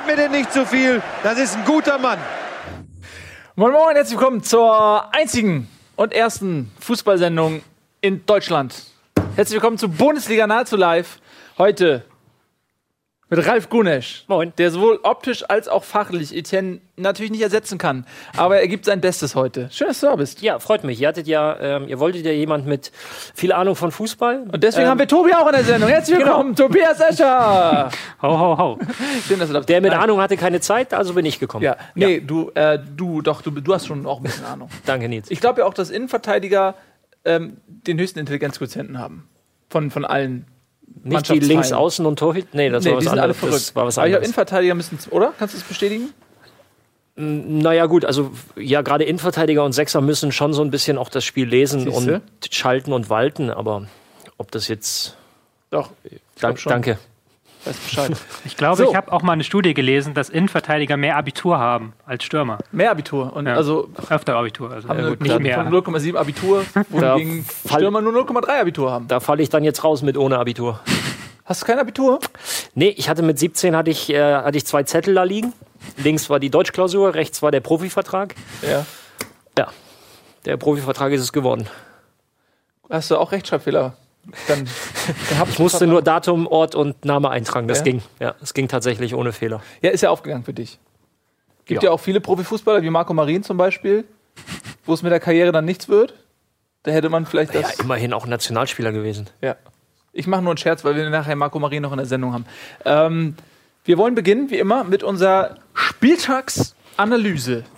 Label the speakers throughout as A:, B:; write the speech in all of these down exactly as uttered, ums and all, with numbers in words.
A: mir denn nicht zu viel. Das ist ein guter Mann.
B: Moin Moin, herzlich willkommen zur einzigen und ersten Fußballsendung in Deutschland. Herzlich willkommen zu Bundesliga nahezu live. Heute mit Ralf Gunesch,
C: Moin.
B: Der sowohl optisch als auch fachlich Etienne natürlich nicht ersetzen kann. Aber er gibt sein Bestes heute. Schön, dass du da bist.
C: Ja, freut mich. Ihr hattet ja, ähm, ihr wolltet ja jemand mit viel Ahnung von Fußball.
B: Und deswegen
C: ähm,
B: haben wir Tobi auch in der Sendung. Herzlich willkommen, genau. Tobias Escher.
C: Hau, hau, hau.
B: Schön, dass du da bist.
C: Der mit Ahnung hatte keine Zeit, also bin ich gekommen.
B: Ja, nee, ja. du, äh, du, doch, du, du hast schon auch ein bisschen Ahnung.
C: Danke, Nils.
B: Ich glaube ja auch, dass Innenverteidiger ähm, den höchsten Intelligenzquotienten haben. Von, von allen.
C: Nicht die links außen und Torhüter? Nee, das
B: nee,
C: war was
B: die sind
C: anderes.
B: alle verrückt.
C: Das war was
B: Aber ich glaube,
C: anderes.
B: Innenverteidiger müssen, oder? Kannst du das bestätigen?
C: Naja, gut, also ja, gerade Innenverteidiger und Sechser müssen schon so ein bisschen auch das Spiel lesen
B: Siehste?
C: und schalten und walten, aber ob das jetzt.
B: Doch,
C: Dank,
B: schon.
C: Danke.
B: Weiß Bescheid.
D: Ich glaube,
B: So.
D: ich habe auch mal eine Studie gelesen, dass Innenverteidiger mehr Abitur haben als Stürmer.
B: Mehr Abitur. Und
D: Ja.
B: also
D: Öfter Abitur, also
B: haben
D: äh,
B: eine
D: nicht
B: Quote
D: mehr.
B: von null Komma sieben Abitur, wohingegen
C: fall-
B: Stürmer nur null Komma drei Abitur haben.
C: Da falle ich dann jetzt raus mit ohne Abitur.
B: Hast du kein Abitur?
C: Nee, ich hatte mit siebzehn hatte ich, äh, hatte ich zwei Zettel da liegen. Links war die Deutschklausur, rechts war der Profivertrag.
B: Ja.
C: Ja, der Profivertrag ist es geworden.
B: Hast du auch Rechtschreibfehler? Dann, dann hab
C: Ich musste nur Datum, Ort und Name eintragen. Das
B: Ja?
C: ging. Ja, es ging tatsächlich ohne Fehler.
B: Ja, ist ja aufgegangen für dich. Gibt ja,
C: Ja.
B: auch viele Profifußballer, wie Marco Marin zum Beispiel, wo es mit der Karriere dann nichts wird. Da hätte man vielleicht
C: Ja,
B: das.
C: immerhin auch Nationalspieler gewesen.
B: Ja. Ich mache nur einen Scherz, weil wir nachher Marco Marin noch in der Sendung haben. Ähm, wir wollen beginnen, wie immer, mit unserer Spieltagsanalyse.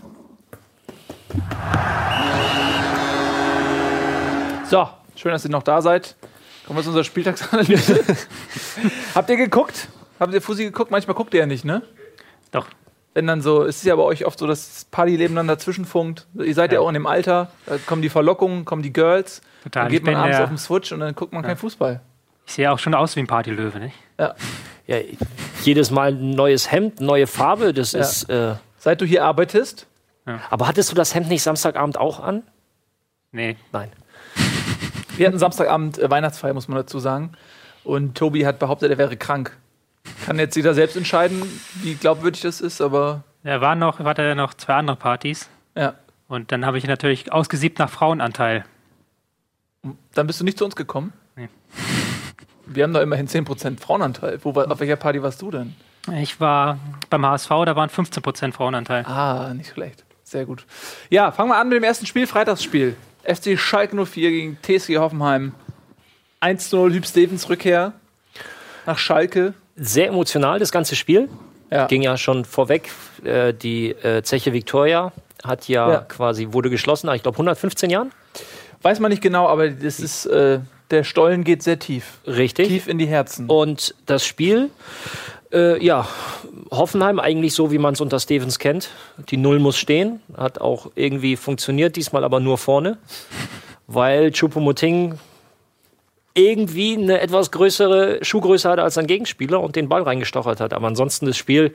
B: So, schön, dass ihr noch da seid. Kommen wir zu unserer Spieltagsanalyse. Habt ihr geguckt? Habt ihr Fusi geguckt? Manchmal guckt ihr ja nicht, ne?
D: Doch.
B: Wenn dann so, es ist ja bei euch oft so, dass das Partyleben dann dazwischen funkt. Ihr seid ja,
D: Ja.
B: auch in dem Alter, da kommen die Verlockungen, kommen die Girls.
D: Total.
B: Dann geht
D: Ich
B: man
D: bin
B: abends
D: der-
B: auf den Switch und dann guckt man keinen Fußball.
D: Ich sehe auch schon aus wie ein Partylöwe, nicht?
B: Ja.
C: Ja, jedes Mal ein neues Hemd, neue Farbe. Das
B: Ja.
C: ist. Äh,
B: Seit du hier arbeitest,
C: aber hattest du das Hemd nicht Samstagabend auch an?
D: Nee.
C: Nein.
B: wir hatten Samstagabend äh, Weihnachtsfeier, muss man dazu sagen. Und Tobi hat behauptet, er wäre krank. Kann jetzt jeder selbst entscheiden, wie glaubwürdig das ist, aber
D: Er war noch, hatte ja noch zwei andere Partys.
B: ja.
D: Und dann habe ich natürlich ausgesiebt nach Frauenanteil.
B: Dann bist du nicht zu uns gekommen.
D: Nee.
B: Wir haben doch immerhin zehn Prozent Frauenanteil. Wo, war- auf welcher Party warst du denn?
D: Ich war beim H S V, da waren fünfzehn Prozent Frauenanteil.
B: Ah, nicht schlecht. Sehr gut. Ja, fangen wir an mit dem ersten Spiel, Freitagsspiel. F C Schalke null vier gegen T S G Hoffenheim. eins zu null, Hüb Stevens Rückkehr nach Schalke.
C: Sehr emotional, das ganze Spiel.
B: Ja.
C: Ging ja schon vorweg. Äh, die äh, Zeche Victoria hat ja,
B: Ja.
C: quasi, wurde geschlossen nach, ich glaube, hundertfünfzehn Jahren.
B: Weiß man nicht genau, aber das ist, äh, der Stollen geht sehr tief.
C: Richtig.
B: Tief in die Herzen.
C: Und das Spiel, äh, ja, Hoffenheim eigentlich so, wie man es unter Stevens kennt. Die Null muss stehen. Hat auch irgendwie funktioniert, diesmal aber nur vorne. Weil Choupo-Moting irgendwie eine etwas größere Schuhgröße hatte als sein Gegenspieler und den Ball reingestochert hat. Aber ansonsten das Spiel,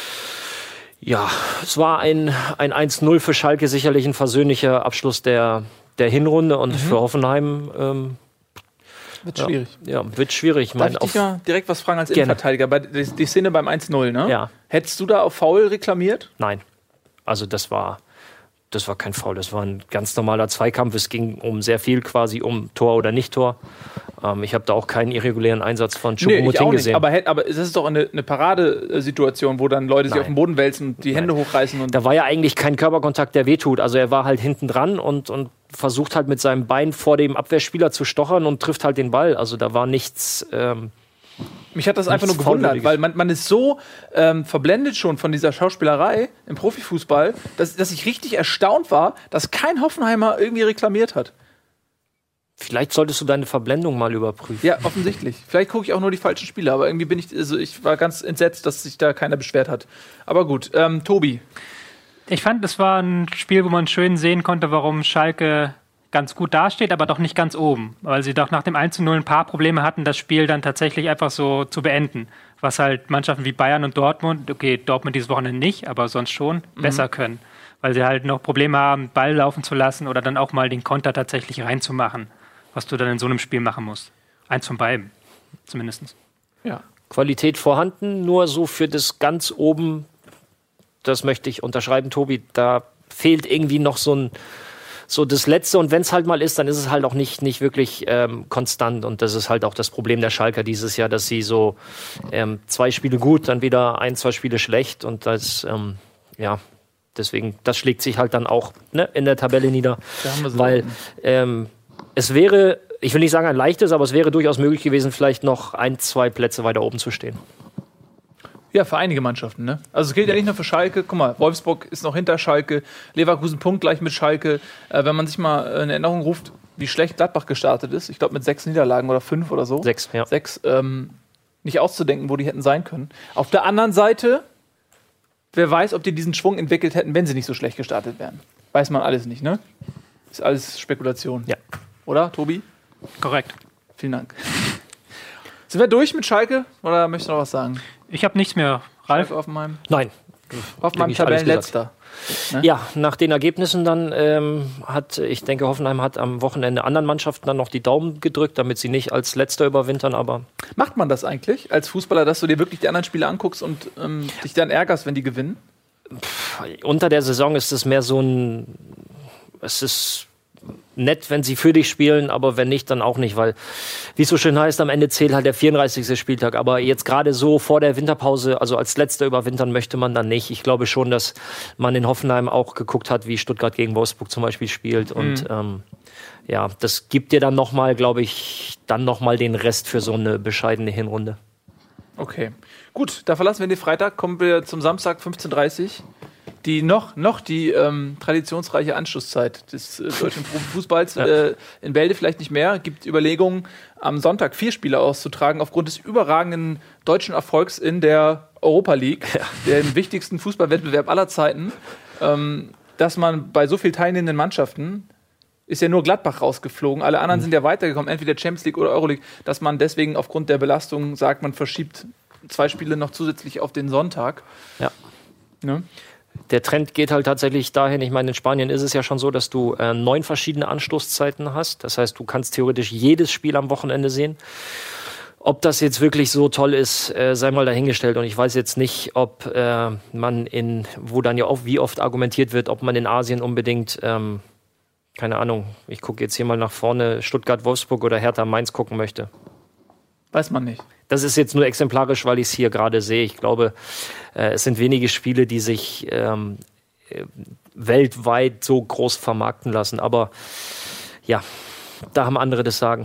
C: ja, es war ein, ein eins null für Schalke, sicherlich ein versöhnlicher Abschluss der, der Hinrunde. Und für Hoffenheim ähm,
B: Wird
C: ja,
B: schwierig.
C: ja, wird schwierig. Ich
B: Darf
C: meine,
B: ich
C: auf,
B: dich mal direkt was fragen als
C: Gerne.
B: Innenverteidiger? Bei, die, die Szene beim eins null, ne?
C: Ja.
B: Hättest du da auf Foul reklamiert?
C: Nein. Also das war, das war kein Foul, das war ein ganz normaler Zweikampf. Es ging um sehr viel quasi um Tor oder Nicht-Tor. Ähm, ich habe da auch keinen irregulären Einsatz von
B: Nee, ich
C: Choupo-Moting
B: auch nicht.
C: gesehen.
B: Aber, hätt- aber es ist doch eine, eine Paradesituation, wo dann Leute sich
C: Nein.
B: auf den Boden wälzen und die Hände hochreißen. Und
C: Da war ja eigentlich kein Körperkontakt, der wehtut. Also er war halt hinten dran und, und versucht halt mit seinem Bein vor dem Abwehrspieler zu stochern und trifft halt den Ball. Also da war nichts. Ähm,
B: mich hat das einfach nur
C: Nichts
B: gewundert,
C: Faulwürdiges.
B: weil man, man ist so ähm, verblendet schon von dieser Schauspielerei im Profifußball, dass, dass ich richtig erstaunt war, dass kein Hoffenheimer irgendwie reklamiert hat.
C: vielleicht solltest du deine Verblendung mal überprüfen.
B: Ja, offensichtlich. Vielleicht gucke ich auch nur die falschen Spiele, aber irgendwie bin ich, also ich war ganz entsetzt, dass sich da keiner beschwert hat. Aber gut, ähm, Tobi.
D: Ich fand, es war ein Spiel, wo man schön sehen konnte, warum Schalke ganz gut dasteht, aber doch nicht ganz oben. Weil sie doch nach dem eins zu null ein paar Probleme hatten, das Spiel dann tatsächlich einfach so zu beenden. Was halt Mannschaften wie Bayern und Dortmund, okay, Dortmund dieses Wochenende nicht, aber sonst schon, mhm. besser können. Weil sie halt noch Probleme haben, Ball laufen zu lassen oder dann auch mal den Konter tatsächlich reinzumachen, was du dann in so einem Spiel machen musst. Eins von beiden, zumindest.
B: Ja.
C: Qualität vorhanden, nur so für das ganz oben, das möchte ich unterschreiben, Tobi, da fehlt irgendwie noch so ein so das Letzte, und wenn es halt mal ist, dann ist es halt auch nicht, nicht wirklich ähm, konstant, und das ist halt auch das Problem der Schalker dieses Jahr, dass sie so ähm, zwei Spiele gut, dann wieder ein, zwei Spiele schlecht, und das, ähm, ja, deswegen, das schlägt sich halt dann auch, ne, in der Tabelle nieder, weil ähm, es wäre, ich will nicht sagen ein leichtes, aber es wäre durchaus möglich gewesen, vielleicht noch ein, zwei Plätze weiter oben zu stehen.
B: Ja, für einige Mannschaften, ne? Also es gilt ja nicht nur für Schalke. Guck mal, Wolfsburg ist noch hinter Schalke, Leverkusen punktgleich mit Schalke. Äh, wenn man sich mal in Erinnerung ruft, wie schlecht Gladbach gestartet ist, ich glaube mit sechs Niederlagen oder fünf oder so.
C: Sechs, ja.
B: Sechs, ähm, nicht auszudenken, wo die hätten sein können. Auf der anderen Seite, wer weiß, ob die diesen Schwung entwickelt hätten, wenn sie nicht so schlecht gestartet wären. Weiß man alles nicht, ne? Ist alles Spekulation.
C: Ja.
B: Oder, Tobi?
D: Korrekt.
B: Vielen Dank. Sind wir durch mit Schalke oder möchtest du noch was sagen?
D: Ich habe nichts mehr. Ralf?
B: Schalke auf meinem,
C: Nein.
B: auf meinem
C: ich alles
B: Tabellenletzter. Ne?
C: Ja, nach den Ergebnissen dann ähm, hat, ich denke, Hoffenheim hat am Wochenende anderen Mannschaften dann noch die Daumen gedrückt, damit sie nicht als Letzter überwintern, aber...
B: Macht man das eigentlich als Fußballer, dass du dir wirklich die anderen Spiele anguckst und ähm, dich dann ärgerst, wenn die gewinnen?
C: Pff, unter der Saison ist es mehr so ein... Es ist nett, wenn sie für dich spielen, aber wenn nicht, dann auch nicht, weil, wie es so schön heißt, am Ende zählt halt der vierunddreißigste Spieltag, aber jetzt gerade so vor der Winterpause, also als Letzter überwintern möchte man dann nicht. Ich glaube schon, dass man in Hoffenheim auch geguckt hat, wie Stuttgart gegen Wolfsburg zum Beispiel spielt, und
B: Mhm.
C: ähm, ja, das gibt dir dann nochmal, glaube ich, dann nochmal den Rest für so eine bescheidene Hinrunde.
B: Okay, gut, da verlassen wir den Freitag, kommen wir zum Samstag fünfzehn Uhr dreißig. Die noch, noch die ähm, traditionsreiche Anschlusszeit des äh, deutschen Fußballs.
C: Ja.
B: Äh, in Bälde vielleicht nicht mehr. Gibt Überlegungen, am Sonntag vier Spiele auszutragen, aufgrund des überragenden deutschen Erfolgs in der Europa League, ja. dem wichtigsten Fußballwettbewerb aller Zeiten. Ähm, dass man bei so viel teilnehmenden Mannschaften, ist ja nur Gladbach rausgeflogen, alle anderen mhm. sind ja weitergekommen, entweder Champions League oder Euroleague, dass man deswegen aufgrund der Belastung sagt, man verschiebt zwei Spiele noch zusätzlich auf den Sonntag.
C: Ja.
B: Ne?
C: Der Trend geht halt tatsächlich dahin, ich meine, in Spanien ist es ja schon so, dass du äh, neun verschiedene Anstoßzeiten hast. Das heißt, du kannst theoretisch jedes Spiel am Wochenende sehen. Ob das jetzt wirklich so toll ist, äh, sei mal dahingestellt. Und ich weiß jetzt nicht, ob äh, man in, wo dann ja auch wie oft argumentiert wird, ob man in Asien unbedingt, ähm, keine Ahnung, ich gucke jetzt hier mal nach vorne, Stuttgart, Wolfsburg oder Hertha Mainz gucken möchte.
B: Weiß man nicht.
C: Das ist jetzt nur exemplarisch, weil ich es hier gerade sehe. Ich glaube, äh, es sind wenige Spiele, die sich ähm, äh, weltweit so groß vermarkten lassen. Aber ja, da haben andere das Sagen.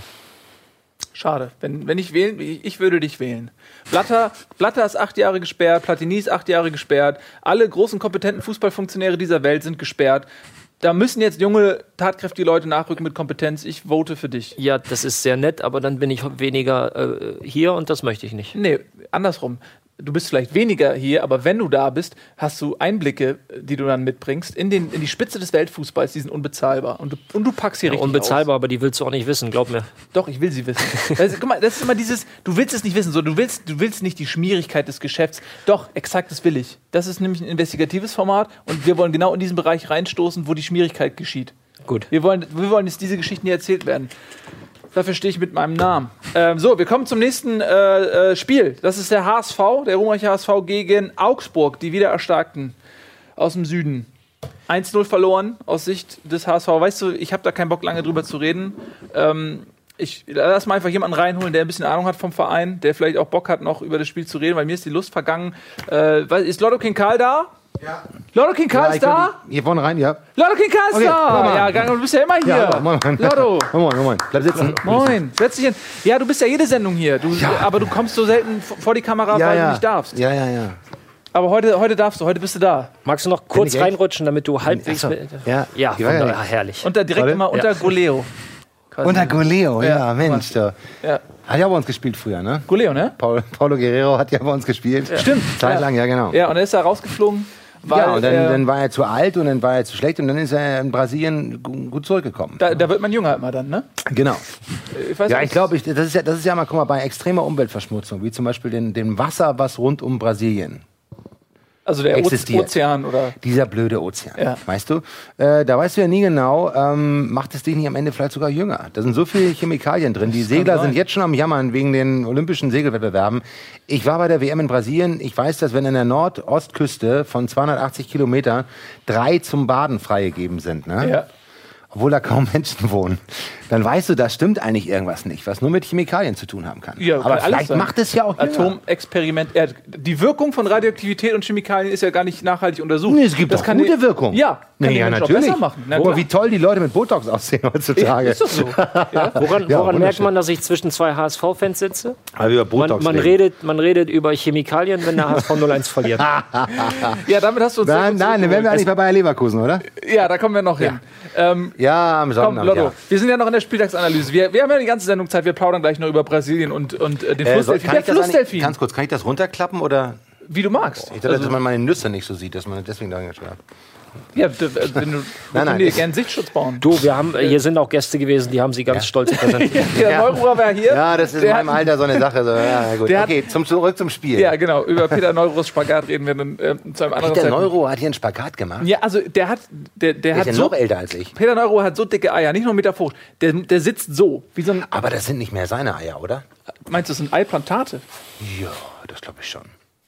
B: Schade. Wenn, wenn ich wählen, ich würde dich wählen. Blatter, Blatter ist acht Jahre gesperrt, Platini ist acht Jahre gesperrt. Alle großen, kompetenten Fußballfunktionäre dieser Welt sind gesperrt. Da müssen jetzt junge, tatkräftige Leute nachrücken mit Kompetenz. Ich vote für dich.
C: Ja, das ist sehr nett, aber dann bin ich weniger äh, hier, und das möchte ich nicht.
B: Nee, andersrum. Du bist vielleicht weniger hier, aber wenn du da bist, hast du Einblicke, die du dann mitbringst, in, den, in die Spitze des Weltfußballs, die sind unbezahlbar. Und du, und du packst hier
C: Ja,
B: richtig
C: unbezahlbar,
B: aus.
C: aber die willst du auch nicht wissen, glaub mir.
B: Doch, ich will sie wissen. Das ist, guck mal, das ist immer dieses, du willst es nicht wissen, so, du willst, du willst nicht die Schmierigkeit des Geschäfts. Doch, exakt, das will ich. Das ist nämlich ein investigatives Format, und wir wollen genau in diesen Bereich reinstoßen, wo die Schmierigkeit geschieht.
C: Gut.
B: Wir wollen, wir wollen, dass diese Geschichten hier erzählt werden. Dafür stehe ich mit meinem Namen. Ähm, so, wir kommen zum nächsten äh, äh, Spiel. Das ist der H S V, der ruhmreiche H S V gegen Augsburg, die Wiedererstarkten aus dem Süden. eins null verloren aus Sicht des H S V. Weißt du, ich habe da keinen Bock, lange drüber zu reden. Ähm, ich lass mal einfach jemanden reinholen, der ein bisschen Ahnung hat vom Verein, der vielleicht auch Bock hat, noch über das Spiel zu reden, weil mir ist die Lust vergangen. Äh, ist Lotto King Karl da?
A: Ja.
B: Lotto King Karl
A: Ja,
B: ist da?
A: Hier vorne rein, ja.
B: Lotto King Karl ist
A: Okay,
B: da!
A: komm mal.
B: Ja, Gang, du bist ja immer hier.
A: Ja, moin, moin.
B: Lotto.
A: Moin, moin, moin. Bleib sitzen.
B: Moin, setz dich hin. Ja, du bist ja jede Sendung hier. Du,
A: Ja.
B: Aber du kommst so selten v- vor die Kamera,
A: Ja,
B: weil
A: ja.
B: du nicht darfst.
A: Ja, ja, ja.
B: Aber heute, heute darfst du, heute bist du da.
C: Magst du noch kurz
A: ich echt?
C: reinrutschen, damit du halbwegs...
A: Ach so.
C: mit-
A: Ja.
C: ja,
A: Die war ja
C: wunderbar,
A: nicht.
C: herrlich.
B: Und da direkt
A: Warte.
B: immer unter
C: Ja.
B: Goleo. Quasi.
A: Unter Goleo, ja,
B: Ja,
A: Mensch. Der.
B: Ja.
A: Hat ja bei uns gespielt früher, ne?
B: Goleo, ne?
A: Paul, Paulo Guerrero hat ja bei uns gespielt.
B: Stimmt.
A: Zeitlang, ja, genau.
B: Ja, und er ist da rausgeflogen. Weil,
A: Ja, und dann,
B: äh,
A: dann war er zu alt und dann war er zu schlecht und dann ist er in Brasilien gu- gut zurückgekommen.
B: da, da wird man jünger immer dann, ne?
A: Genau.
B: Ich weiß
A: Ja,
B: nicht.
A: ich glaube, ich, das, ist ja, das ist ja mal, guck mal, bei extremer Umweltverschmutzung, wie zum Beispiel dem, dem Wasser, was rund um Brasilien
B: Also der
A: existiert.
B: Ozean oder...
A: Dieser blöde Ozean,
B: Ja.
A: weißt du? Äh, da weißt du ja nie genau, ähm, macht es dich nicht am Ende vielleicht sogar jünger. Da sind so viele Chemikalien drin. Die Segler sind jetzt schon am Jammern wegen den olympischen Segelwettbewerben. Ich war bei der W M in Brasilien. Ich weiß, dass wenn an der Nordostküste von zweihundertachtzig Kilometern drei zum Baden freigegeben sind, ne?
B: Ja.
A: Obwohl da kaum Menschen wohnen, dann weißt du, da stimmt eigentlich irgendwas nicht, was nur mit Chemikalien zu tun haben kann.
B: Ja,
A: aber
B: kann alles
A: vielleicht
B: sein.
A: macht es ja auch jünger.
B: Atomexperiment. Ja, die Wirkung von Radioaktivität und Chemikalien ist ja gar nicht nachhaltig untersucht.
A: Nee, es gibt
B: das
A: auch
B: kann
A: gute
B: die,
A: Wirkung.
B: Ja, kann
A: nee,
B: den
A: ja,
B: Menschen auch
A: natürlich.
B: besser machen. Na,
A: Oh,
B: klar.
A: wie toll die Leute mit Botox aussehen heutzutage.
B: Ist doch so. Ja.
C: Woran,
A: Ja,
C: woran merkt
A: wunderschön.
C: man, dass ich zwischen zwei H S V-Fans sitze?
A: Aber über Botox
C: Man, man,
A: reden.
C: redet, man redet über Chemikalien, wenn der H S V null eins verliert.
B: Ja, damit hast du uns sehr
A: Nein,
B: gut
A: nein, dann wären wir eigentlich bei Bayer Leverkusen, oder?
B: Ja, da kommen wir noch hin. Ähm,
A: Ja, am
B: komm,
A: Sonntag.
B: Lotto,
A: Ja.
B: wir sind ja noch in der Spieltagsanalyse. Wir, wir haben ja die ganze Sendung Zeit, wir plaudern gleich noch über Brasilien und, und äh, den
A: Äh, soll,
B: Flussdelfin.
A: kann ich
B: Der
A: das eigentlich,
B: Flussdelfin,
A: ganz kurz, kann ich das runterklappen oder?
B: wie du magst.
A: Ich dachte, dass man meine Nüsse nicht so sieht, dass man deswegen da hingeschrieben hat.
B: Ja, d- wenn du, wir
A: nein,
B: können dir
A: ich-
B: gerne Sichtschutz bauen.
C: Du, wir haben, hier sind auch Gäste gewesen, die haben sie ganz stolz präsentiert.
B: Der
A: Ja.
B: Neururer war hier.
A: Ja, das ist in
B: der
A: meinem
B: hat,
A: Alter so eine Sache. So, ja, gut.
B: Der hat-
A: Okay, zum, zurück zum Spiel.
B: Ja, genau. Über Peter Neuruhrs Spagat reden wir dann äh, zu einem anderen
A: Peter
B: Zeitpunkt.
A: Neuro hat hier einen Spagat gemacht.
B: Ja, also der hat, der, der
A: Der ist
B: hat
A: ja
B: so,
A: noch älter als ich.
B: Peter Neuruhr hat so dicke Eier, nicht nur einen Meter hoch. Der, der sitzt so, wie so ein,
A: Aber das sind nicht mehr seine Eier, oder?
B: meinst du, das sind Eiplantate?
A: Ja, das glaube ich schon.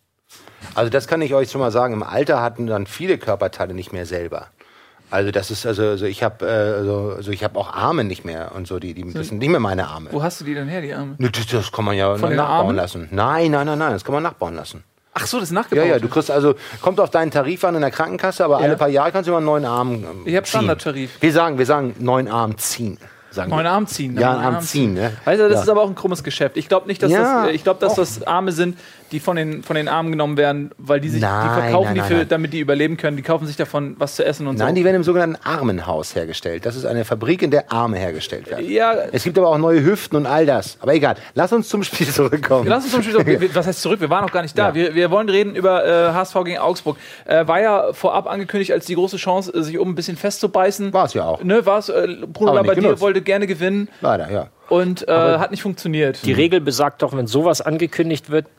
A: Also das kann ich euch schon mal sagen. Im Alter hatten dann viele Körperteile nicht mehr selber. Also das ist also, also ich habe äh, also, also ich habe auch Arme nicht mehr und so die die das sind nicht mehr meine Arme.
B: Wo hast du die denn her, die Arme?
A: Ne, Das, das kann man ja
B: Von den
A: nachbauen
B: Armen?
A: lassen. Nein, nein, nein, nein, das kann man nachbauen lassen.
B: Ach so, das ist
A: Ja,
B: nachgebaut.
A: ja, du kriegst also, kommt auf deinen Tarif an in der Krankenkasse, aber
B: Ja.
A: alle paar Jahre kannst du immer einen neuen Arm ähm,
B: Ich hab
A: ziehen.
B: Standardtarif.
A: Wir sagen, wir sagen neuen Arm ziehen. Sagen
B: Neuen
A: wir.
B: Arm ziehen.
A: Ja,
B: neuen
A: einen Arm ziehen. Ne?
B: Weißt du, das
A: Ja.
B: ist aber auch ein krummes Geschäft. Ich glaube nicht, dass
A: Ja,
B: das, äh, ich glaube, dass
A: auch.
B: das Arme sind, die von den, von den Armen genommen werden, weil die sich,
A: Nein,
B: die verkaufen
A: nein,
B: die
A: nein,
B: für,
A: nein.
B: damit die überleben können. Die kaufen sich davon was zu essen und
A: Nein,
B: so.
A: die werden im sogenannten Armenhaus hergestellt. Das ist eine Fabrik, in der Arme hergestellt werden.
B: Ja,
A: Es gibt aber auch neue Hüften und all das. Aber egal, lass uns zum Spiel zurückkommen.
B: lass uns zum Schluss, wir- was heißt zurück? Wir waren noch gar nicht da.
A: Ja.
B: Wir, wir wollen reden über äh, H S V gegen Augsburg. Äh, war ja vorab angekündigt als die große Chance, äh, sich um ein bisschen festzubeißen.
A: War es ja auch.
B: Ne, war es. Äh, Bruno
A: Aber nicht
B: Labbadia
A: genutzt.
B: wollte gerne gewinnen
A: Leider, ja.
B: und äh, hat nicht funktioniert.
C: Die Regel besagt doch, wenn sowas angekündigt wird,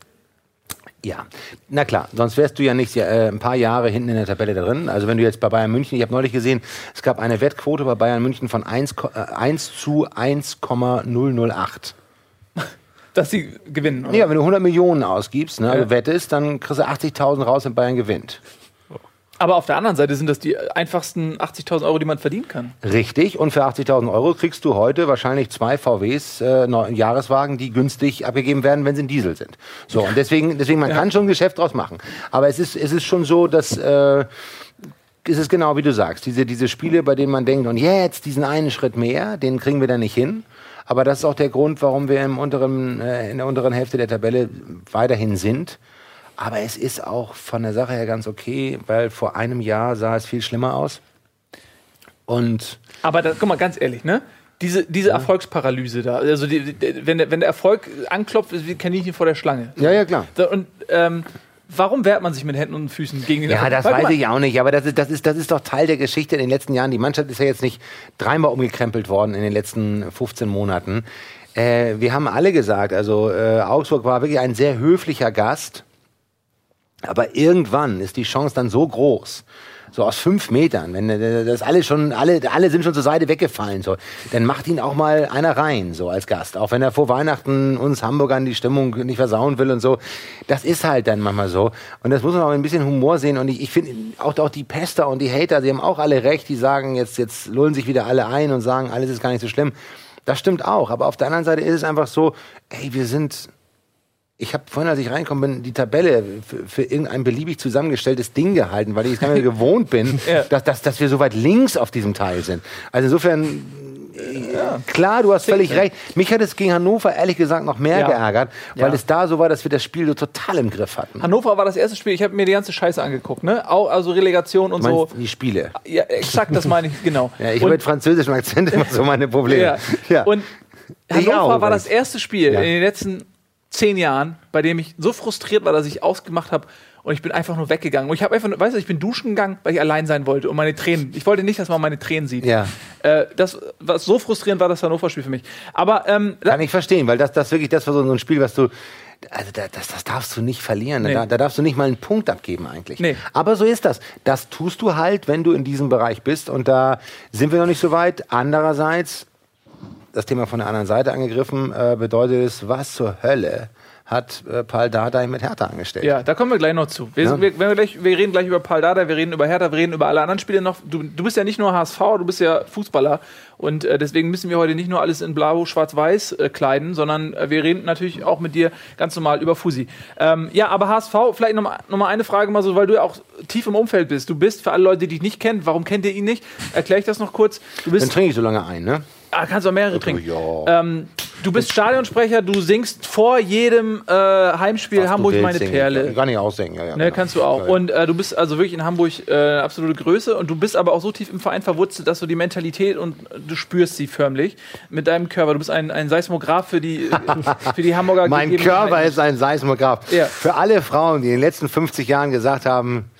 A: Ja, na klar, sonst wärst du ja nicht äh, ein paar Jahre hinten in der Tabelle drin. Also wenn du jetzt bei Bayern München, ich habe neulich gesehen, es gab eine Wettquote bei Bayern München von eins, äh, eins zu eins Komma null null acht.
B: Dass sie gewinnen. oder?
A: Ja, wenn du hundert Millionen ausgibst, ne,
B: Ja.
A: also wettest, dann kriegst du achtzigtausend raus, wenn Bayern gewinnt.
B: Aber auf der anderen Seite sind das die einfachsten achtzigtausend Euro, die man verdienen kann.
A: Richtig, und für achtzigtausend Euro kriegst du heute wahrscheinlich zwei V Ws, äh, neu- Jahreswagen, die günstig abgegeben werden, wenn sie in Diesel sind. So, und deswegen, deswegen man kann schon ein Geschäft draus machen. Aber es ist, es ist schon so, dass äh, es ist genau wie du sagst, diese, diese Spiele, bei denen man denkt, und jetzt diesen einen Schritt mehr, den kriegen wir da nicht hin. Aber das ist auch der Grund, warum wir im unteren, äh, in der unteren Hälfte der Tabelle weiterhin sind. Aber es ist auch von der Sache her ganz okay, weil vor einem Jahr sah es viel schlimmer aus. Und
B: Aber da, guck mal, ganz ehrlich, ne? Diese, diese Erfolgsparalyse da, also die, die, wenn, der, wenn der Erfolg anklopft, ist wie Kaninchen vor der Schlange.
A: ja, ja, klar.
B: So, und ähm, warum wehrt man sich mit Händen und Füßen gegen den
A: Ja,
B: Erfolg?
A: das
B: Weil, guck
A: weiß
B: mal,
A: ich auch nicht, aber das ist, das, ist, das ist doch Teil der Geschichte in den letzten Jahren. Die Mannschaft ist ja jetzt nicht dreimal umgekrempelt worden in den letzten fünfzehn Monaten. Äh, wir haben alle gesagt, also äh, Augsburg war wirklich ein sehr höflicher Gast, aber irgendwann ist die Chance dann so groß, so aus fünf Metern, wenn äh, das alle schon, alle, alle sind schon zur Seite weggefallen, so, dann macht ihn auch mal einer rein, so als Gast. Auch wenn er vor Weihnachten uns Hamburgern die Stimmung nicht versauen will und so. Das ist halt dann manchmal so. Und das muss man auch ein bisschen Humor sehen. Und ich, ich finde, auch, auch die Pester und die Hater, die haben auch alle recht, die sagen, jetzt, jetzt lullen sich wieder alle ein und sagen, alles ist gar nicht so schlimm. Das stimmt auch. Aber auf der anderen Seite ist es einfach so, ey, wir sind... Ich habe vorhin, als ich reinkomme, bin die Tabelle für, für irgendein beliebig zusammengestelltes Ding gehalten, weil ich es gar nicht mehr gewohnt bin,
B: Ja.
A: dass, dass, dass wir so weit links auf diesem Teil sind. Also insofern, äh, klar, du hast völlig recht. Mich hat es gegen Hannover ehrlich gesagt noch mehr
B: Ja.
A: geärgert, weil
B: Ja.
A: es da so war, dass wir das Spiel so total im Griff hatten.
B: Hannover war das erste Spiel, ich habe mir die ganze Scheiße angeguckt, ne? Auch, also Relegation und
A: Du
B: so.
A: meinst die Spiele.
B: Ja, exakt, das meine ich, genau.
A: Ja, ich
B: und,
A: habe mit französischem Akzent immer so meine Probleme.
B: ja.
A: Ja.
B: Und
A: Ich
B: Hannover
A: auch
B: war
A: übrigens.
B: das erste Spiel
A: Ja.
B: in den letzten zehn Jahren, bei dem ich so frustriert war, dass ich ausgemacht habe und ich bin einfach nur weggegangen. Und ich habe einfach, weißt du, ich bin duschen gegangen, weil ich allein sein wollte und meine Tränen. Ich wollte nicht, dass man meine Tränen sieht.
A: Ja.
B: Äh, das, was so frustrierend war, das Hannover-Spiel für mich. Aber ähm,
A: Kann ich verstehen, weil das, das wirklich, das war so ein Spiel, was du, also da, das, das darfst du nicht verlieren.
B: Nee.
A: Da, da darfst du nicht mal einen Punkt abgeben eigentlich.
B: Nee.
A: Aber so ist das. Das tust du halt, wenn du in diesem Bereich bist. Und da sind wir noch nicht so weit. Andererseits, das Thema von der anderen Seite angegriffen, äh, bedeutet es, was zur Hölle hat äh, Pal Dardai mit Hertha angestellt.
B: Ja, da kommen wir gleich noch zu. Wir,
A: Ja.
B: wir, wenn wir, gleich, wir reden gleich über Pal Dardai, wir reden über Hertha, wir reden über alle anderen Spiele noch. Du, du bist ja nicht nur H S V, du bist ja Fußballer. Und äh, deswegen müssen wir heute nicht nur alles in blau, schwarz-weiß äh, kleiden, sondern äh, wir reden natürlich auch mit dir ganz normal über Fusi. Ähm, ja, aber H S V, vielleicht nochmal noch mal eine Frage mal so, weil du ja auch tief im Umfeld bist. Du bist, für alle Leute, die dich nicht kennen, warum kennt ihr ihn nicht? Erkläre ich das noch kurz. Du bist
A: Dann trinke ich so lange ein, ne?
B: Ah, kannst du auch mehrere trinken.
A: Ja.
B: Ähm, du bist Stadionsprecher, du singst vor jedem äh, Heimspiel
A: Was
B: Hamburg
A: du willst,
B: meine
A: singen.
B: Perle.
A: Gar nicht ausdenken. Ja, ja,
B: Ne,
A: genau.
B: kannst du auch.
A: Ja, ja.
B: Und äh, du bist also wirklich in Hamburg äh, eine absolute Größe und du bist aber auch so tief im Verein verwurzelt, dass du die Mentalität und du spürst sie förmlich mit deinem Körper. Du bist ein, ein Seismograph für die, für die Hamburger
A: Mein
B: Gegebenheiten.
A: Körper ist ein Seismograph.
B: Ja.
A: Für alle Frauen, die in den letzten fünfzig Jahren gesagt haben,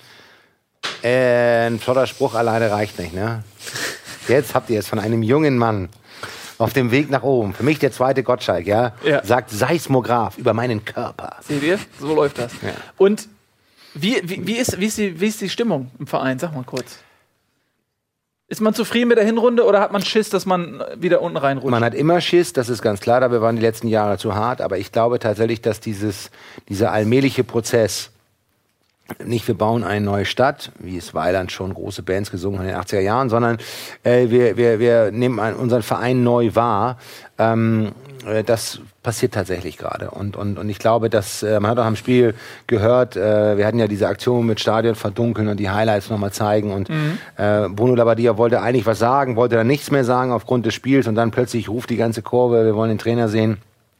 A: äh, ein flotter Spruch alleine reicht nicht, ne? Jetzt habt ihr es von einem jungen Mann auf dem Weg nach oben. Für mich der zweite Gottschalk, ja?
B: Ja.
A: Sagt Seismograph über meinen Körper.
B: Seht ihr? So läuft das.
A: Ja.
B: Und wie, wie, wie, ist, wie, ist die, wie ist die Stimmung im Verein? Sag mal kurz. Ist man zufrieden mit der Hinrunde oder hat man Schiss, dass man wieder unten reinrutscht?
A: Man hat immer Schiss, das ist ganz klar, dafür waren die letzten Jahre zu hart, aber ich glaube tatsächlich, dass dieses, dieser allmähliche Prozess, nicht wir bauen eine neue Stadt, wie es Weiland schon große Bands gesungen haben in den achtziger Jahren, sondern äh, wir, wir, wir nehmen einen, unseren Verein neu wahr. Ähm, äh, das passiert tatsächlich gerade. Und, und, und ich glaube, dass äh, man hat auch am Spiel gehört, äh, wir hatten ja diese Aktion mit Stadion verdunkeln und die Highlights nochmal zeigen. Und
B: Mhm.
A: äh, Bruno Labbadia wollte eigentlich was sagen, wollte dann nichts mehr sagen aufgrund des Spiels und dann plötzlich ruft die ganze Kurve, wir wollen den Trainer sehen.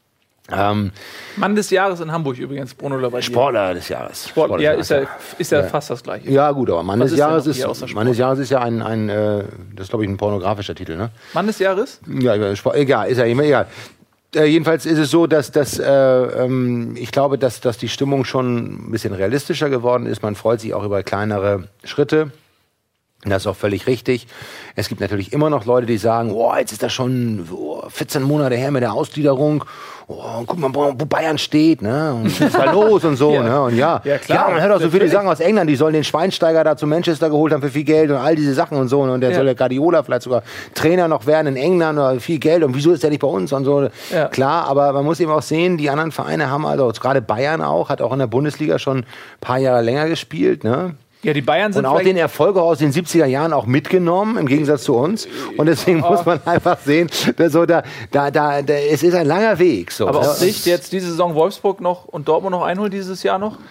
A: Ähm,
B: Mann des Jahres in Hamburg übrigens, Bruno Labbadia.
A: Sportler des Jahres.
B: Sport, ja,
A: des
B: ist ja,
A: Jahres.
B: ist ja
A: Ja.
B: fast das Gleiche.
A: Ja, gut, aber Mann
B: Was
A: des
B: ist denn
A: Jahres
B: noch hier
A: ist,
B: außer Sport?
A: Mann des Jahres ist ja ein, ein äh, das ist glaube ich ein pornografischer Titel, ne?
B: Mann des Jahres?
A: Ja, ja, Sport, egal, ist ja immer egal. Äh, jedenfalls ist es so, dass, dass äh, ähm, ich glaube, dass, dass die Stimmung schon ein bisschen realistischer geworden ist. Man freut sich auch über kleinere Schritte. Das ist auch völlig richtig. Es gibt natürlich immer noch Leute, die sagen, oh, jetzt ist das schon oh, vierzehn Monate her mit der Ausgliederung. Oh, guck mal, wo Bayern steht, ne? Und was ist da los und so,
B: Ja.
A: ne? Und ja,
B: Ja, klar,
A: ja, man hört auch so viele, die
B: natürlich.
A: sagen aus England, die sollen den Schweinsteiger da zu Manchester geholt haben für viel Geld und all diese Sachen und so. Und der
B: Ja.
A: soll der Guardiola vielleicht sogar Trainer noch werden in England oder viel Geld. Und wieso ist der nicht bei uns und so?
B: Ja.
A: Klar, aber man muss eben auch sehen, die anderen Vereine haben also, gerade Bayern auch, hat auch in der Bundesliga schon ein paar Jahre länger gespielt, ne?
B: Ja, die Bayern sind
A: Und auch
B: vielleicht-
A: den Erfolg aus den siebziger Jahren auch mitgenommen, im Gegensatz zu uns. Und deswegen muss man einfach sehen, dass so da, da, da, da, es ist ein langer Weg. So.
B: Aber
A: Ja.
B: auf Sicht jetzt diese Saison Wolfsburg noch und Dortmund noch einholen dieses Jahr noch?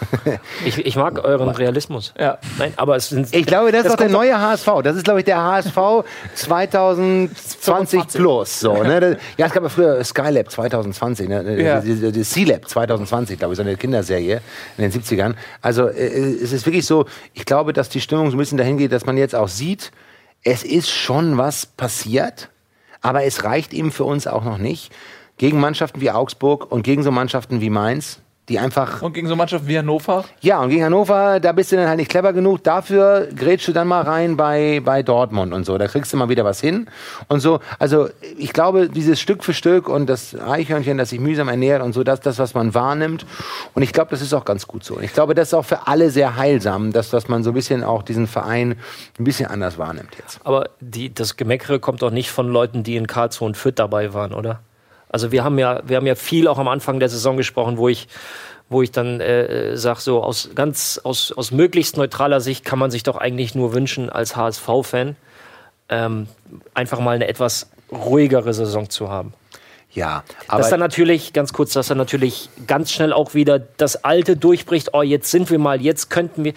C: Ich, ich mag euren Realismus.
B: Ja.
C: Nein, aber es sind.
A: Ich glaube, das, ist
C: das
A: doch der
C: kommt
A: neue H S V. Das ist, glaube ich, der H S V zwanzig zwanzig plus. So, ne? Das, ja, es gab ja früher Skylab zwanzig zwanzig, ne?
B: Ja.
A: Die, die, die C-Lab zwanzig zwanzig, glaube ich, so eine Kinderserie in den siebzigern. Also äh, es ist wirklich so, ich glaube, dass die Stimmung so ein bisschen dahin geht, dass man jetzt auch sieht, es ist schon was passiert, aber es reicht eben für uns auch noch nicht. Gegen Mannschaften wie Augsburg und gegen so Mannschaften wie Mainz, die einfach...
B: Und gegen so Mannschaften wie Hannover?
A: Ja, und gegen Hannover, da bist du dann halt nicht clever genug. Dafür grätschst du dann mal rein bei, bei Dortmund und so. Da kriegst du mal wieder was hin und so. Also ich glaube, dieses Stück für Stück und das Eichhörnchen, das sich mühsam ernährt und so, das ist das, was man wahrnimmt. Und ich glaube, das ist auch ganz gut so. Und ich glaube, das ist auch für alle sehr heilsam, dass, dass man so ein bisschen auch diesen Verein ein bisschen anders wahrnimmt jetzt.
C: Aber die, das Gemeckere kommt doch nicht von Leuten, die in Karlsruhe und Fürth dabei waren, oder? Also wir haben ja, wir haben ja viel auch am Anfang der Saison gesprochen, wo ich, wo ich dann äh, sage, so aus ganz aus, aus möglichst neutraler Sicht kann man sich doch eigentlich nur wünschen, als H S V-Fan ähm, einfach mal eine etwas ruhigere Saison zu haben.
A: Ja,
C: Dass dann natürlich, ganz kurz, dass dann natürlich ganz schnell auch wieder das Alte durchbricht, oh, jetzt sind wir mal, jetzt könnten wir...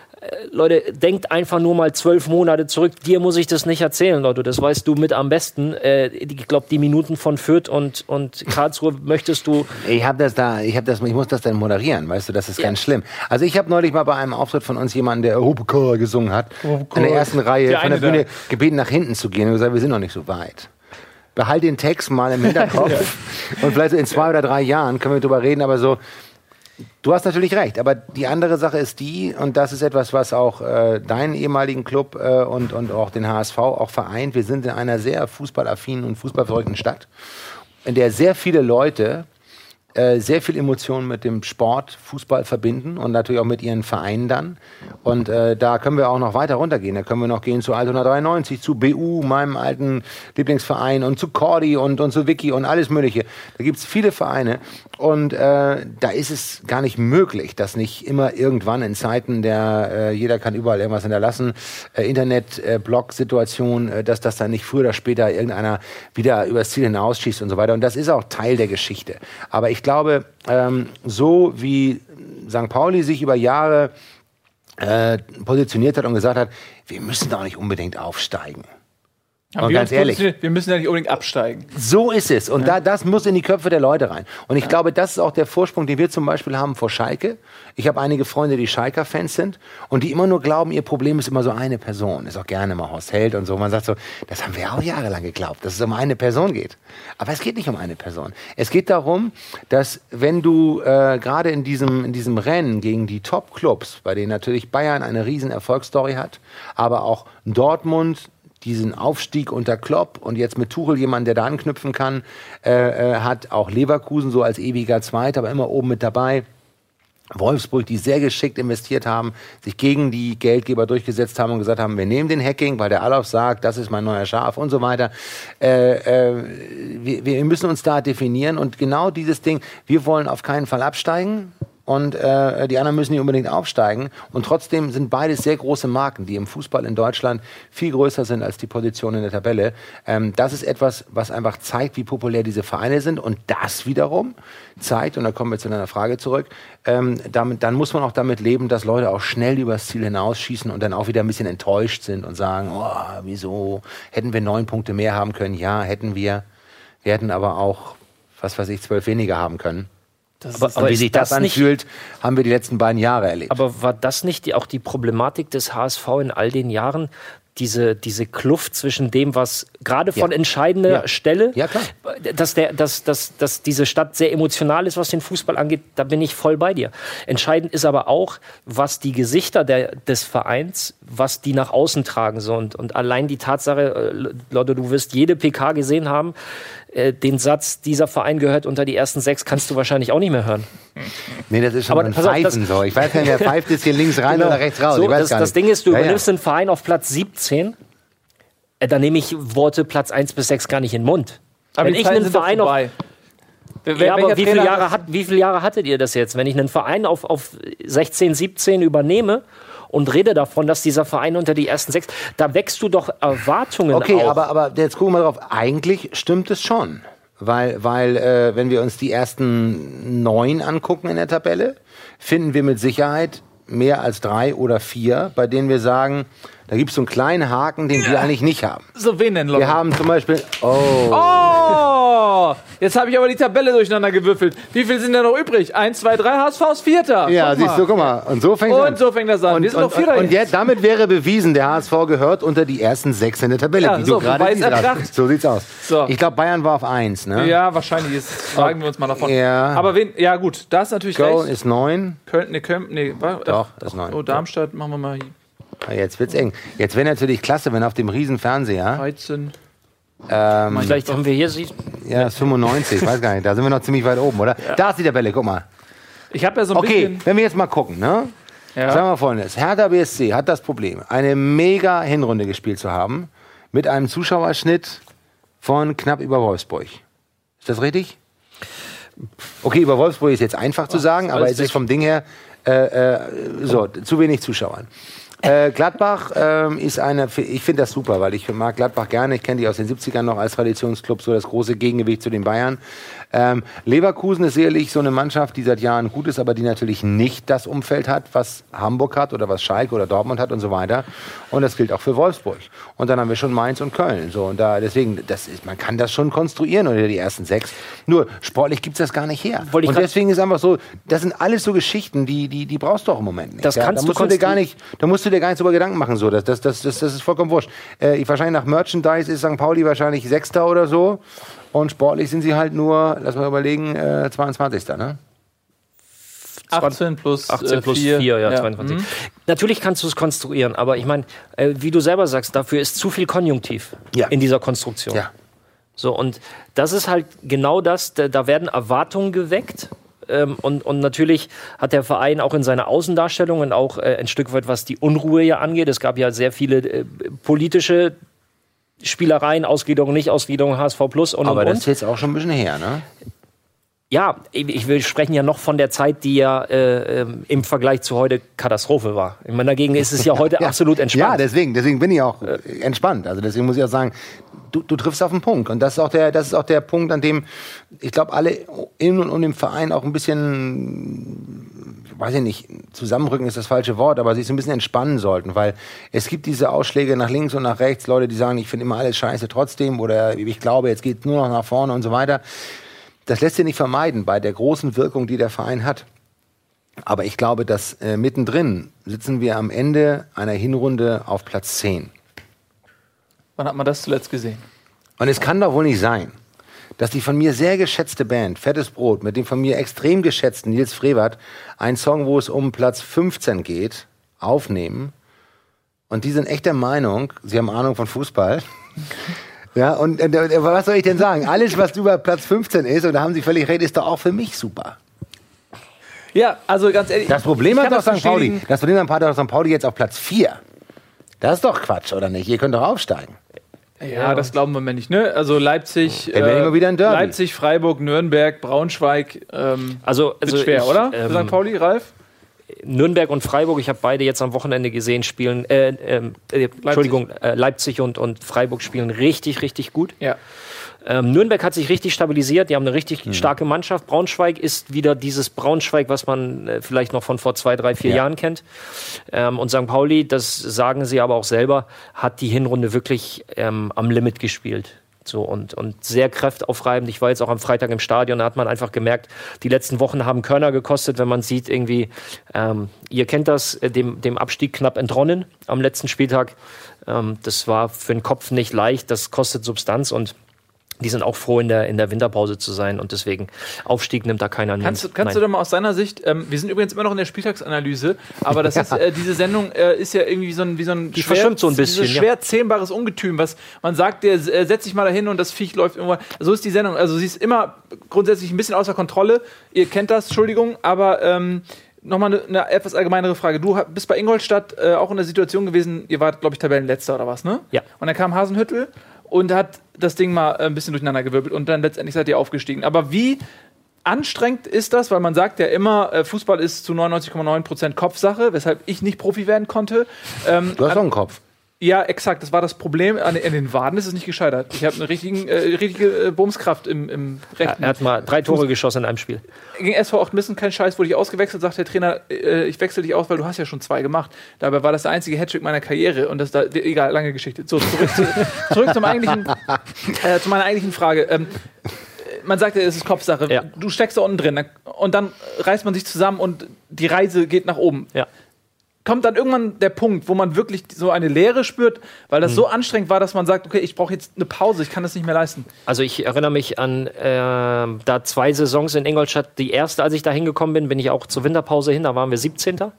C: Leute, denkt einfach nur mal zwölf Monate zurück. Dir muss ich das nicht erzählen, Leute. Das weißt du mit am besten. Äh, ich glaube, die Minuten von Fürth und, und Karlsruhe möchtest du...
A: Ich habe das da, ich habe das, ich muss das dann moderieren, weißt du, das ist
C: Ja.
A: ganz schlimm. Also ich habe neulich mal bei einem Auftritt von uns jemanden, der Hopeka gesungen hat, in der ersten Reihe
B: Der
A: von der
B: eine
A: Bühne
B: da.
A: gebeten, nach hinten zu gehen und gesagt, wir sind noch nicht so weit. Behalt den Text mal im Hinterkopf und vielleicht so in zwei oder drei Jahren können wir drüber reden, aber so, du hast natürlich recht, aber die andere Sache ist die, und das ist etwas, was auch äh, deinen ehemaligen Club äh, und, und auch den H S V auch vereint. Wir sind in einer sehr fußballaffinen und fußballverrückten Stadt, in der sehr viele Leute äh, sehr viel Emotionen mit dem Sport, Fußball verbinden und natürlich auch mit ihren Vereinen dann. Und äh, da können wir auch noch weiter runtergehen. Da können wir noch gehen zu Altona dreiundneunzig, zu B U, meinem alten Lieblingsverein, und zu Cordi und, und zu Vicky und alles Mögliche. Da gibt es viele Vereine. Und äh, da ist es gar nicht möglich, dass nicht immer irgendwann in Zeiten der, äh, jeder kann überall irgendwas hinterlassen, äh, Internet, äh, Blog-Situation, äh, dass das dann nicht früher oder später irgendeiner wieder übers Ziel hinausschießt und so weiter. Und das ist auch Teil der Geschichte. Aber ich glaube, ähm, so wie Sankt Pauli sich über Jahre äh, positioniert hat und gesagt hat, wir müssen doch nicht unbedingt aufsteigen.
B: Aber
A: und ganz ehrlich,
B: wir müssen ja nicht unbedingt absteigen.
A: So ist es. Und ja. da, das muss in die Köpfe der Leute rein. Und ich ja. glaube, das ist auch der Vorsprung, den wir zum Beispiel haben vor Schalke. Ich habe einige Freunde, die Schalker-Fans sind und die immer nur glauben, ihr Problem ist immer so eine Person. Ist auch gerne mal Horst Held und so. Man sagt so, das haben wir auch jahrelang geglaubt, dass es um eine Person geht. Aber es geht nicht um eine Person. Es geht darum, dass wenn du äh, gerade in diesem, in diesem Rennen gegen die Top-Clubs, bei denen natürlich Bayern eine riesen Erfolgsstory hat, aber auch Dortmund diesen Aufstieg unter Klopp und jetzt mit Tuchel jemand, der da anknüpfen kann, äh, äh, hat auch Leverkusen so als ewiger Zweiter, aber immer oben mit dabei. Wolfsburg, die sehr geschickt investiert haben, sich gegen die Geldgeber durchgesetzt haben und gesagt haben, wir nehmen den Hacking, weil der Allof sagt, das ist mein neuer Schaf und so weiter. Äh, äh, wir, wir müssen uns da definieren und genau dieses Ding, wir wollen auf keinen Fall absteigen. Und äh, die anderen müssen nicht unbedingt aufsteigen. Und trotzdem sind beides sehr große Marken, die im Fußball in Deutschland viel größer sind als die Position in der Tabelle. Ähm, das ist etwas, was einfach zeigt, wie populär diese Vereine sind. Und das wiederum zeigt, und da kommen wir zu deiner Frage zurück, ähm, damit, dann muss man auch damit leben, dass Leute auch schnell übers Ziel hinausschießen und dann auch wieder ein bisschen enttäuscht sind und sagen, oh, wieso, hätten wir neun Punkte mehr haben können? Ja, hätten wir. Wir hätten aber auch, was weiß ich, zwölf weniger haben können.
C: Das aber,
A: und
C: aber
A: wie sich das, das anfühlt,
C: nicht,
A: haben wir die letzten beiden Jahre erlebt.
C: Aber war das nicht die, auch die Problematik des H S V in all den Jahren? Diese, diese Kluft zwischen dem, was gerade von ja. entscheidender
A: ja.
C: Stelle,
A: ja, klar.
C: Dass, der, dass, dass, dass diese Stadt sehr emotional ist, was den Fußball angeht, da bin ich voll bei dir. Entscheidend ist aber auch, was die Gesichter der, des Vereins, was die nach außen tragen. So. Und, und allein die Tatsache, Leute, du wirst jede P K gesehen haben, äh, den Satz, dieser Verein gehört unter die ersten sechs, kannst du wahrscheinlich auch nicht mehr hören.
A: Nee, das ist schon aber ein Pfeifen auf, so. Ich weiß nicht, wer pfeift jetzt hier links rein genau. oder rechts raus.
C: So,
A: ich weiß
C: das,
A: gar nicht.
C: das Ding ist, du
A: ja,
C: übernimmst
A: ja.
C: einen Verein auf Platz siebzehn, äh, da nehme ich Worte Platz eins bis sechs gar nicht in den Mund.
B: Aber
C: wenn ich einen Verein auf, ja, aber wie viele, Jahre hat, wie viele Jahre hattet ihr das jetzt? Wenn ich einen Verein auf, auf sechzehn, siebzehn übernehme und rede davon, dass dieser Verein unter die ersten sechs, da wächst du doch Erwartungen
A: okay,
C: auf.
A: Okay, aber, aber jetzt gucken wir mal drauf. Eigentlich stimmt es schon. Weil, weil äh, wenn wir uns die ersten neun angucken in der Tabelle, finden wir mit Sicherheit mehr als drei oder vier, bei denen wir sagen, da gibt es so einen kleinen Haken, den ja. wir eigentlich nicht haben.
B: So, wen denn, Leute?
A: Wir haben zum Beispiel... Oh!
B: Oh! Jetzt habe ich aber die Tabelle durcheinander gewürfelt. Wie viel sind denn noch übrig? Eins, zwei, drei, H S V ist Vierter.
A: Ja, siehst du, guck mal. Und so fängt
B: Und
A: an.
B: so fängt das an.
A: Und,
B: wir sind
A: und,
B: noch Vierter.
A: Und jetzt, damit wäre bewiesen, der H S V gehört unter die ersten sechs in der Tabelle.
B: Ja,
A: die
B: so,
A: du gerade
B: siehst.
A: So sieht's aus. So. Ich glaube, Bayern war auf eins, ne?
B: Ja, wahrscheinlich. Jetzt fragen wir uns mal davon.
A: Ja.
B: Aber wen, ja gut, da ist natürlich
A: Köln
B: recht.
A: ist neun.
B: Köln, ne, Köln, ne, war,
A: Doch, das ist neun.
B: Oh, Darmstadt, machen wir mal hier.
A: Jetzt wird's eng. Jetzt wäre natürlich klasse, wenn auf dem riesen Fernseher...
B: dreizehn.
A: Ähm,
C: Vielleicht haben wir hier... Sie
A: ja, das ist fünfundneunzig, weiß gar nicht. Da sind wir noch ziemlich weit oben, oder? Ja. Da ist die Tabelle, guck mal.
B: Ich habe ja so ein
A: okay,
B: bisschen...
A: wenn wir jetzt mal gucken, ne? Ja. Sagen wir Folgendes. Hertha B S C hat das Problem, eine mega Hinrunde gespielt zu haben, mit einem Zuschauerschnitt von knapp über Wolfsburg. Ist das richtig? Okay, über Wolfsburg ist jetzt einfach zu sagen, aber es ist vom Ding her äh, äh, so, zu wenig Zuschauern. Äh, Gladbach ähm, ist eine, ich finde das super, weil ich mag Gladbach gerne, ich kenne die aus den siebzigern noch als Traditionsclub, so das große Gegengewicht zu den Bayern. Ähm, Leverkusen ist sicherlich so eine Mannschaft, die seit Jahren gut ist, aber die natürlich nicht das Umfeld hat, was Hamburg hat oder was Schalke oder Dortmund hat und so weiter. Und das gilt auch für Wolfsburg. Und dann haben wir schon Mainz und Köln. So, und da, deswegen, das ist, man kann das schon konstruieren unter die ersten sechs. Nur sportlich gibt es das gar nicht her. Und deswegen ist einfach so, das sind alles so Geschichten, die, die, die brauchst du auch im Moment nicht.
C: Das
A: ja?
C: kannst
A: da musst
C: du
A: du dir gar nicht, da musst du dir gar nicht drüber Gedanken machen. So. Das, das, das, das, das ist vollkommen wurscht. Äh, ich, wahrscheinlich nach Merchandise ist Sankt Pauli wahrscheinlich Sechster oder so. Und sportlich sind sie halt nur, lass mal überlegen, äh, zweiundzwanzigster Ne?
B: achtzehn plus
C: achtzehn plus vier, ja, ja. zweiundzwanzig. Mhm. Natürlich kannst du es konstruieren, aber ich meine, äh, wie du selber sagst, dafür ist zu viel Konjunktiv
A: ja.
C: in dieser Konstruktion.
A: Ja.
C: So, und das ist halt genau das, da, da werden Erwartungen geweckt. Ähm, und, und natürlich hat der Verein auch in seiner Außendarstellung und auch äh, ein Stück weit, was die Unruhe ja angeht. Es gab ja sehr viele äh, politische Spielereien, Ausgliederung, Nicht-Ausgliederung, H S V Plus und
A: Aber
C: und,
A: das ist jetzt auch schon ein bisschen her, ne?
C: Ja, ich will sprechen ja noch von der Zeit, die ja äh, im Vergleich zu heute Katastrophe war. Ich meine, dagegen ist es ja heute ja. absolut entspannt.
A: Ja, deswegen, deswegen bin ich auch äh, entspannt. Also deswegen muss ich auch sagen, du, du triffst auf den Punkt. Und das ist auch der, das ist auch der Punkt, an dem ich glaube, alle in und um den Verein auch ein bisschen, weiß ich nicht, zusammenrücken ist das falsche Wort, aber sich so ein bisschen entspannen sollten, weil es gibt diese Ausschläge nach links und nach rechts, Leute, die sagen, ich finde immer alles scheiße trotzdem oder ich glaube, jetzt geht es nur noch nach vorne und so weiter. Das lässt sich nicht vermeiden bei der großen Wirkung, die der Verein hat. Aber ich glaube, dass äh, mittendrin sitzen wir am Ende einer Hinrunde auf Platz zehn.
B: Wann hat man das zuletzt gesehen?
A: Und es kann doch wohl nicht sein, dass die von mir sehr geschätzte Band Fettes Brot mit dem von mir extrem geschätzten Nils Frevert einen Song, wo es um Platz fünfzehn geht, aufnehmen. Und die sind echt der Meinung, sie haben Ahnung von Fußball. Ja, und äh, was soll ich denn sagen? Alles, was über Platz fünfzehn ist, und da haben Sie völlig recht, ist doch auch für mich super.
B: Ja, also ganz ehrlich.
A: Das Problem hat doch Sankt Pauli. Das Problem hat doch Sankt Pauli jetzt auf Platz vier. Das ist doch Quatsch, oder nicht? Ihr könnt doch aufsteigen.
B: Ja, das glauben wir mir nicht, ne? Also Leipzig,
A: äh, immer wieder ein Derby.
B: Leipzig, Freiburg, Nürnberg, Braunschweig. Ähm,
C: also, also
B: wird schwer,
C: ich,
B: oder?
C: Ähm,
B: für Sankt Pauli, Ralf?
C: Nürnberg und Freiburg, ich habe beide jetzt am Wochenende gesehen, spielen, äh, äh, äh, Entschuldigung, äh, Leipzig und, und Freiburg spielen richtig, richtig gut.
B: Ja.
C: Ähm, Nürnberg hat sich richtig stabilisiert, die haben eine richtig mhm. starke Mannschaft. Braunschweig ist wieder dieses Braunschweig, was man äh, vielleicht noch von vor zwei, drei, vier ja. Jahren kennt. Ähm, und Sankt Pauli, das sagen sie aber auch selber, hat die Hinrunde wirklich ähm, am Limit gespielt. So, und, und sehr kräftaufreibend. Ich war jetzt auch am Freitag im Stadion, da hat man einfach gemerkt, die letzten Wochen haben Körner gekostet, wenn man sieht, irgendwie, ähm, ihr kennt das, dem, dem Abstieg knapp entronnen am letzten Spieltag. Ähm, das war für den Kopf nicht leicht, das kostet Substanz und die sind auch froh, in der, in der Winterpause zu sein und deswegen Aufstieg nimmt da keiner.
B: Kannst, du, kannst du da mal aus deiner Sicht, ähm, wir sind übrigens immer noch in der Spieltagsanalyse, aber das ist, äh, diese Sendung äh, ist ja irgendwie wie so ein, wie so ein
C: die
B: schwer,
C: verschwimmt so ein bisschen,
B: schwer ja. zähmbares Ungetüm, was man sagt, der äh, setzt sich mal dahin und das Viech läuft irgendwann. So ist die Sendung, also sie ist immer grundsätzlich ein bisschen außer Kontrolle. Ihr kennt das, Entschuldigung, aber ähm, nochmal eine, eine etwas allgemeinere Frage. Du bist bei Ingolstadt äh, auch in der Situation gewesen, ihr wart, glaube ich, Tabellenletzter oder was, ne?
C: Ja.
B: Und dann kam Hasenhüttl und hat das Ding mal ein bisschen durcheinander gewirbelt und dann letztendlich seid ihr aufgestiegen. Aber wie anstrengend ist das? Weil man sagt ja immer, Fußball ist zu neunundneunzig Komma neun Prozent Kopfsache, weshalb ich nicht Profi werden konnte. Ähm,
A: du hast doch einen Kopf.
B: Ja, exakt. Das war das Problem. An, in den Waden ist es nicht gescheitert. Ich habe eine richtigen, äh, richtige äh, Bumskraft im, im rechten.
C: Er hat mal drei Tore geschossen in einem Spiel.
B: Gegen S V Ochtmissen, kein Scheiß, wurde ich ausgewechselt, sagt der Trainer, äh, ich wechsle dich aus, weil du hast ja schon zwei gemacht. Dabei war das der einzige Hattrick meiner Karriere und das da, egal, lange Geschichte. So, zurück, zu, zurück zum eigentlichen, äh, zu meiner eigentlichen Frage. Ähm, man sagt ja, es ist Kopfsache.
C: Ja.
B: Du steckst da unten drin und dann reißt man sich zusammen und die Reise geht nach oben.
C: Ja.
B: Kommt dann irgendwann der Punkt, wo man wirklich so eine Leere spürt, weil das mhm. so anstrengend war, dass man sagt, okay, ich brauche jetzt eine Pause, ich kann das nicht mehr leisten.
C: Also ich erinnere mich an äh, da zwei Saisons in Ingolstadt. Die erste, als ich da hingekommen bin, bin ich auch zur Winterpause hin, da waren wir siebzehnter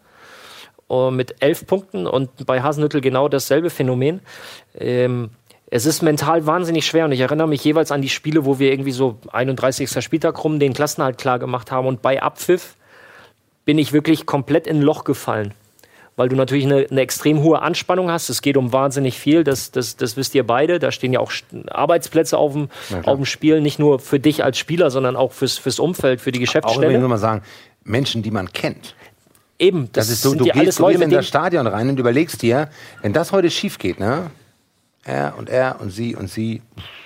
C: Uh, mit elf Punkten und bei Hasenhüttl genau dasselbe Phänomen. Ähm, es ist mental wahnsinnig schwer und ich erinnere mich jeweils an die Spiele, wo wir irgendwie so einunddreißigsten Spieltag rum den Klassenerhalt klar gemacht haben und bei Abpfiff bin ich wirklich komplett in ein Loch gefallen. Weil du natürlich eine, eine extrem hohe Anspannung hast. Es geht um wahnsinnig viel, das, das, das wisst ihr beide. Da stehen ja auch Arbeitsplätze auf dem, auf dem Spiel, nicht nur für dich als Spieler, sondern auch fürs, fürs Umfeld, für die Geschäftsstelle.
A: Auch wenn ich nur mal sagen, Menschen, die man kennt.
C: Eben, das,
A: das ist so,
C: sind
A: du
C: ja
A: gehst
C: alles
A: zu
C: Leute,
A: ihm in
C: denen-
A: das Stadion rein und überlegst dir, wenn das heute schief geht, ne? Er und er und sie und sie,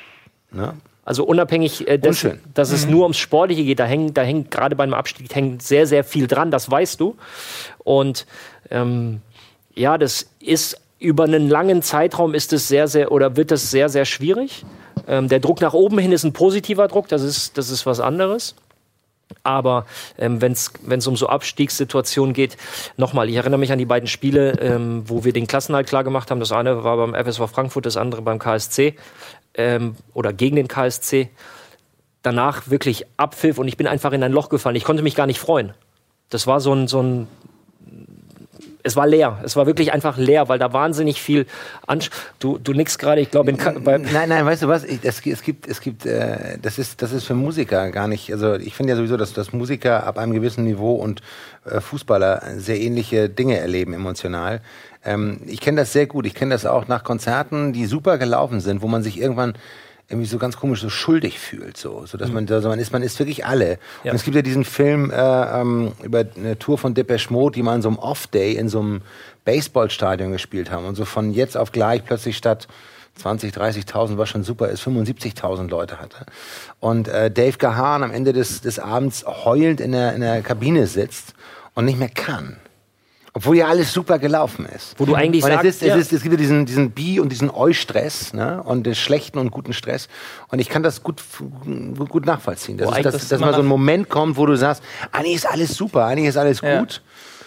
A: ne?
C: Also unabhängig, äh, des,
A: Unschön.
C: dass es nur ums Sportliche geht, da hängt, da hängt gerade beim Abstieg hängt sehr, sehr viel dran, das weißt du. Und ähm, ja, das ist über einen langen Zeitraum ist es sehr, sehr, oder wird es sehr, sehr schwierig. Ähm, der Druck nach oben hin ist ein positiver Druck, das ist, das ist was anderes. Aber ähm, wenn es um so Abstiegssituationen geht, nochmal, ich erinnere mich an die beiden Spiele, ähm, wo wir den Klassenerhalt klar gemacht haben. Das eine war beim F S V Frankfurt, das andere beim K S C ähm, oder gegen den K S C. Danach wirklich Abpfiff und ich bin einfach in ein Loch gefallen. Ich konnte mich gar nicht freuen. Das war so ein, so ein es war leer. Es war wirklich einfach leer, weil da wahnsinnig viel Ansch Du, du nix gerade, ich glaube, in Ka
A: Nein, nein, weißt du was? Ich, das, es gibt, es gibt, äh, das ist, das ist für Musiker gar nicht. Also ich finde ja sowieso, dass, dass Musiker ab einem gewissen Niveau und äh, Fußballer sehr ähnliche Dinge erleben emotional. Ähm, ich kenne das sehr gut. Ich kenne das auch nach Konzerten, die super gelaufen sind, wo man sich irgendwann irgendwie so ganz komisch so schuldig fühlt, so, so dass man, also man ist, man ist wirklich alle.
C: Ja.
A: Und es gibt ja diesen Film äh, ähm, über eine Tour von Depeche Mode, die mal an so einem Off-Day in so einem Baseballstadion gespielt haben und so von jetzt auf gleich plötzlich statt zwanzig, dreißigtausend, was schon super ist, fünfundsiebzigtausend Leute hatte. Und äh, Dave Gahan am Ende des, des Abends heulend in der, in der Kabine sitzt und nicht mehr kann. Obwohl ja alles super gelaufen ist.
C: Wo du eigentlich
A: und
C: sagst,
A: es, ist,
C: ja.
A: es, ist, es gibt ja diesen, diesen Bi- und diesen Eu-Stress, ne? Und den schlechten und guten Stress. Und ich kann das gut, gut nachvollziehen. Das
C: Boah,
A: ist, dass,
C: das
A: dass mal so ein Moment kommt, wo du sagst, eigentlich ist alles super, eigentlich ist alles
B: Ja.
A: gut.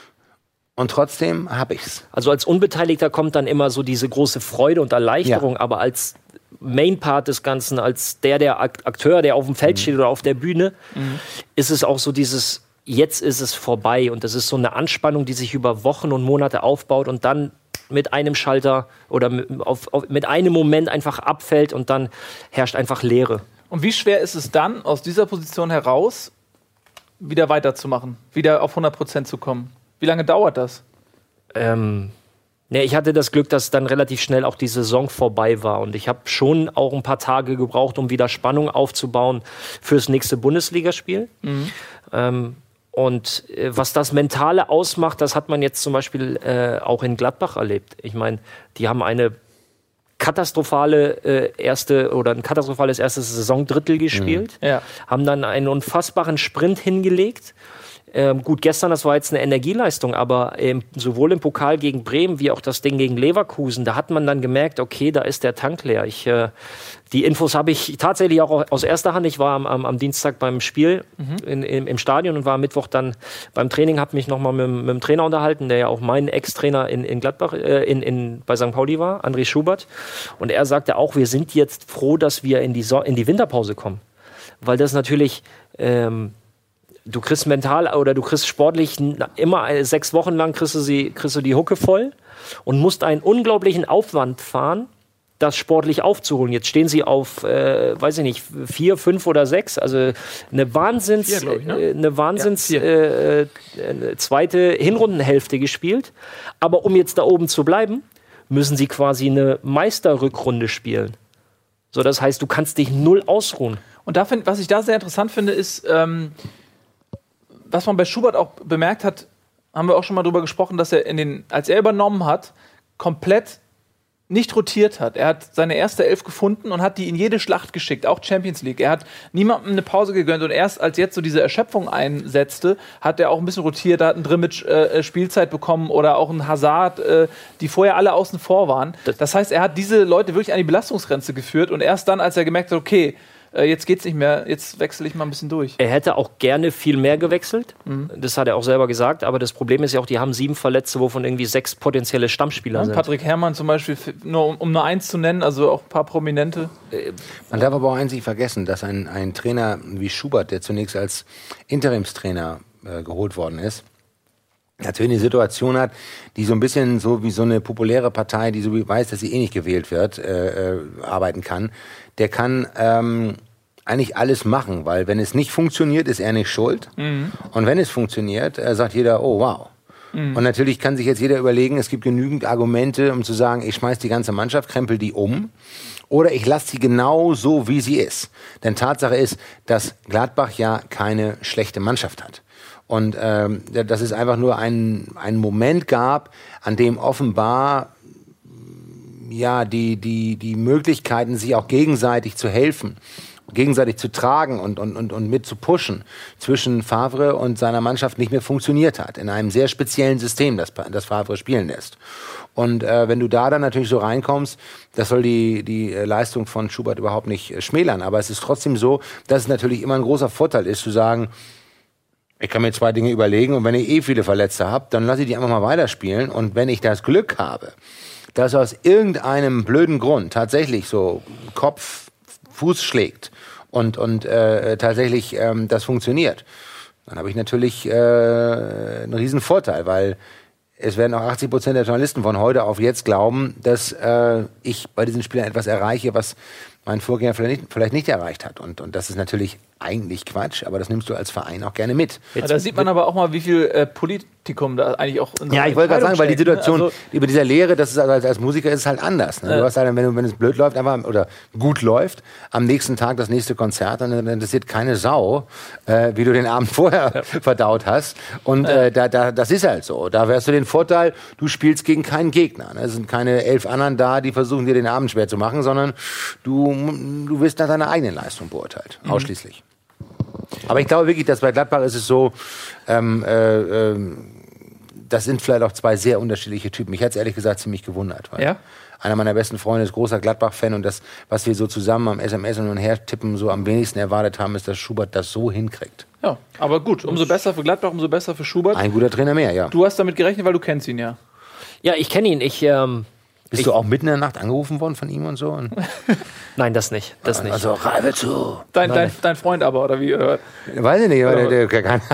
A: Und trotzdem hab ich's.
C: Also als Unbeteiligter kommt dann immer so diese große Freude und Erleichterung, ja. aber als Main-Part des Ganzen, als der, der Akteur, der auf dem Feld mhm. steht oder auf der Bühne, mhm. ist es auch so dieses, jetzt ist es vorbei. Und das ist so eine Anspannung, die sich über Wochen und Monate aufbaut und dann mit einem Schalter oder mit, auf, auf, mit einem Moment einfach abfällt und dann herrscht einfach Leere.
B: Und wie schwer ist es dann, aus dieser Position heraus wieder weiterzumachen, wieder auf hundert Prozent zu kommen? Wie lange dauert das?
C: Ähm, ne, ich hatte das Glück, dass dann relativ schnell auch die Saison vorbei war. Und ich habe schon auch ein paar Tage gebraucht, um wieder Spannung aufzubauen fürs nächste Bundesligaspiel. Mhm. Ähm, und äh, was das Mentale ausmacht, das hat man jetzt zum Beispiel äh, auch in Gladbach erlebt. Ich meine, die haben eine katastrophale äh, erste oder ein katastrophales erstes Saisondrittel gespielt,
B: mhm. ja.
C: haben dann einen unfassbaren Sprint hingelegt. Ähm, gut, gestern, das war jetzt eine Energieleistung, aber ähm, sowohl im Pokal gegen Bremen wie auch das Ding gegen Leverkusen, da hat man dann gemerkt, okay, da ist der Tank leer. Ich, äh, die Infos habe ich tatsächlich auch aus erster Hand. Ich war am, am, am Dienstag beim Spiel mhm. in, im, im Stadion und war am Mittwoch dann beim Training, habe mich nochmal mit, mit dem Trainer unterhalten, der ja auch mein Ex-Trainer in, in Gladbach, äh, in, in, bei Sankt Pauli war, André Schubert. Und er sagte auch, wir sind jetzt froh, dass wir in die, so- in die Winterpause kommen. Weil das natürlich... Ähm, Du kriegst mental oder du kriegst sportlich immer sechs Wochen lang kriegst du, sie, kriegst du die Hucke voll und musst einen unglaublichen Aufwand fahren, das sportlich aufzuholen. Jetzt stehen sie auf, äh, weiß ich nicht, vier, fünf oder sechs. Also eine Wahnsinns, vier, glaub ich, ne? eine Wahnsinns ja, äh, eine zweite Hinrundenhälfte gespielt. Aber um jetzt da oben zu bleiben, müssen sie quasi eine Meisterrückrunde spielen. So, das heißt, du kannst dich null ausruhen.
B: Und da find, was ich da sehr interessant finde, ist, ähm, was man bei Schubert auch bemerkt hat, haben wir auch schon mal drüber gesprochen, dass er in den, als er übernommen hat, komplett nicht rotiert hat. Er hat seine erste Elf gefunden und hat die in jede Schlacht geschickt, auch Champions League. Er hat niemandem eine Pause gegönnt und erst als jetzt so diese Erschöpfung einsetzte, hat er auch ein bisschen rotiert, da hat ein Drimmitsch äh, Spielzeit bekommen oder auch ein Hazard, äh, die vorher alle außen vor waren. Das heißt, er hat diese Leute wirklich an die Belastungsgrenze geführt und erst dann, als er gemerkt hat, okay, jetzt geht's nicht mehr, jetzt wechsle ich mal ein bisschen durch.
C: Er hätte auch gerne viel mehr gewechselt, mhm. das hat er auch selber gesagt, aber das Problem ist ja auch, die haben sieben Verletzte, wovon irgendwie sechs potenzielle Stammspieler
B: ja,
C: sind.
B: Patrick Herrmann zum Beispiel, nur, um nur eins zu nennen, also auch ein paar Prominente.
A: Man darf aber auch eins nicht vergessen, dass ein, ein Trainer wie Schubert, der zunächst als Interimstrainer äh, geholt worden ist, natürlich eine Situation hat, die so ein bisschen so wie so eine populäre Partei, die so weiß, dass sie eh nicht gewählt wird, äh, äh, arbeiten kann. Der kann ähm, eigentlich alles machen, weil wenn es nicht funktioniert, ist er nicht schuld. Mhm. Und wenn es funktioniert, äh, sagt jeder, oh wow. Mhm. Und natürlich kann sich jetzt jeder überlegen, es gibt genügend Argumente, um zu sagen, ich schmeiß die ganze Mannschaft, krempel die um. Oder ich lasse sie genau so, wie sie ist. Denn Tatsache ist, dass Gladbach ja keine schlechte Mannschaft hat. Und ähm, dass es einfach nur einen, einen Moment gab, an dem offenbar ja die, die, die Möglichkeiten, sich auch gegenseitig zu helfen, gegenseitig zu tragen und, und, und, und mit zu pushen, zwischen Favre und seiner Mannschaft nicht mehr funktioniert hat. In einem sehr speziellen System, das, das Favre spielen lässt. Und äh, wenn du da dann natürlich so reinkommst, das soll die, die Leistung von Schubert überhaupt nicht äh, schmälern. Aber es ist trotzdem so, dass es natürlich immer ein großer Vorteil ist, zu sagen, ich kann mir zwei Dinge überlegen und wenn ich eh viele Verletzte habe, dann lasse ich die einfach mal weiterspielen. Und wenn ich das Glück habe, dass aus irgendeinem blöden Grund tatsächlich so Kopf, Fuß schlägt und, und äh, tatsächlich ähm, das funktioniert, dann habe ich natürlich äh, einen riesen Vorteil, weil es werden auch achtzig Prozent der Journalisten von heute auf jetzt glauben, dass äh, ich bei diesen Spielern etwas erreiche, was mein Vorgänger vielleicht nicht, vielleicht nicht erreicht hat. Und, und das ist natürlich eigentlich Quatsch, aber das nimmst du als Verein auch gerne mit.
B: Ja, da sieht man aber auch mal, wie viel äh, Politikum da eigentlich auch in so
A: Ja, ich wollte gerade sagen, weil die
B: steckt,
A: Situation
B: ne? Also,
A: über dieser Lehre, das ist also als, als Musiker ist es halt anders. Ne? Du hast halt, wenn, du, wenn es blöd läuft, einfach oder gut läuft, am nächsten Tag das nächste Konzert, dann interessiert keine Sau, äh, wie du den Abend vorher ja. verdaut hast. Und äh, da, da, das ist halt so. Da wärst du den Vorteil, du spielst gegen keinen Gegner. Ne? Es sind keine elf anderen da, die versuchen dir den Abend schwer zu machen, sondern du, du wirst nach deiner eigenen Leistung beurteilt, mhm. ausschließlich. Aber ich glaube wirklich, dass bei Gladbach ist es so, ähm, äh, äh, das sind vielleicht auch zwei sehr unterschiedliche Typen. Mich hat es ehrlich gesagt ziemlich gewundert. Weil
B: ja?
A: einer meiner besten Freunde ist großer Gladbach-Fan und das, was wir so zusammen am S M S und und her tippen, so am wenigsten erwartet haben, ist, dass Schubert das so hinkriegt.
B: Ja, aber gut, umso besser für Gladbach, umso besser für Schubert.
A: Ein guter Trainer mehr, ja.
B: Du hast damit gerechnet, weil du kennst ihn ja.
C: Ja, ich kenne ihn. Ich... Ähm
A: Bist
C: ich
A: du auch mitten in der Nacht angerufen worden von ihm und so? Und
C: Nein, das nicht. Das nicht.
A: also, reibe zu.
B: Dein, dein, dein Freund aber, oder wie? Oder?
A: Weiß ich nicht. Der, der, der, der,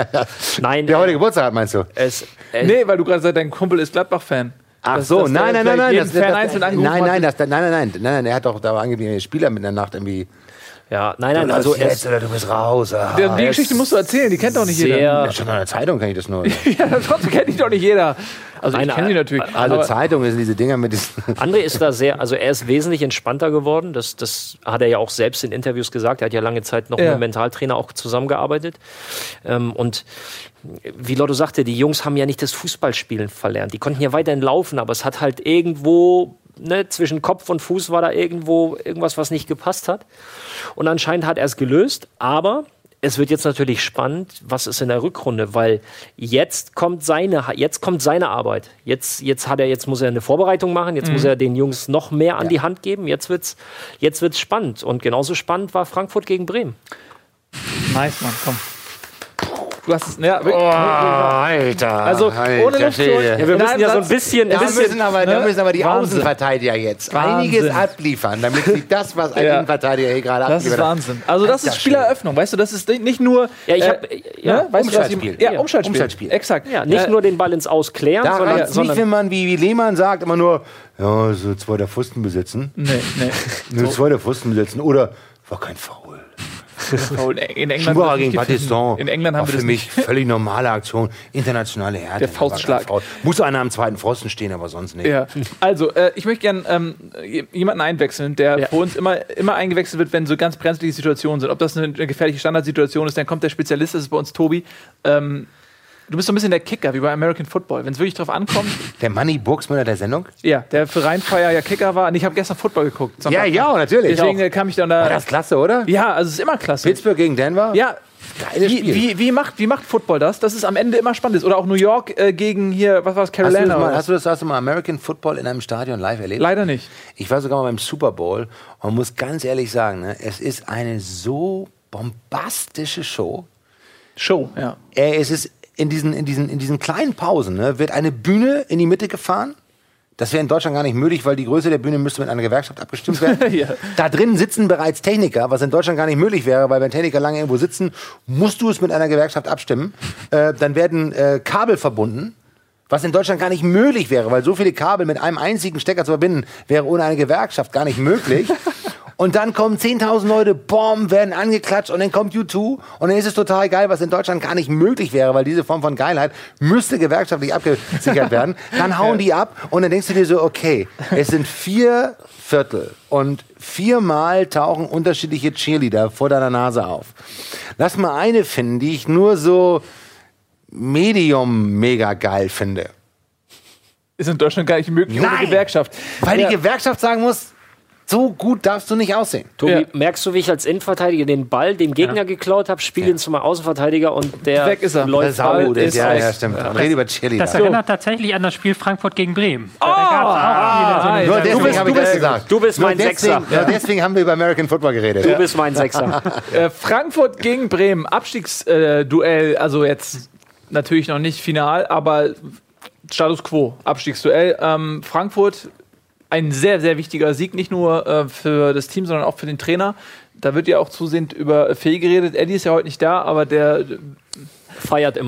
C: Nein.
A: der heute Geburtstag hat, meinst du?
C: Es, es
B: Nee, weil du gerade sagst, dein Kumpel ist Gladbach-Fan.
A: Ach
B: Das-
A: so,
B: das-
A: nein,
B: das
A: nein, nein, nein.
B: jeden
A: Das,
B: Fan
A: das,
B: einzeln
A: das,
B: angerufen
A: nein, nein,
B: hat.
A: das, nein, nein, nein, nein, nein. Er hat doch da angeblich einen Spieler mit in der Nacht irgendwie.
C: ja, nein, nein.
A: Du
C: Also
A: läufst jetzt
C: es,
A: oder du bist raus. Ah,
B: Der, die
C: er
B: Geschichte
C: ist
B: musst du erzählen, die kennt doch nicht jeder.
A: ja,
C: sehr.
A: schon in der Zeitung kann ich das nur.
B: Ja, trotzdem kennt die doch nicht jeder. Also ich
C: Nein,
B: kenne die natürlich.
A: Also
B: aber-
A: Zeitung ist diese Dinger mit diesen.
C: André ist da sehr, also er ist wesentlich entspannter geworden. Das, das hat er ja auch selbst in Interviews gesagt. Er hat ja lange Zeit noch
B: Ja.
C: mit einem Mentaltrainer auch zusammengearbeitet. Ähm, und wie Lotto sagte, die Jungs haben ja nicht das Fußballspielen verlernt. Die konnten ja weiterhin laufen, aber es hat halt irgendwo, ne, zwischen Kopf und Fuß war da irgendwo irgendwas, was nicht gepasst hat. Und anscheinend hat er es gelöst, aber es wird jetzt natürlich spannend, was ist in der Rückrunde, weil jetzt kommt seine, jetzt kommt seine Arbeit. Jetzt, jetzt hat er, jetzt muss er eine Vorbereitung machen, jetzt mhm. muss er den Jungs noch mehr an ja. die Hand geben. Jetzt wird's, jetzt wird's spannend. Und genauso spannend war Frankfurt gegen Bremen.
B: Nice, Mann, komm. Du hast es, ja, wirklich.
A: Oh, Alter.
B: Also, ohne Luft zu holen.
C: Ja, wir müssen ja so ein bisschen,
A: Da
C: ein bisschen
A: müssen aber, da
B: ne?
A: müssen aber die
B: Wahnsinn.
A: Außenverteidiger jetzt
B: Wahnsinn.
A: einiges abliefern, damit sie das, was ein
B: Ja.
A: Innenverteidiger hier gerade
B: Das ist
A: abliefert.
B: Wahnsinn. Also das ist
A: Alter
B: Spieleröffnung, weißt du, das ist nicht nur...
C: Ja, ich
B: äh,
C: hab, ja,
B: ne? weißt du, was ich-
A: Umschaltspiel.
B: Ja,
C: Ja,
B: Umschaltspiel.
A: Umschaltspiel.
B: Exakt.
C: ja, nicht
B: Äh,
C: nur den Ball ins Ausklären,
A: Da
C: sondern,
A: reicht es nicht,
C: sondern
A: wenn man, wie, wie Lehmann sagt, immer nur, ja, so zweiter Pfosten besetzen.
B: Nee, nee.
A: Nur zweiter Pfosten besetzen. Oder, war kein Foul.
B: Foul. In England,
A: Schumacher
B: wird
A: gegen
B: nicht gepfiffen.
A: Battiston.
B: In England haben
A: war
B: wir
A: für
B: das
A: mich
B: nicht.
A: völlig normale Aktion. Internationale Härte.
B: Der Faustschlag.
A: Da war kein Foul. Muss einer am zweiten Pfosten stehen, aber sonst nicht.
B: Ja. Also, äh, ich möchte gerne ähm, jemanden einwechseln, der
C: Ja.
B: für uns immer, immer eingewechselt wird, wenn so ganz brenzlige Situationen sind. Ob das eine, eine gefährliche Standardsituation ist, dann kommt der Spezialist, das ist bei uns Tobi. Ähm, du bist so ein bisschen der Kicker, wie bei American Football. Wenn es wirklich drauf ankommt,
A: Der Manni Burgsmüller der Sendung?
B: ja, der für Rheinfeier ja Kicker war. Und ich habe gestern Football geguckt. Sonntag.
A: natürlich.
B: Deswegen äh, kam ich dann da.
A: War das klasse, oder?
B: Ja, also es ist immer klasse.
A: Pittsburgh gegen Denver?
B: Ja.
A: Geiles
B: Wie,
A: Spiel.
B: wie, wie, macht, wie macht Football das? Dass es am Ende immer spannend ist. Oder auch New York äh, gegen hier, was war es,
A: Hast du, das
B: Carolina?
A: mal,
B: oder
A: hast, du das, hast du mal American Football in einem Stadion live erlebt?
B: Leider nicht.
A: Ich war sogar mal beim Super Bowl und muss ganz ehrlich sagen, ne, es ist eine so bombastische Show.
B: Show, ja.
A: Äh, es ist in diesen, in diesen, in diesen kleinen Pausen, ne, wird eine Bühne in die Mitte gefahren. Das wäre in Deutschland gar nicht möglich, weil die Größe der Bühne müsste mit einer Gewerkschaft abgestimmt werden.
B: Ja.
A: Da drin sitzen bereits Techniker, was in Deutschland gar nicht möglich wäre, weil wenn Techniker lange irgendwo sitzen, musst du es mit einer Gewerkschaft abstimmen. Äh, dann werden äh, Kabel verbunden, was in Deutschland gar nicht möglich wäre, weil so viele Kabel mit einem einzigen Stecker zu verbinden, wäre ohne eine Gewerkschaft gar nicht möglich. Und dann kommen zehntausend Leute, boom, werden angeklatscht und dann kommt U zwei und dann ist es total geil, was in Deutschland gar nicht möglich wäre, weil diese Form von Geilheit müsste gewerkschaftlich abgesichert werden. Dann hauen die ab und dann denkst du dir so, okay, es sind vier Viertel und viermal tauchen unterschiedliche Cheerleader vor deiner Nase auf. Lass mal eine finden, die ich nur so medium mega geil finde.
B: Ist in Deutschland gar nicht möglich
A: Nein!
B: ohne Gewerkschaft.
A: Weil
B: Ja.
A: die Gewerkschaft sagen muss, so gut darfst du nicht aussehen.
C: Tobi,
B: Ja.
C: merkst du, wie ich als Innenverteidiger den Ball dem Gegner geklaut habe, spiele ihn zum Außenverteidiger und der
B: Weg ist er.
C: läuft
A: Sau,
C: Ball,
A: das,
C: ist
A: ja,
C: aus.
A: ja, stimmt. Und rede über Cheerleader.
D: Das erinnert tatsächlich an das Spiel Frankfurt gegen Bremen. Oh, da gab's auch
B: ah,
D: viele
A: Nur
D: so eine
A: deswegen
C: bist-
A: habe ich
C: du
A: das
C: bist-
A: gesagt.
C: du bist
A: Nur
C: mein
A: deswegen,
C: Sechser.
A: Ja, deswegen haben wir über American Football geredet.
C: Du bist mein Sechser.
B: Äh, Frankfurt gegen Bremen, Abstiegsduell, also jetzt natürlich noch nicht final, aber Status Quo, Abstiegsduell. Ähm, Frankfurt, ein sehr, sehr wichtiger Sieg, nicht nur äh, für das Team, sondern auch für den Trainer. Da wird ja auch zusehends über Fee geredet. Eddie ist ja heute nicht da, aber der,
C: Feiert immer noch.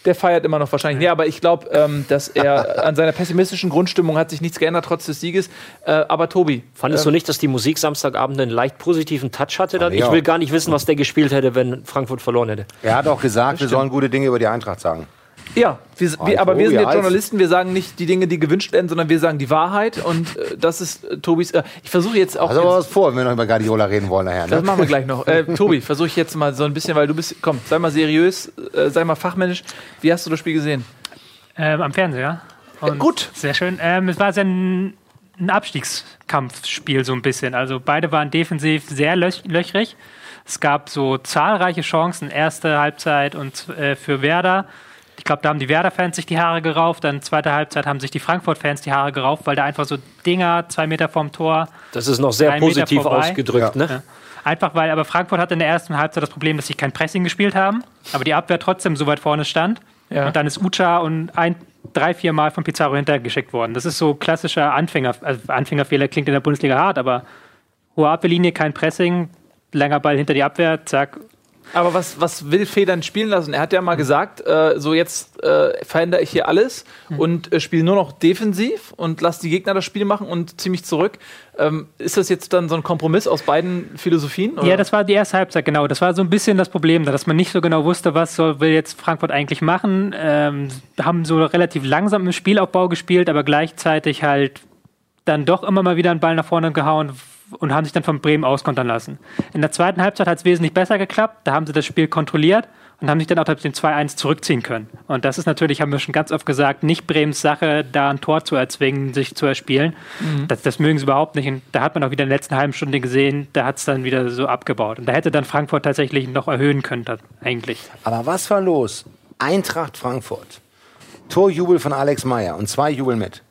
B: Der feiert immer noch wahrscheinlich. Nee, aber ich glaube, ähm, dass er an seiner pessimistischen Grundstimmung hat sich nichts geändert, trotz des Sieges. Äh, aber Tobi.
C: Fandest
B: ähm,
C: du nicht, dass die Musik Samstagabend einen leicht positiven Touch hatte? Dann?
A: Ja,
C: Ich
A: auch.
C: will gar nicht wissen, was der gespielt hätte, wenn Frankfurt verloren hätte.
A: Er hat auch gesagt, wir sollen gute Dinge über die Eintracht sagen.
B: Ja, wir, wir, aber wir
A: Tobi,
B: sind jetzt
A: als-
B: Journalisten, wir sagen nicht die Dinge, die gewünscht werden, sondern wir sagen die Wahrheit. Und äh, das ist äh, Tobis. Äh, ich versuche jetzt auch.
A: Also aber
B: jetzt,
A: was vor, wenn wir noch über Guardiola reden wollen nachher.
B: das
A: Ne?
B: machen wir gleich noch. Äh, Tobi, versuche ich jetzt mal so ein bisschen, weil du bist. Komm, sei mal seriös, äh, sei mal fachmännisch. Wie hast du das Spiel gesehen?
D: Ähm, am Fernseher. Und
B: gut.
D: Sehr schön. Ähm, es war sehr ein, ein Abstiegskampfspiel so ein bisschen. Also beide waren defensiv sehr löch löchrig. Es gab so zahlreiche Chancen, erste Halbzeit und äh, für Werder. Ich glaube, da haben die Werder-Fans sich die Haare gerauft. Dann zweite Halbzeit haben sich die Frankfurt-Fans die Haare gerauft, weil da einfach so Dinger zwei Meter vorm Tor.
C: Das ist noch sehr
D: Drei Meter
C: positiv
D: vorbei.
C: ausgedrückt,
A: Ja.
C: ne?
D: Ja. Einfach weil, aber Frankfurt hatte in der ersten Halbzeit das Problem, dass sie kein Pressing gespielt haben, aber die Abwehr trotzdem so weit vorne stand.
B: Ja.
D: Und dann ist Ucha und ein, drei, vier Mal von Pizarro hintergeschickt worden. Das ist so klassischer Anfänger, also Anfängerfehler klingt in der Bundesliga hart, aber hohe Abwehrlinie, kein Pressing, langer Ball hinter die Abwehr, zack.
B: Aber was, was will Federn spielen lassen? Er hat ja mal gesagt, äh, so jetzt äh, verändere ich hier alles und äh, spiele nur noch defensiv und lasse die Gegner das Spiel machen und ziehe mich zurück. Ähm, ist das jetzt dann so ein Kompromiss aus beiden Philosophien? Oder?
D: Ja, das war die erste Halbzeit, genau. Das war so ein bisschen das Problem, da, dass man nicht so genau wusste, was soll, will jetzt Frankfurt eigentlich machen. Ähm, haben so relativ langsam im Spielaufbau gespielt, aber gleichzeitig halt dann doch immer mal wieder einen Ball nach vorne gehauen und haben sich dann von Bremen auskontern lassen. In der zweiten Halbzeit hat es wesentlich besser geklappt. Da haben sie das Spiel kontrolliert und haben sich dann auch den zwei eins zurückziehen können. Und das ist natürlich, haben wir schon ganz oft gesagt, nicht Bremens Sache, da ein Tor zu erzwingen, sich zu erspielen. Mhm. Das, das mögen sie überhaupt nicht. Und da hat man auch wieder in der letzten halben Stunde gesehen, da hat es dann wieder so abgebaut. Und da hätte dann Frankfurt tatsächlich noch erhöhen können, eigentlich.
A: Aber was war los? Eintracht Frankfurt. Torjubel von Alex Meyer und zwei jubeln mit.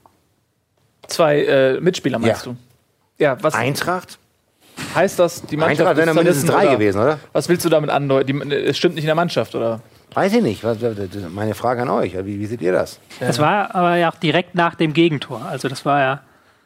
B: Zwei äh, Mitspieler meinst
A: Ja.
B: du? Ja, was
A: Eintracht?
B: heißt das? Die Mannschaft
A: Eintracht wären
B: ist
A: doch mindestens
B: zerrissen,
A: drei
B: oder?
A: gewesen, oder?
B: Was willst du damit andeuten? Die, es stimmt nicht in der Mannschaft, oder?
A: Weiß ich nicht. Was, meine Frage an euch. Wie, wie seht ihr das?
D: Das war aber ja auch direkt nach dem Gegentor. Also das war ja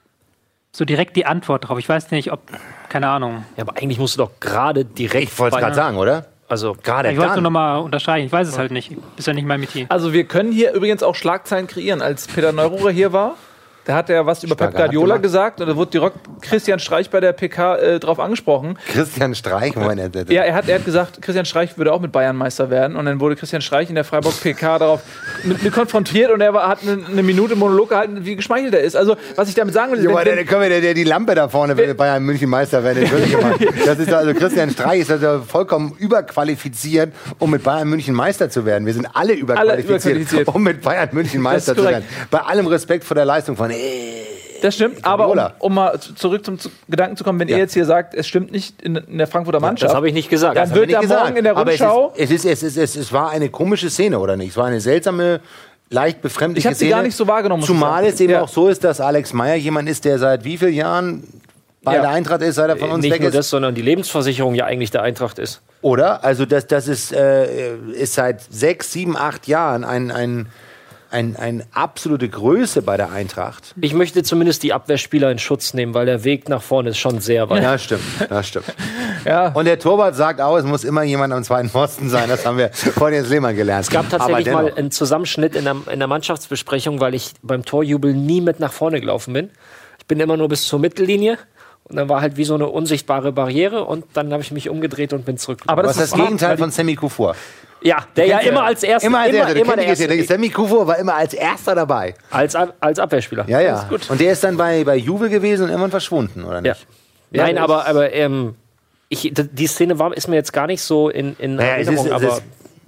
D: so direkt die Antwort drauf. Ich weiß nicht, ob, keine Ahnung.
C: Ja, aber eigentlich musst du doch gerade direkt.
A: Ich wollte es
C: bei-
A: gerade sagen, oder?
C: Also,
A: Gerade
D: Ich wollte nur
A: dann.
D: noch mal unterstreichen. Ich weiß es halt nicht. Ist ja nicht mein Metier.
B: Also wir können hier übrigens auch Schlagzeilen kreieren. Als Peter Neururer hier war, da hat er was über Pep
A: Spagat
B: Guardiola
A: gemacht.
B: gesagt und da wurde direkt Christian Streich bei der P K äh, drauf angesprochen.
A: Christian Streich. Moment,
B: Ja, er hat, er hat gesagt, Christian Streich würde auch mit Bayern Meister werden und dann wurde Christian Streich in der Freiburg P K darauf mit, mit konfrontiert und er war, hat eine, eine Minute Monolog gehalten, wie geschmeichelt er ist. Also was ich damit sagen will,
A: Jo,
B: wenn-
A: der, der, können wir, der, der die Lampe da vorne, wenn wir Bayern München Meister werden, entschuldige mal. Das ist also Christian Streich ist also vollkommen überqualifiziert, um mit Bayern München Meister zu werden. Wir sind alle überqualifiziert,
B: überqualifiziert.
A: um mit Bayern München Meister
B: ist
A: zu werden.
B: korrekt.
A: Bei allem Respekt vor der Leistung von. Äh,
B: das stimmt, aber um,
A: Guardiola.
B: um mal zu- zurück zum zu Gedanken zu kommen, wenn
A: Ja.
B: ihr jetzt hier sagt, es stimmt nicht in, in der Frankfurter Mannschaft,
C: das habe ich nicht gesagt.
B: Dann
C: Das
B: wird
A: Hab ich
B: da
A: nicht
B: morgen in der
A: Aber es
B: Rundschau-
A: ist, es, ist, es, ist, es, es war eine komische Szene, oder nicht? Es war eine seltsame, leicht befremdliche
B: Ich hab sie
A: Szene.
B: gar nicht so wahrgenommen, muss ich
A: Zumal
B: sagen.
A: es eben
B: Ja.
A: auch so ist, dass Alex Meyer jemand ist, der seit wie vielen Jahren bei
B: Ja.
A: der Eintracht ist, seit er von uns
C: nicht
A: weg
C: nur
A: ist.
C: das, sondern die Lebensversicherung ja eigentlich der Eintracht ist.
A: Oder? Also das, das ist, äh, ist seit sechs, sieben, acht Jahren ein, ein, ein, ein absolute Größe bei der Eintracht.
C: Ich möchte zumindest die Abwehrspieler in Schutz nehmen, weil der Weg nach vorne ist schon sehr weit.
A: Ja, stimmt. Das stimmt.
B: ja,
A: Und der Torwart sagt auch, es muss immer jemand am zweiten Pfosten sein. Das haben wir von Jens Lehmann gelernt.
C: Es gab tatsächlich
A: Aber
C: mal
A: dennoch.
C: einen Zusammenschnitt in der, in der Mannschaftsbesprechung, weil ich beim Torjubel nie mit nach vorne gelaufen bin. Ich bin immer nur bis zur Mittellinie und dann war halt wie so eine unsichtbare Barriere und dann habe ich mich umgedreht und bin zurück.
B: Aber
A: Was
B: das
A: ist das Gegenteil von Semi Kufur?
C: ja, der ja immer als erster,
A: Immer als
C: immer,
A: erster. Der
C: immer
A: kennt
C: der
A: die Geschichte.
C: erste,
A: Der Semi Kufur war immer als erster dabei.
C: als, als Abwehrspieler.
A: Ja, ja.
B: Das ist gut.
A: Und der ist dann bei, bei Juve gewesen und irgendwann verschwunden, oder
C: Ja.
A: nicht?
C: Nein,
B: Ja,
C: aber, aber ähm, ich, d- die Szene war, ist mir jetzt gar nicht so in, in
A: Naja, es
C: Erinnerung,
A: ist- es
C: aber
A: ist-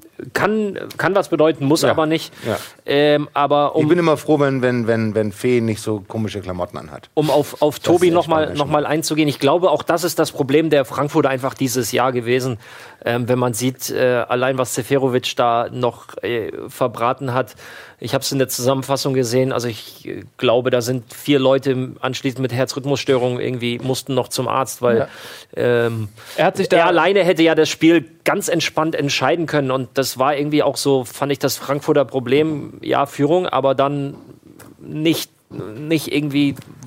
C: kann, kann was bedeuten, muss
A: Ja.
C: aber nicht.
A: Ja.
C: Ähm, aber
A: Ich
C: um,
A: bin immer froh, wenn, wenn, wenn, wenn Fee nicht so komische Klamotten anhat.
C: um auf, auf Tobi
A: ist
C: nochmal
A: spannend,
C: noch mal einzugehen, ich glaube, auch das ist das Problem der Frankfurter einfach dieses Jahr gewesen. Ähm, wenn man sieht, äh, allein was Seferovic da noch äh, verbraten hat. Ich habe es in der Zusammenfassung gesehen. Also ich äh, glaube, da sind vier Leute anschließend mit Herzrhythmusstörungen irgendwie mussten noch zum Arzt, weil
B: Ja.
C: ähm,
B: er hat sich da
C: er alleine hätte ja das Spiel ganz entspannt entscheiden können. Und das war irgendwie auch so, fand ich, das Frankfurter Problem. Ja, Führung, aber dann nicht, nicht irgendwie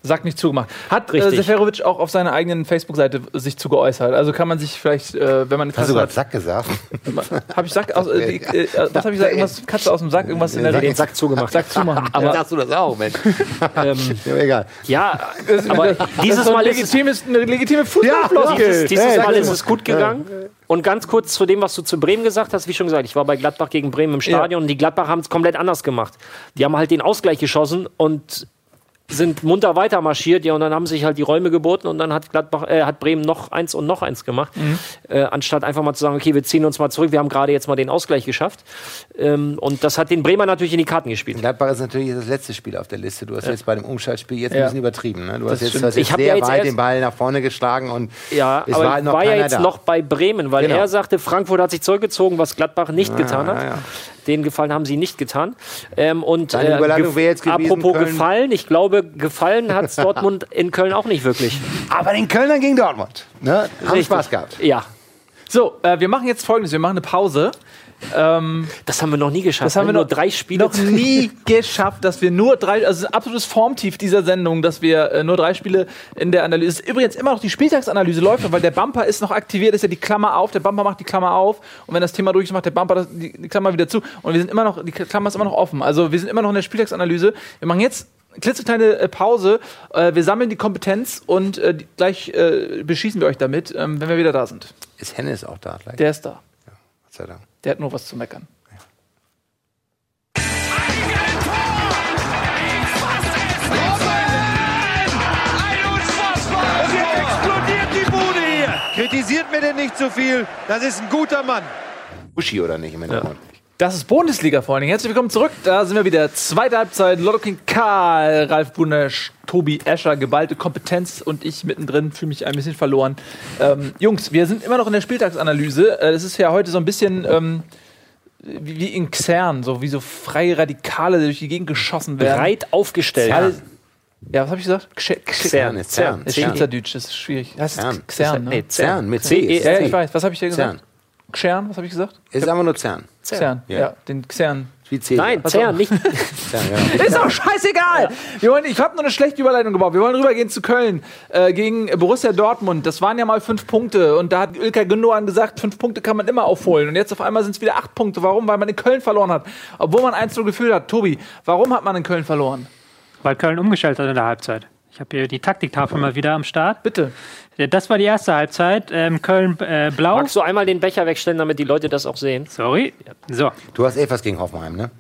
B: Sack nicht zugemacht. Hat äh, Seferovic auch auf seiner eigenen Facebook-Seite sich zu geäußert. Also kann man sich vielleicht, äh, wenn man
A: Hast du gerade Sack gesagt?
B: Habe ich Sack aus, äh, die, äh, was habe ich gesagt? Irgendwas Katze aus dem Sack, irgendwas in der
C: den Sack zugemacht.
B: Sack zumachen.
A: Aber ja. Sagst du das auch, Mensch?
C: ähm,
A: ja, egal.
C: Ja, aber dieses Mal ist es
B: eine legitime Fußballfloskel.
C: Dieses, dieses hey, Mal ist es gut gegangen. Ja. Und ganz kurz zu dem, was du zu Bremen gesagt hast, wie schon gesagt, ich war bei Gladbach gegen Bremen im Stadion ja. und die Gladbach haben es komplett anders gemacht. Die haben halt den Ausgleich geschossen und sind munter weiter marschiert, ja, und dann haben sich halt die Räume geboten und dann hat Gladbach, äh, hat Bremen noch eins und noch eins gemacht, mhm. äh, anstatt einfach mal zu sagen, okay, wir ziehen uns mal zurück, wir haben gerade jetzt mal den Ausgleich geschafft. Ähm, und das hat den Bremer natürlich in die Karten gespielt.
A: Gladbach ist natürlich das letzte Spiel auf der Liste. Du hast ja. jetzt bei dem Umschaltspiel jetzt
B: ja.
A: ein bisschen übertrieben. Ne? Du
B: das
A: hast jetzt, hast jetzt
C: sehr
A: ja
C: jetzt
A: weit den Ball nach vorne geschlagen und
C: ja,
A: es
C: aber
A: war, halt noch
C: war ja jetzt
A: da.
C: noch bei Bremen, weil
A: genau.
C: er sagte, Frankfurt hat sich zurückgezogen, was Gladbach nicht
A: ja,
C: getan hat.
A: Ja, ja.
C: Den Gefallen haben sie nicht getan. Ähm, und
A: Deine Überleitung wäre jetzt gewesen,
C: apropos
A: Köln.
C: Gefallen, ich glaube, gefallen hat Dortmund in Köln auch nicht wirklich.
A: Aber den Kölnern gegen Dortmund. Ne? Haben Spaß gehabt.
C: Ja.
B: So, äh, wir machen jetzt Folgendes. Wir machen eine Pause. Ähm,
C: das haben wir noch nie geschafft.
B: Das haben wir
C: nur
B: noch,
C: drei Spiele.
B: Noch nie geschafft, dass wir nur drei, also es ist ein absolutes Formtief dieser Sendung, dass wir äh, nur drei Spiele in der Analyse. Es ist übrigens immer noch die Spieltagsanalyse läuft noch, weil der Bumper ist noch aktiviert, ist ja die Klammer auf, der Bumper macht die Klammer auf und wenn das Thema durch ist, macht der Bumper das, die, die Klammer wieder zu und wir sind immer noch, die Klammer ist immer noch offen. Also wir sind immer noch in der Spieltagsanalyse. Wir machen jetzt eine klitzekleine äh, Pause, äh, wir sammeln die Kompetenz und äh, die, gleich äh, beschießen wir euch damit, ähm, wenn wir wieder da sind.
A: Ist Hennes auch da gleich?
B: Der ist da.
A: Ja, Gott sei Dank.
B: Der hat nur was zu meckern.
E: Kritisiert mir denn nicht so viel, das ist ein guter Mann.
A: Uschi oder nicht im Hintergrund?
B: Ja. Das ist Bundesliga, Freunde. Herzlich willkommen zurück. Da sind wir wieder. Zweite Halbzeit. Lotto King Karl, Ralf Bunesch, Tobi Escher, geballte Kompetenz und ich mittendrin fühle mich ein bisschen verloren. Ähm, Jungs, wir sind immer noch in der Spieltagsanalyse. Äh, das ist ja heute so ein bisschen ähm, wie, wie in Xern, so wie so freie Radikale, die durch die Gegend geschossen werden.
C: Breit aufgestellt.
B: Alle, ja, was habe ich gesagt?
A: Xern ist Xern.
B: Das ist Schweizerdeutsch, das ist schwierig. Das ist Xern, ne?
A: Nee, Xern mit C.
B: Ja, ich weiß. Was habe ich dir gesagt? Xern, was habe ich gesagt?
A: Es ist einfach nur Xern.
B: Xern, ja. ja, den Xern.
A: Wie C.
C: Nein, Xern, nicht.
A: Xern, ja.
B: Ist doch scheißegal. Wir wollen, ich habe nur eine schlechte Überleitung gebaut. Wir wollen rübergehen zu Köln äh, gegen Borussia Dortmund. Das waren ja mal fünf Punkte. Und da hat Ilkay Gündoğan gesagt, fünf Punkte kann man immer aufholen. Und jetzt auf einmal sind es wieder acht Punkte. Warum? Weil man in Köln verloren hat. Obwohl man eins zu null geführt hat. Tobi, warum hat man in Köln verloren?
D: Weil Köln umgestellt hat in der Halbzeit. Ich habe hier die Taktiktafel mal wieder am Start.
B: Bitte.
D: Das war die erste Halbzeit. Ähm, Köln äh, blau.
C: Magst du einmal den Becher wegstellen, damit die Leute das auch sehen?
D: Sorry. So.
A: Du hast etwas gegen Hoffenheim, ne?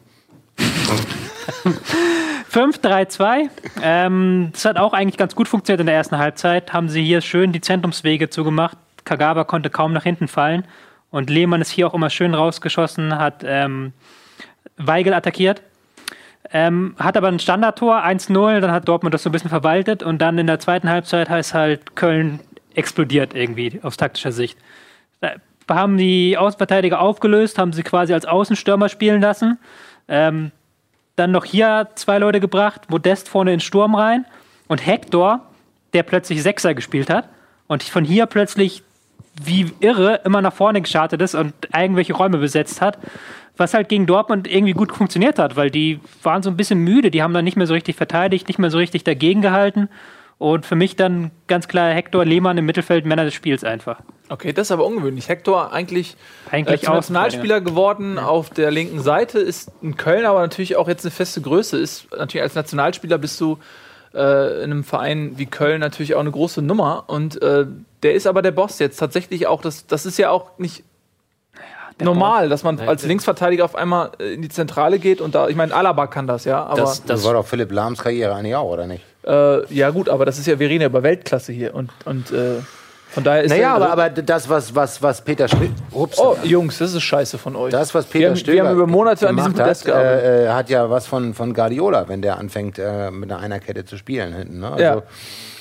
D: fünf drei zwei. Ähm, das hat auch eigentlich ganz gut funktioniert in der ersten Halbzeit. Haben sie hier schön die Zentrumswege zugemacht. Kagawa konnte kaum nach hinten fallen. Und Lehmann ist hier auch immer schön rausgeschossen, hat ähm, Weigl attackiert. Ähm, hat aber ein Standardtor, eins null, dann hat Dortmund das so ein bisschen verwaltet und dann in der zweiten Halbzeit heißt halt Köln explodiert irgendwie aus taktischer Sicht. Da haben die Außenverteidiger aufgelöst, haben sie quasi als Außenstürmer spielen lassen. Ähm, dann noch hier zwei Leute gebracht, Modest vorne in den Sturm rein und Hector, der plötzlich Sechser gespielt hat und von hier plötzlich wie irre immer nach vorne geschartet ist und irgendwelche Räume besetzt hat. Was halt gegen Dortmund irgendwie gut funktioniert hat, weil die waren so ein bisschen müde, die haben dann nicht mehr so richtig verteidigt, nicht mehr so richtig dagegen gehalten. Und für mich dann ganz klar Hector Lehmann im Mittelfeld, Männer des Spiels einfach.
B: Okay, das ist aber ungewöhnlich. Hector eigentlich,
D: eigentlich
B: äh, zum Nationalspieler ja. geworden ja. auf der linken Seite, ist in Köln aber natürlich auch jetzt eine feste Größe. Ist natürlich als Nationalspieler bist du äh, in einem Verein wie Köln natürlich auch eine große Nummer. Und äh, der ist aber der Boss jetzt tatsächlich auch. Das, das ist ja auch nicht normal, dass man als Linksverteidiger auf einmal in die Zentrale geht und da, ich meine, Alaba kann das, ja, aber...
A: Das, das war doch Philipp Lahms Karriere eigentlich auch, oder nicht?
B: Äh, ja gut, aber das ist ja, wir reden ja über Weltklasse hier und, und äh, von daher ist...
A: Naja, aber, aber das, was, was, was Peter Stöger...
B: Oh, Jungs, das ist scheiße von euch.
A: Das, was Peter
B: wir,
A: Stöger
B: wir haben über Monate an diesem Podest gearbeitet.
A: Äh, hat ja was von, von Guardiola, wenn der anfängt, äh, mit einer Einerkette zu spielen hinten, ne? Also,
B: ja.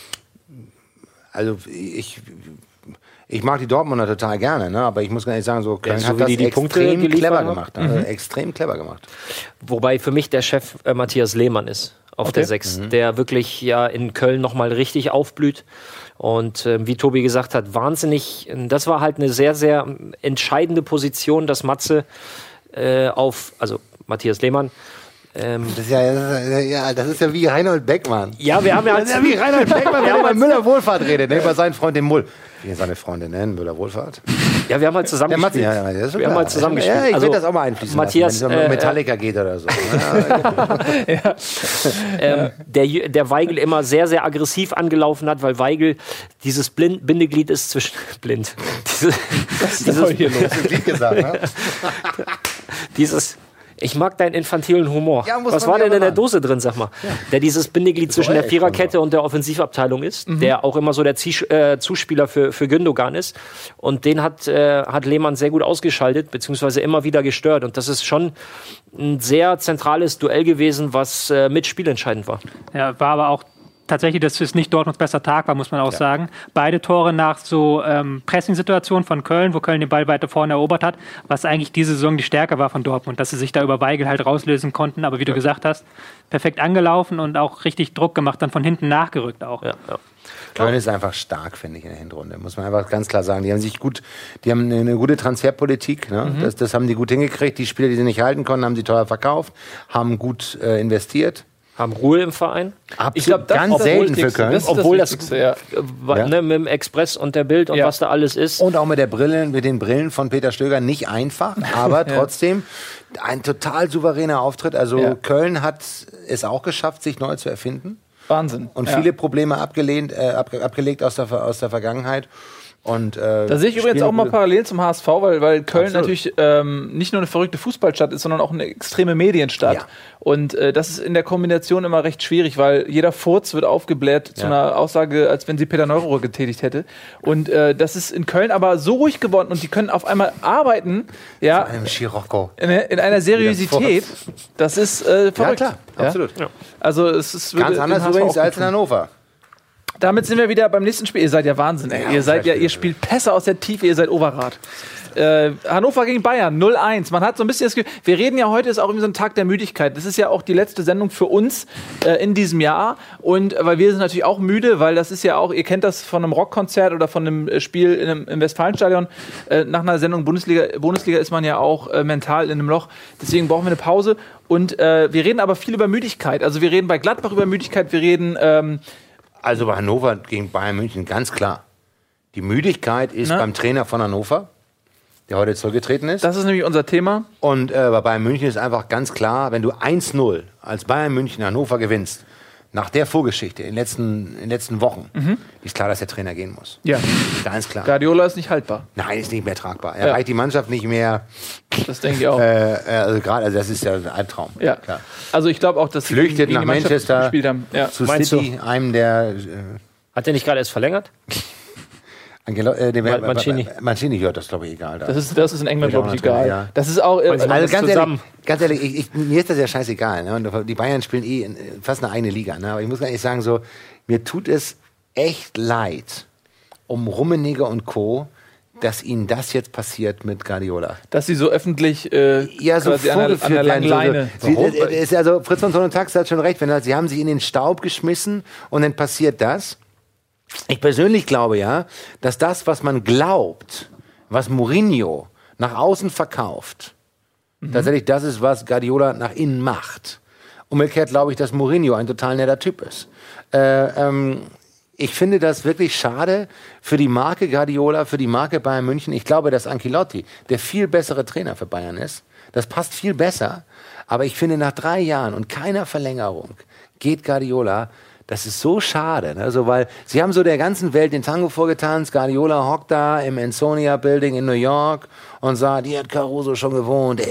A: also ich... Ich mag die Dortmunder total gerne, ne? Aber ich muss gar nicht sagen, so Köln
C: ja, so
A: hat das
C: die die
A: extrem clever
C: haben.
A: gemacht. Also mhm. Extrem clever gemacht.
C: Wobei für mich der Chef äh, Matthias Lehmann ist auf okay. der sechs, mhm. der wirklich ja in Köln nochmal richtig aufblüht. Und äh, wie Tobi gesagt hat, wahnsinnig, das war halt eine sehr, sehr entscheidende Position, dass Matze äh, auf, also Matthias Lehmann, Ähm,
A: Das ist ja, das ist ja, ja, das ist ja wie Reinhold Beckmann.
C: ja, wir haben ja,
A: Das ist ja wie Reinhold Beckmann, wenn er über Müller-Wohlfahrt redet, ne? Über seinen Freund, den Mull. Wie er seine Freundin nennen, Müller-Wohlfahrt.
C: ja, wir haben halt zusammen
A: Der Matze,
C: gespielt.
A: ja, ja, das ist schon
C: Wir haben
A: klar.
C: halt zusammen gespielt.
A: Ja, ich
C: Also,
A: will das auch mal einfließen
C: Matthias,
A: lassen, wenn es um
C: äh,
A: Metallica geht oder so. Ja,
C: ähm, der, Jü- der Weigel immer sehr, sehr aggressiv angelaufen hat, weil Weigel dieses Blind Bindeglied ist zwischen blind. Diese, dieses,
B: hier los?
A: das Lied gesagt, ne?
C: dieses ich mag deinen infantilen Humor.
A: Ja, muss
C: Was
A: man
C: war
A: ja
C: denn in der
A: machen.
C: Dose drin, sag mal? Der dieses Bindeglied zwischen der
A: echt
C: Viererkette und der Offensivabteilung ist, der auch immer so der Zieh äh, Zuspieler für, für Gündogan ist. Und den hat, äh, hat Lehmann sehr gut ausgeschaltet, beziehungsweise immer wieder gestört. Und das ist schon ein sehr zentrales Duell gewesen, was äh, mit spielentscheidend war.
D: Ja, war aber auch tatsächlich, dass es nicht Dortmunds bester Tag war, muss man auch sagen. Beide Tore nach so ähm, Pressing-Situationen von Köln, wo Köln den Ball weiter vorne erobert hat, was eigentlich diese Saison die Stärke war von Dortmund, dass sie sich da über Weigel halt rauslösen konnten. Aber wie du gesagt hast, perfekt angelaufen und auch richtig Druck gemacht, dann von hinten nachgerückt auch.
C: Ja, ja.
A: Köln ist einfach stark, finde ich, in der Hinrunde. Muss man einfach ganz klar sagen. Die haben sich gut, die haben eine gute Transferpolitik. Ne? Das, das haben die gut hingekriegt. Die Spieler, die sie nicht halten konnten, haben sie teuer verkauft, haben gut äh, investiert.
C: Haben Ruhe im Verein.
A: Absolut,
B: Ich glaube, das
A: ganz
B: ist das
A: selten für
B: Wichtigste.
A: Köln.
B: Das ist
C: Obwohl das-
B: das Wichtigste, ja.
C: Wa-
A: Ja.
C: Ne, mit dem Express und der Bild und
B: Ja.
C: was da alles ist.
A: Und auch mit der Brille, mit den Brillen von Peter Stöger nicht einfach, aber trotzdem ein total souveräner Auftritt. Also
B: Ja.
A: Köln hat es auch geschafft, sich neu zu erfinden
B: Wahnsinn.
A: und
B: ja.
A: viele Probleme abgelehnt, äh, ab, abgelegt aus der, Ver- aus der Vergangenheit. Und, äh,
B: Da sehe ich übrigens
A: spielen
B: auch mal
A: gute-
B: Parallelen zum H S V, weil, weil Köln
A: Absolut.
B: natürlich ähm, nicht nur eine verrückte Fußballstadt ist, sondern auch eine extreme Medienstadt.
A: Ja.
B: Und äh, das ist in der Kombination immer recht schwierig, weil jeder Furz wird aufgebläht zu
A: Ja.
B: einer Aussage, als wenn sie Peter Neururer getätigt hätte. Und äh, das ist in Köln aber so ruhig geworden und die können auf einmal arbeiten, ja,
A: einem Scirocco.
B: in, in einer Seriosität. Das ist äh,
A: Ja,
B: verrückt.
A: klar, absolut.
B: Also es ist
A: Ganz
B: würde
A: anders
B: dem H S V
A: übrigens
B: auch
A: als
B: gut
A: in
B: tun.
A: Hannover.
B: Damit sind wir wieder beim nächsten Spiel. Ihr seid ja Wahnsinn, ey.
A: Ja,
B: ihr seid ja,
A: Spiel.
B: ihr spielt Pässe aus der Tiefe, ihr seid Overath. Äh, Hannover gegen Bayern, null eins. Man hat so ein bisschen das Gefühl, wir reden ja heute, ist auch irgendwie so ein Tag der Müdigkeit. Das ist ja auch die letzte Sendung für uns äh, in diesem Jahr. Und äh, weil wir sind natürlich auch müde, weil das ist ja auch, ihr kennt das von einem Rockkonzert oder von einem äh, Spiel in einem, im Westfalenstadion. Äh, nach einer Sendung Bundesliga, Bundesliga ist man ja auch äh, mental in einem Loch. Deswegen brauchen wir eine Pause. Und äh, wir reden aber viel über Müdigkeit. Also wir reden bei Gladbach über Müdigkeit, wir reden... Ähm,
A: Also bei Hannover gegen Bayern München ganz klar. Die Müdigkeit ist
B: Na?
A: beim Trainer von Hannover, der heute zurückgetreten ist.
B: das ist nämlich unser Thema.
A: Und äh, bei Bayern München ist einfach ganz klar, wenn du eins null als Bayern München Hannover gewinnst, nach der Vorgeschichte in den letzten, in den letzten Wochen, ist klar, dass der Trainer gehen muss.
B: Ja.
A: Ganz klar.
B: Guardiola ist nicht haltbar.
A: Nein, ist nicht mehr tragbar. Er
B: Ja.
A: reicht die Mannschaft nicht mehr.
B: Das denke ich auch.
A: Äh, äh, also gerade, also das ist ja ein Albtraum.
B: ja.
A: Klar.
B: Also ich glaube auch, dass sie
A: Flüchtet
B: gegen
A: nach
B: die Mannschaft
A: Manchester
B: gespielt haben. Ja.
A: zu
C: Meinst
A: City, einem der äh,
C: Hat der nicht gerade erst verlängert?
A: Angelo, äh, dem,
C: Man- Mancini.
A: Mancini hört das, glaube ich, egal. Da.
B: Das ist, das ist in England, glaube ich,
A: Ja,
B: egal.
A: ja.
B: Das ist auch. Äh,
C: Also
A: Also
C: das
A: ganz
C: zusammen.
A: ehrlich, ganz ehrlich ich, ich, mir ist das ja scheißegal. Ne? Und die Bayern spielen eh in, fast eine eigene Liga. Ne? Aber ich muss ganz ehrlich sagen, so, mir tut es echt leid um Rummenigge und Co., dass ihnen das jetzt passiert mit Guardiola.
B: dass sie so öffentlich äh,
A: Ja, so
B: quasi an der, an der
A: vorgeführt
B: langen
A: werden.
B: Leine.
A: So, so. Sie, äh, ist also Fritz von Ton und Tax hat schon recht, wenn er, sie haben sich in den Staub geschmissen und dann passiert das. Ich persönlich glaube ja, dass das, was man glaubt, was Mourinho nach außen verkauft, tatsächlich das ist, was Guardiola nach innen macht. Umgekehrt glaube ich, dass Mourinho ein total netter Typ ist. Äh, ähm, ich finde das wirklich schade für die Marke Guardiola, für die Marke Bayern München. Ich glaube, dass Ancelotti der viel bessere Trainer für Bayern ist. Das passt viel besser. Aber ich finde, nach drei Jahren und keiner Verlängerung geht Guardiola. Das ist so schade, ne? So, weil sie haben so der ganzen Welt den Tango vorgetanzt. Guardiola hockt da im Ansonia Building in New York und sagt, die hat Caruso schon gewohnt.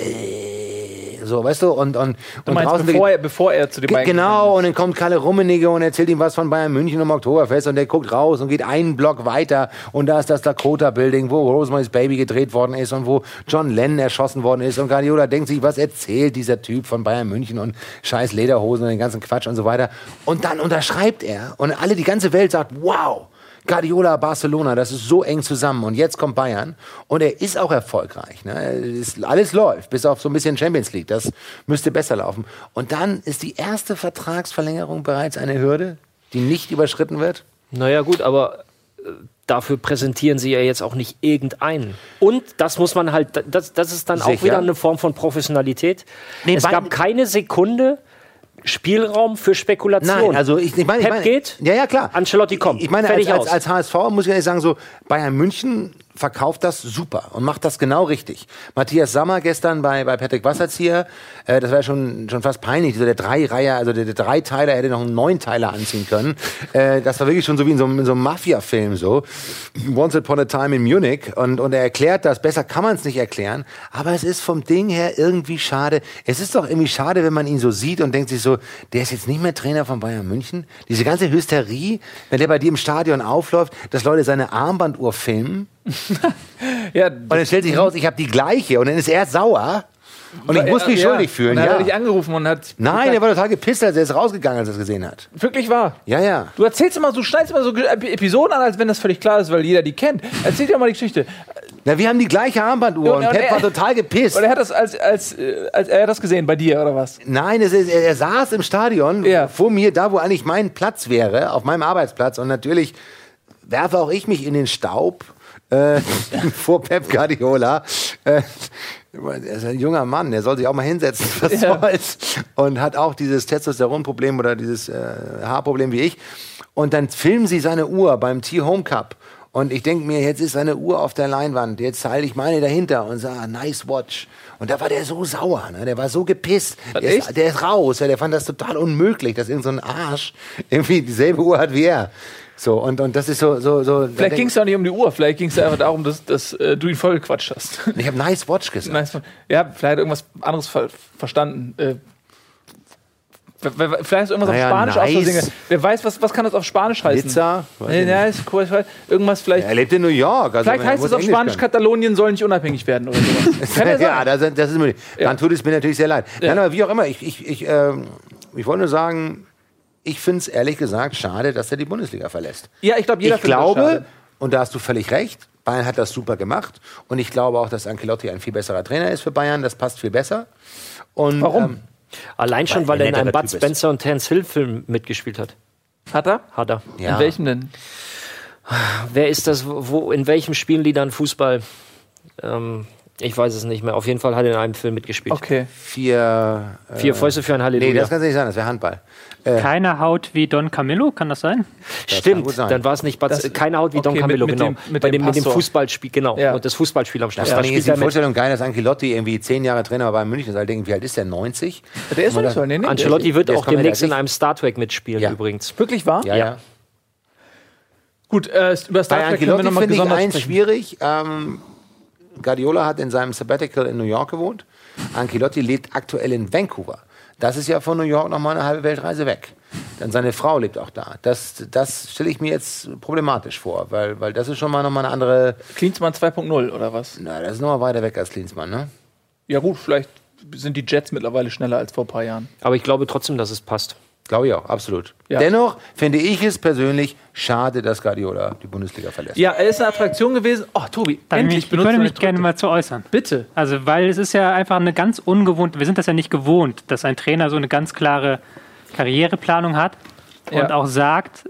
A: Äh, so, weißt du? Und, und,
B: Du
A: und
B: meinst,
A: draußen
B: bevor er, bevor er zu den
A: Ge-
B: Bayern
A: Genau, und dann kommt Kalle Rummenigge und erzählt ihm was von Bayern München im Oktoberfest und der guckt raus und geht einen Block weiter und da ist das Dakota Building, wo Rosemary's Baby gedreht worden ist und wo John Lennon erschossen worden ist und Guardiola denkt sich, was erzählt dieser Typ von Bayern München und scheiß Lederhosen und den ganzen Quatsch und so weiter. Und dann unterschreibt er und alle, die ganze Welt sagt, wow, Guardiola, Barcelona, das ist so eng zusammen und jetzt kommt Bayern und er ist auch erfolgreich. Ne? Es ist, alles läuft, bis auf so ein bisschen Champions League, das müsste besser laufen. Und dann ist die erste Vertragsverlängerung bereits eine Hürde, die nicht überschritten wird.
C: Naja, gut, aber äh, dafür präsentieren sie ja jetzt auch nicht irgendeinen. Und das muss man halt, das, das ist dann
A: Sicher.
C: auch wieder eine Form von Professionalität.
A: Nee,
C: es
A: bei-
C: gab keine Sekunde Spielraum für Spekulation.
A: Nein, also ich, ich meine, ich
C: Pep
A: meine,
C: geht,
A: ja, ja, klar.
C: Ancelotti kommt.
A: Ich meine, als,
C: Fertig
A: als,
C: aus.
A: als H S V muss ich ehrlich sagen, so Bayern München verkauft das super und macht das genau richtig. Matthias Sammer gestern bei, bei Patrick Wasserzieher, äh, das war ja schon, schon fast peinlich, so der Dreireiher, also der, der Dreiteiler hätte noch einen Neunteiler anziehen können. Äh, das war wirklich schon so wie in so, einem- in so einem Mafia-Film, so. Once Upon a Time in Munich. Und, und er erklärt das, besser kann man es nicht erklären, aber es ist vom Ding her irgendwie schade. Es ist doch irgendwie schade, wenn man ihn so sieht und denkt sich so, der ist jetzt nicht mehr Trainer von Bayern München. Diese ganze Hysterie, wenn der bei dir im Stadion aufläuft, dass Leute seine Armbanduhr filmen.
B: Ja,
A: Und dann stellt sich raus, ich habe die gleiche. Und dann ist er sauer. Und ich muss mich
B: ja,
A: schuldig fühlen.
B: Und dann
A: Ja.
B: hat er dich angerufen und hat.
A: Nein, er war total gepisst, als er ist rausgegangen, als er es gesehen hat.
B: Wirklich wahr.
A: Ja, ja.
B: Du erzählst immer, du schneidest immer so Ep- Episoden an, als wenn das völlig klar ist, weil jeder die kennt. Erzähl dir mal die Geschichte.
A: Na, wir haben die gleiche Armbanduhr. Und
B: Und
A: Pep
B: er-
A: war total gepisst.
B: Und er hat das als, als, äh, als er hat das gesehen bei dir, oder was?
A: Nein, es ist, er, er saß im Stadion
B: Ja.
A: vor mir, da wo eigentlich mein Platz wäre, auf meinem Arbeitsplatz. Und natürlich werfe auch ich mich in den Staub äh, vor Pep Guardiola. Äh, er ist ein junger Mann, der soll sich auch mal hinsetzen, was
B: Ja.
A: soll's. Und hat auch dieses Testosteronproblem oder dieses äh, Haarproblem wie ich. Und dann filmen sie seine Uhr beim T-Home Cup. Und ich denke mir, jetzt ist seine Uhr auf der Leinwand. Jetzt halte ich meine dahinter und sage, nice watch. Und da war der so sauer, ne? Der war so gepisst. Der
B: echt?
A: ist, der ist raus. Ja, der fand das total unmöglich, dass irgend so ein Arsch irgendwie dieselbe Uhr hat wie er. So, und, und das ist so... so, so
B: Vielleicht ging es ja auch nicht um die Uhr, vielleicht ging es einfach darum, dass, dass äh, du ihn vollgequatscht hast.
A: Ich habe nice watch gesagt.
B: Nice. Ja, vielleicht hat er irgendwas anderes ver verstanden. Äh, w- w- vielleicht ist irgendwas
A: Naja,
B: auf Spanisch
A: nice.
B: ausgesehen. Wer weiß, was, was kann das auf Spanisch heißen?
A: Pizza? Weiß
B: Nee,
A: ich
B: ja, ist cool. ich weiß- Irgendwas vielleicht.
A: Er lebt in New York. Also
B: Vielleicht
A: er
B: heißt
A: muss
B: es auf
A: Englisch
B: Spanisch,
A: können.
B: Katalonien soll nicht unabhängig werden oder sowas. Kann ja sein.
A: Ja, das, das ist möglich.
B: Ja.
A: Dann tut es mir natürlich sehr leid.
B: Ja.
A: Nein, aber wie auch immer, ich, ich, ich, ähm, ich wollte nur sagen, ich finde es ehrlich gesagt schade, dass er die Bundesliga verlässt.
B: Ja, ich glaube, jeder
A: Ich
B: findet das
A: glaube,
B: schade.
A: und da hast du völlig recht, Bayern hat das super gemacht. Und ich glaube auch, dass Ancelotti ein viel besserer Trainer ist für Bayern. Das passt viel besser. Und,
B: Warum?
A: Ähm,
C: Allein schon,
A: Weil
C: weil
A: er
C: er in einem
A: netterer
C: Bud
A: Typ ist.
C: Spencer und Terence Hill Film mitgespielt hat.
B: Hat er?
C: Hat er.
A: ja.
B: In welchem denn?
C: Wer ist das? Wo, in welchem spielen die dann Fußball? Ähm, ich weiß es nicht mehr. Auf jeden Fall hat er in einem Film mitgespielt.
B: Okay.
A: Vier. Äh,
C: Vier Fäuste für ein Halleluja.
A: nee, das kann nicht sein, das wäre Handball.
D: Keine Haut wie Don Camillo, kann das sein?
A: kann
C: Stimmt,
A: gut sein.
C: dann war es nicht Bud,
B: Das-
C: keine Haut wie Don
B: okay,
C: Camillo,
B: mit- mit
C: genau.
B: dem- mit
C: Bei
B: dem
C: dem, mit dem
B: Pastor.
C: Fußballspiel, genau.
B: Ja.
C: Und das Fußballspiel am Schluss.
A: Das
C: Da
A: fand ich
C: spielt
A: jetzt die
C: er mit.
A: Vorstellung geil, dass Ancelotti irgendwie zehn Jahre Trainer war in München ist. Also denken, wie alt ist der? neunzig?
B: Der ist doch nicht so. Nee, nee, der
C: Ancelotti wird
A: der ist
C: auch
A: komplett
C: demnächst in
A: alt.
C: einem Star Trek mitspielen,
A: Ja.
C: übrigens.
B: ist wirklich wahr?
A: Ja, ja.
B: Gut, äh, über Star
A: Bei
B: Trek können wir
A: Ancelotti
B: nochmal
A: finde ich
B: gesondert
A: eins
B: sprechen.
A: schwierig. Ähm, Guardiola hat in seinem Sabbatical in New York gewohnt. Ancelotti lebt aktuell in Vancouver. Das ist ja von New York nochmal eine halbe Weltreise weg. Dann seine Frau lebt auch da. Das, das stelle ich mir jetzt problematisch vor, weil, weil das ist schon mal nochmal eine andere...
B: Klinsmann zwei Punkt null oder was?
A: Na, das ist nochmal weiter weg als Klinsmann, ne?
B: Ja gut, vielleicht sind die Jets mittlerweile schneller als vor ein paar Jahren.
C: Aber ich glaube trotzdem, dass es passt.
A: Glaube ich auch, absolut.
B: Ja.
A: Dennoch finde ich es persönlich schade, dass Guardiola die Bundesliga verlässt.
B: Ja, er ist eine Attraktion gewesen. Oh, Tobi,
D: Dann
B: endlich
D: ich, ich
B: benutzt
D: würde
B: du
D: mich
B: eine
D: gerne
B: Drücke.
D: mal zu äußern.
B: Bitte.
D: Also, weil es ist ja einfach eine ganz ungewohnte, wir sind das ja nicht gewohnt, dass ein Trainer so eine ganz klare Karriereplanung hat und
B: Ja.
D: auch sagt,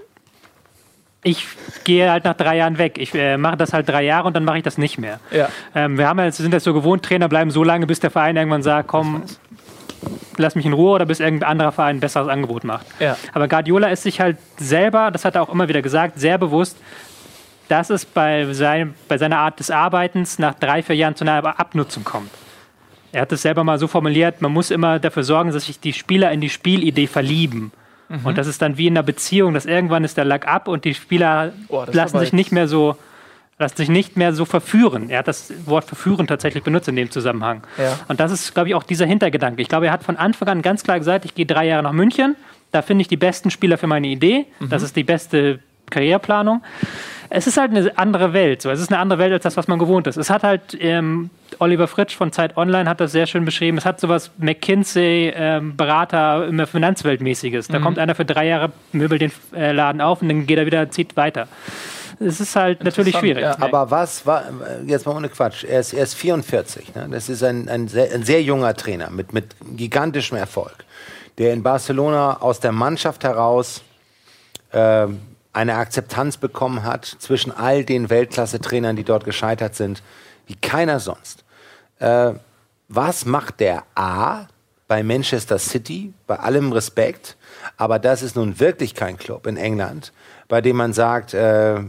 D: ich gehe halt nach drei Jahren weg. Ich äh, mache das halt drei Jahre und dann mache ich das nicht mehr.
B: Ja.
D: Ähm, wir haben ja, sind das so gewohnt, Trainer bleiben so lange, bis der Verein irgendwann sagt, komm, lass mich in Ruhe oder bis irgendein anderer Verein ein besseres Angebot macht.
B: Ja.
D: Aber Guardiola ist sich halt selber, das hat er auch immer wieder gesagt, sehr bewusst, dass es bei, sein, bei seiner Art des Arbeitens nach drei, vier Jahren zu einer Abnutzung kommt. Er hat es selber mal so formuliert, man muss immer dafür sorgen, dass sich die Spieler in die Spielidee verlieben.
B: Mhm.
D: Und das ist dann wie in einer Beziehung, dass irgendwann ist der Lack ab und die Spieler
B: Oh, das ist
D: lassen
B: aber
D: sich nicht mehr so lassen sich nicht mehr so verführen. Er hat das Wort verführen tatsächlich benutzt in dem Zusammenhang.
B: Ja.
D: Und das ist, glaube ich, auch dieser Hintergedanke. Ich glaube, er hat von Anfang an ganz klar gesagt, ich gehe drei Jahre nach München, da finde ich die besten Spieler für meine Idee, das ist die beste Karriereplanung. Es ist halt eine andere Welt. So. Es ist eine andere Welt als das, was man gewohnt ist. Es hat halt, ähm, Oliver Fritsch von Zeit Online hat das sehr schön beschrieben, es hat sowas McKinsey, ähm, Berater, immer Finanzweltmäßiges. Da kommt einer für drei Jahre, möbelt den äh, Laden auf und dann geht er wieder, zieht weiter. Es ist halt natürlich schwierig.
B: ja.
A: Aber was war, jetzt mal ohne Quatsch, er ist, er ist vierundvierzig. Ne? Das ist ein, ein, sehr, ein sehr junger Trainer mit, mit gigantischem Erfolg, der in Barcelona aus der Mannschaft heraus äh, eine Akzeptanz bekommen hat zwischen all den Weltklasse-Trainern, die dort gescheitert sind, wie keiner sonst. Äh, was macht der A bei Manchester City, bei allem Respekt, aber das ist nun wirklich kein Club in England, bei dem man sagt, äh,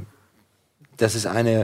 A: das ist eine,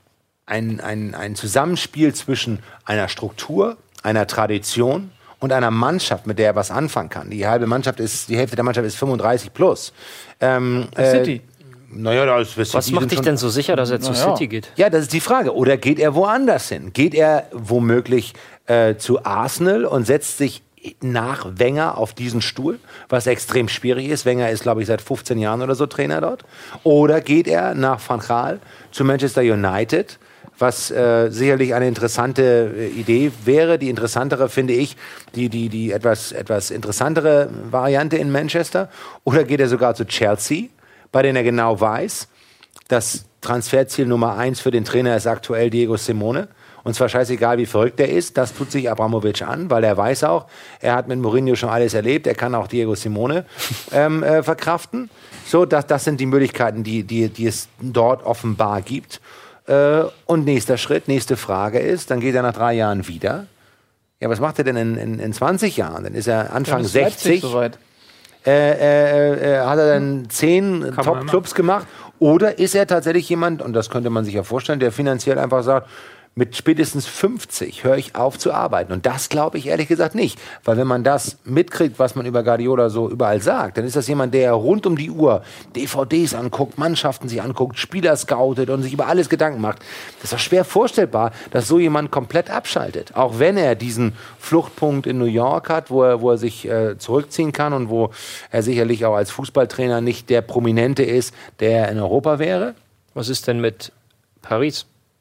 A: ein, ein, ein Zusammenspiel zwischen einer Struktur, einer Tradition und einer Mannschaft, mit der er was anfangen kann. Die halbe Mannschaft ist, die Hälfte der Mannschaft ist fünfunddreißig plus. Ähm, äh,
B: City.
A: Naja, das ist
C: Was macht dich denn so sicher, dass er zu
B: Na ja.
C: City geht?
A: Ja, das ist die Frage. Oder geht er woanders hin? Geht er womöglich äh, zu Arsenal und setzt sich nach Wenger auf diesen Stuhl, was extrem schwierig ist. Wenger ist, glaube ich, seit fünfzehn Jahren oder so Trainer dort. Oder geht er nach Van Gaal zu Manchester United, was äh, sicherlich eine interessante äh, Idee wäre. Die interessantere finde ich, die, die, die etwas, etwas interessantere Variante in Manchester. Oder geht er sogar zu Chelsea, bei denen er genau weiß, das Transferziel Nummer eins für den Trainer ist aktuell Diego Simeone. Und zwar scheißegal, wie verrückt er ist, das tut sich Abramovich an, weil er weiß auch, er hat mit Mourinho schon alles erlebt, er kann auch Diego Simeone ähm, äh, verkraften. So, das, das sind die Möglichkeiten, die, die, die es dort offenbar gibt. Äh, und nächster Schritt, nächste Frage ist, dann geht er nach drei Jahren wieder. Ja, was macht er denn in, in, in zwanzig Jahren? Dann ist er Anfang
B: Dann ist
A: sechzig.
B: Leipzig soweit.
A: Äh, äh, äh, hat er dann zehn Top-Clubs gemacht? Oder ist er tatsächlich jemand, und das könnte man sich ja vorstellen, der finanziell einfach sagt, mit spätestens fünfzig höre ich auf zu arbeiten. Und das glaube ich ehrlich gesagt nicht. Weil wenn man das mitkriegt, was man über Guardiola so überall sagt, dann ist das jemand, der rund um die Uhr D V Ds anguckt, Mannschaften sich anguckt, Spieler scoutet und sich über alles Gedanken macht. Das ist doch schwer vorstellbar, dass so jemand komplett abschaltet. Auch wenn er diesen Fluchtpunkt in New York hat, wo er, wo er sich äh, zurückziehen kann und wo er sicherlich auch als Fußballtrainer nicht der Prominente ist, der in Europa wäre.
C: Was ist denn mit Paris?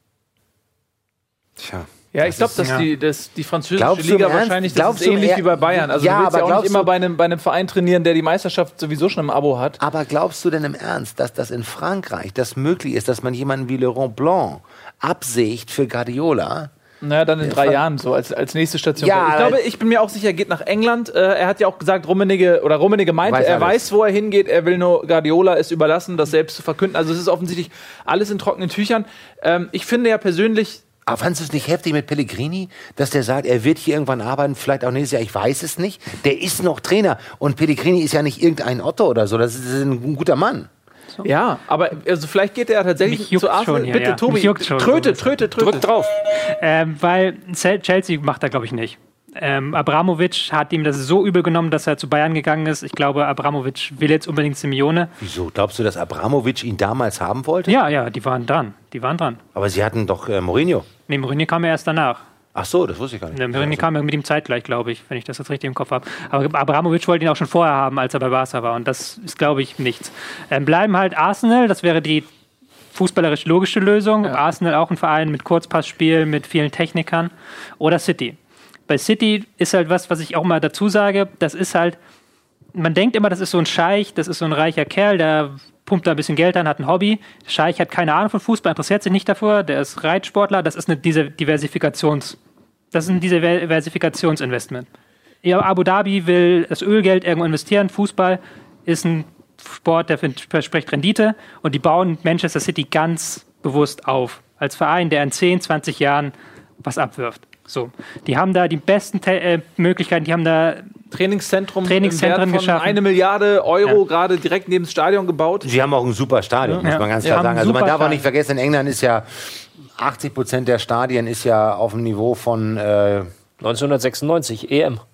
A: Tja.
B: Ja, ich glaube, dass
D: ja.
B: die, dass die französische
A: Glaubst du im
B: Liga
A: Ernst?
B: wahrscheinlich, das
A: Glaubst
B: ist
A: du im
B: ähnlich
A: Er-
B: wie bei Bayern. Also
A: Ja,
B: du willst
A: aber
B: ja auch nicht
A: glaubst
B: immer
A: du-
B: bei einem, bei einem Verein trainieren, der die Meisterschaft sowieso schon im Abo hat.
A: Aber glaubst du denn im Ernst, dass das in Frankreich das möglich ist, dass man jemanden wie Laurent Blanc absägt für Guardiola?
B: Naja, dann in
A: Ja,
B: drei
A: ver-
B: Jahren so als, als nächste Station.
A: Ja,
B: ich glaube, ich bin mir auch sicher, er geht nach England. Äh, er hat ja auch gesagt, Rummenigge, oder Rummenigge meinte,
A: Weiß
B: er
A: alles.
B: weiß, wo er hingeht. Er will nur Guardiola es überlassen, das selbst zu verkünden. Also es ist offensichtlich alles in trockenen Tüchern. Ähm, ich finde ja persönlich,
A: Aber fandest du es nicht heftig mit Pellegrini, dass der sagt, er wird hier irgendwann arbeiten, vielleicht auch nächstes Jahr, ich weiß es nicht. Der ist noch Trainer und Pellegrini ist ja nicht irgendein Otto oder so, das ist ein guter Mann.
B: ja, aber also vielleicht geht er ja tatsächlich
D: Mich juckt's
B: zu Arsenal.
D: schon hier,
B: Bitte,
D: ja.
B: Tobi,
D: Mich juckt's schon
B: Tröte,
D: so.
B: Tröte, Tröte.
C: Drück drauf.
D: Ähm, weil Cel- Chelsea macht er, glaube ich, nicht. Ähm, Abramovich hat ihm das so übel genommen, dass er zu Bayern gegangen ist. Ich glaube, Abramovich will jetzt unbedingt Simeone.
A: Wieso? Glaubst du, dass Abramovich ihn damals haben wollte?
D: Ja, ja, die waren dran. Die waren dran.
A: Aber sie hatten doch äh, Mourinho.
D: Nee, Mourinho kam ja erst danach.
A: Ach so, das wusste ich gar nicht.
D: Der Mourinho kam ja mit ihm zeitgleich, glaube ich, wenn ich das jetzt richtig im Kopf habe. Aber Abramovich wollte ihn auch schon vorher haben, als er bei Barca war. Und das ist, glaube ich, nichts. Ähm, bleiben halt Arsenal, das wäre die fußballerisch logische Lösung.
B: Ja.
D: Arsenal auch ein Verein mit Kurzpassspiel, mit vielen Technikern. Oder City. Bei City ist halt was, was ich auch mal dazu sage, das ist halt, man denkt immer, das ist so ein Scheich, das ist so ein reicher Kerl, der pumpt da ein bisschen Geld an, hat ein Hobby. Der Scheich hat keine Ahnung von Fußball, interessiert sich nicht dafür, der ist Reitsportler, das ist eine diese Diversifikations, das ist ein Diversifikationsinvestment. Ja, Abu Dhabi will das Ölgeld irgendwo investieren, Fußball ist ein Sport, der verspricht Rendite und die bauen Manchester City ganz bewusst auf. Als Verein, der in zehn, zwanzig Jahren was abwirft. So. Die haben da die besten Te äh, Möglichkeiten, die haben da
B: Trainingszentrum,
D: Trainingszentren
B: im Wert von
D: geschaffen.
B: eine Milliarde Euro
D: Ja.
B: gerade direkt neben das Stadion gebaut.
A: Sie haben auch ein super Stadion, muss
D: Ja.
A: man ganz
D: Ja,
A: klar
D: haben
A: sagen.
D: ein
A: Also man
D: super
A: darf auch
D: Stadion.
A: nicht vergessen, in England ist ja achtzig Prozent der Stadien ist ja auf dem Niveau von, äh,
C: neunzehnhundertsechsundneunzig, E M.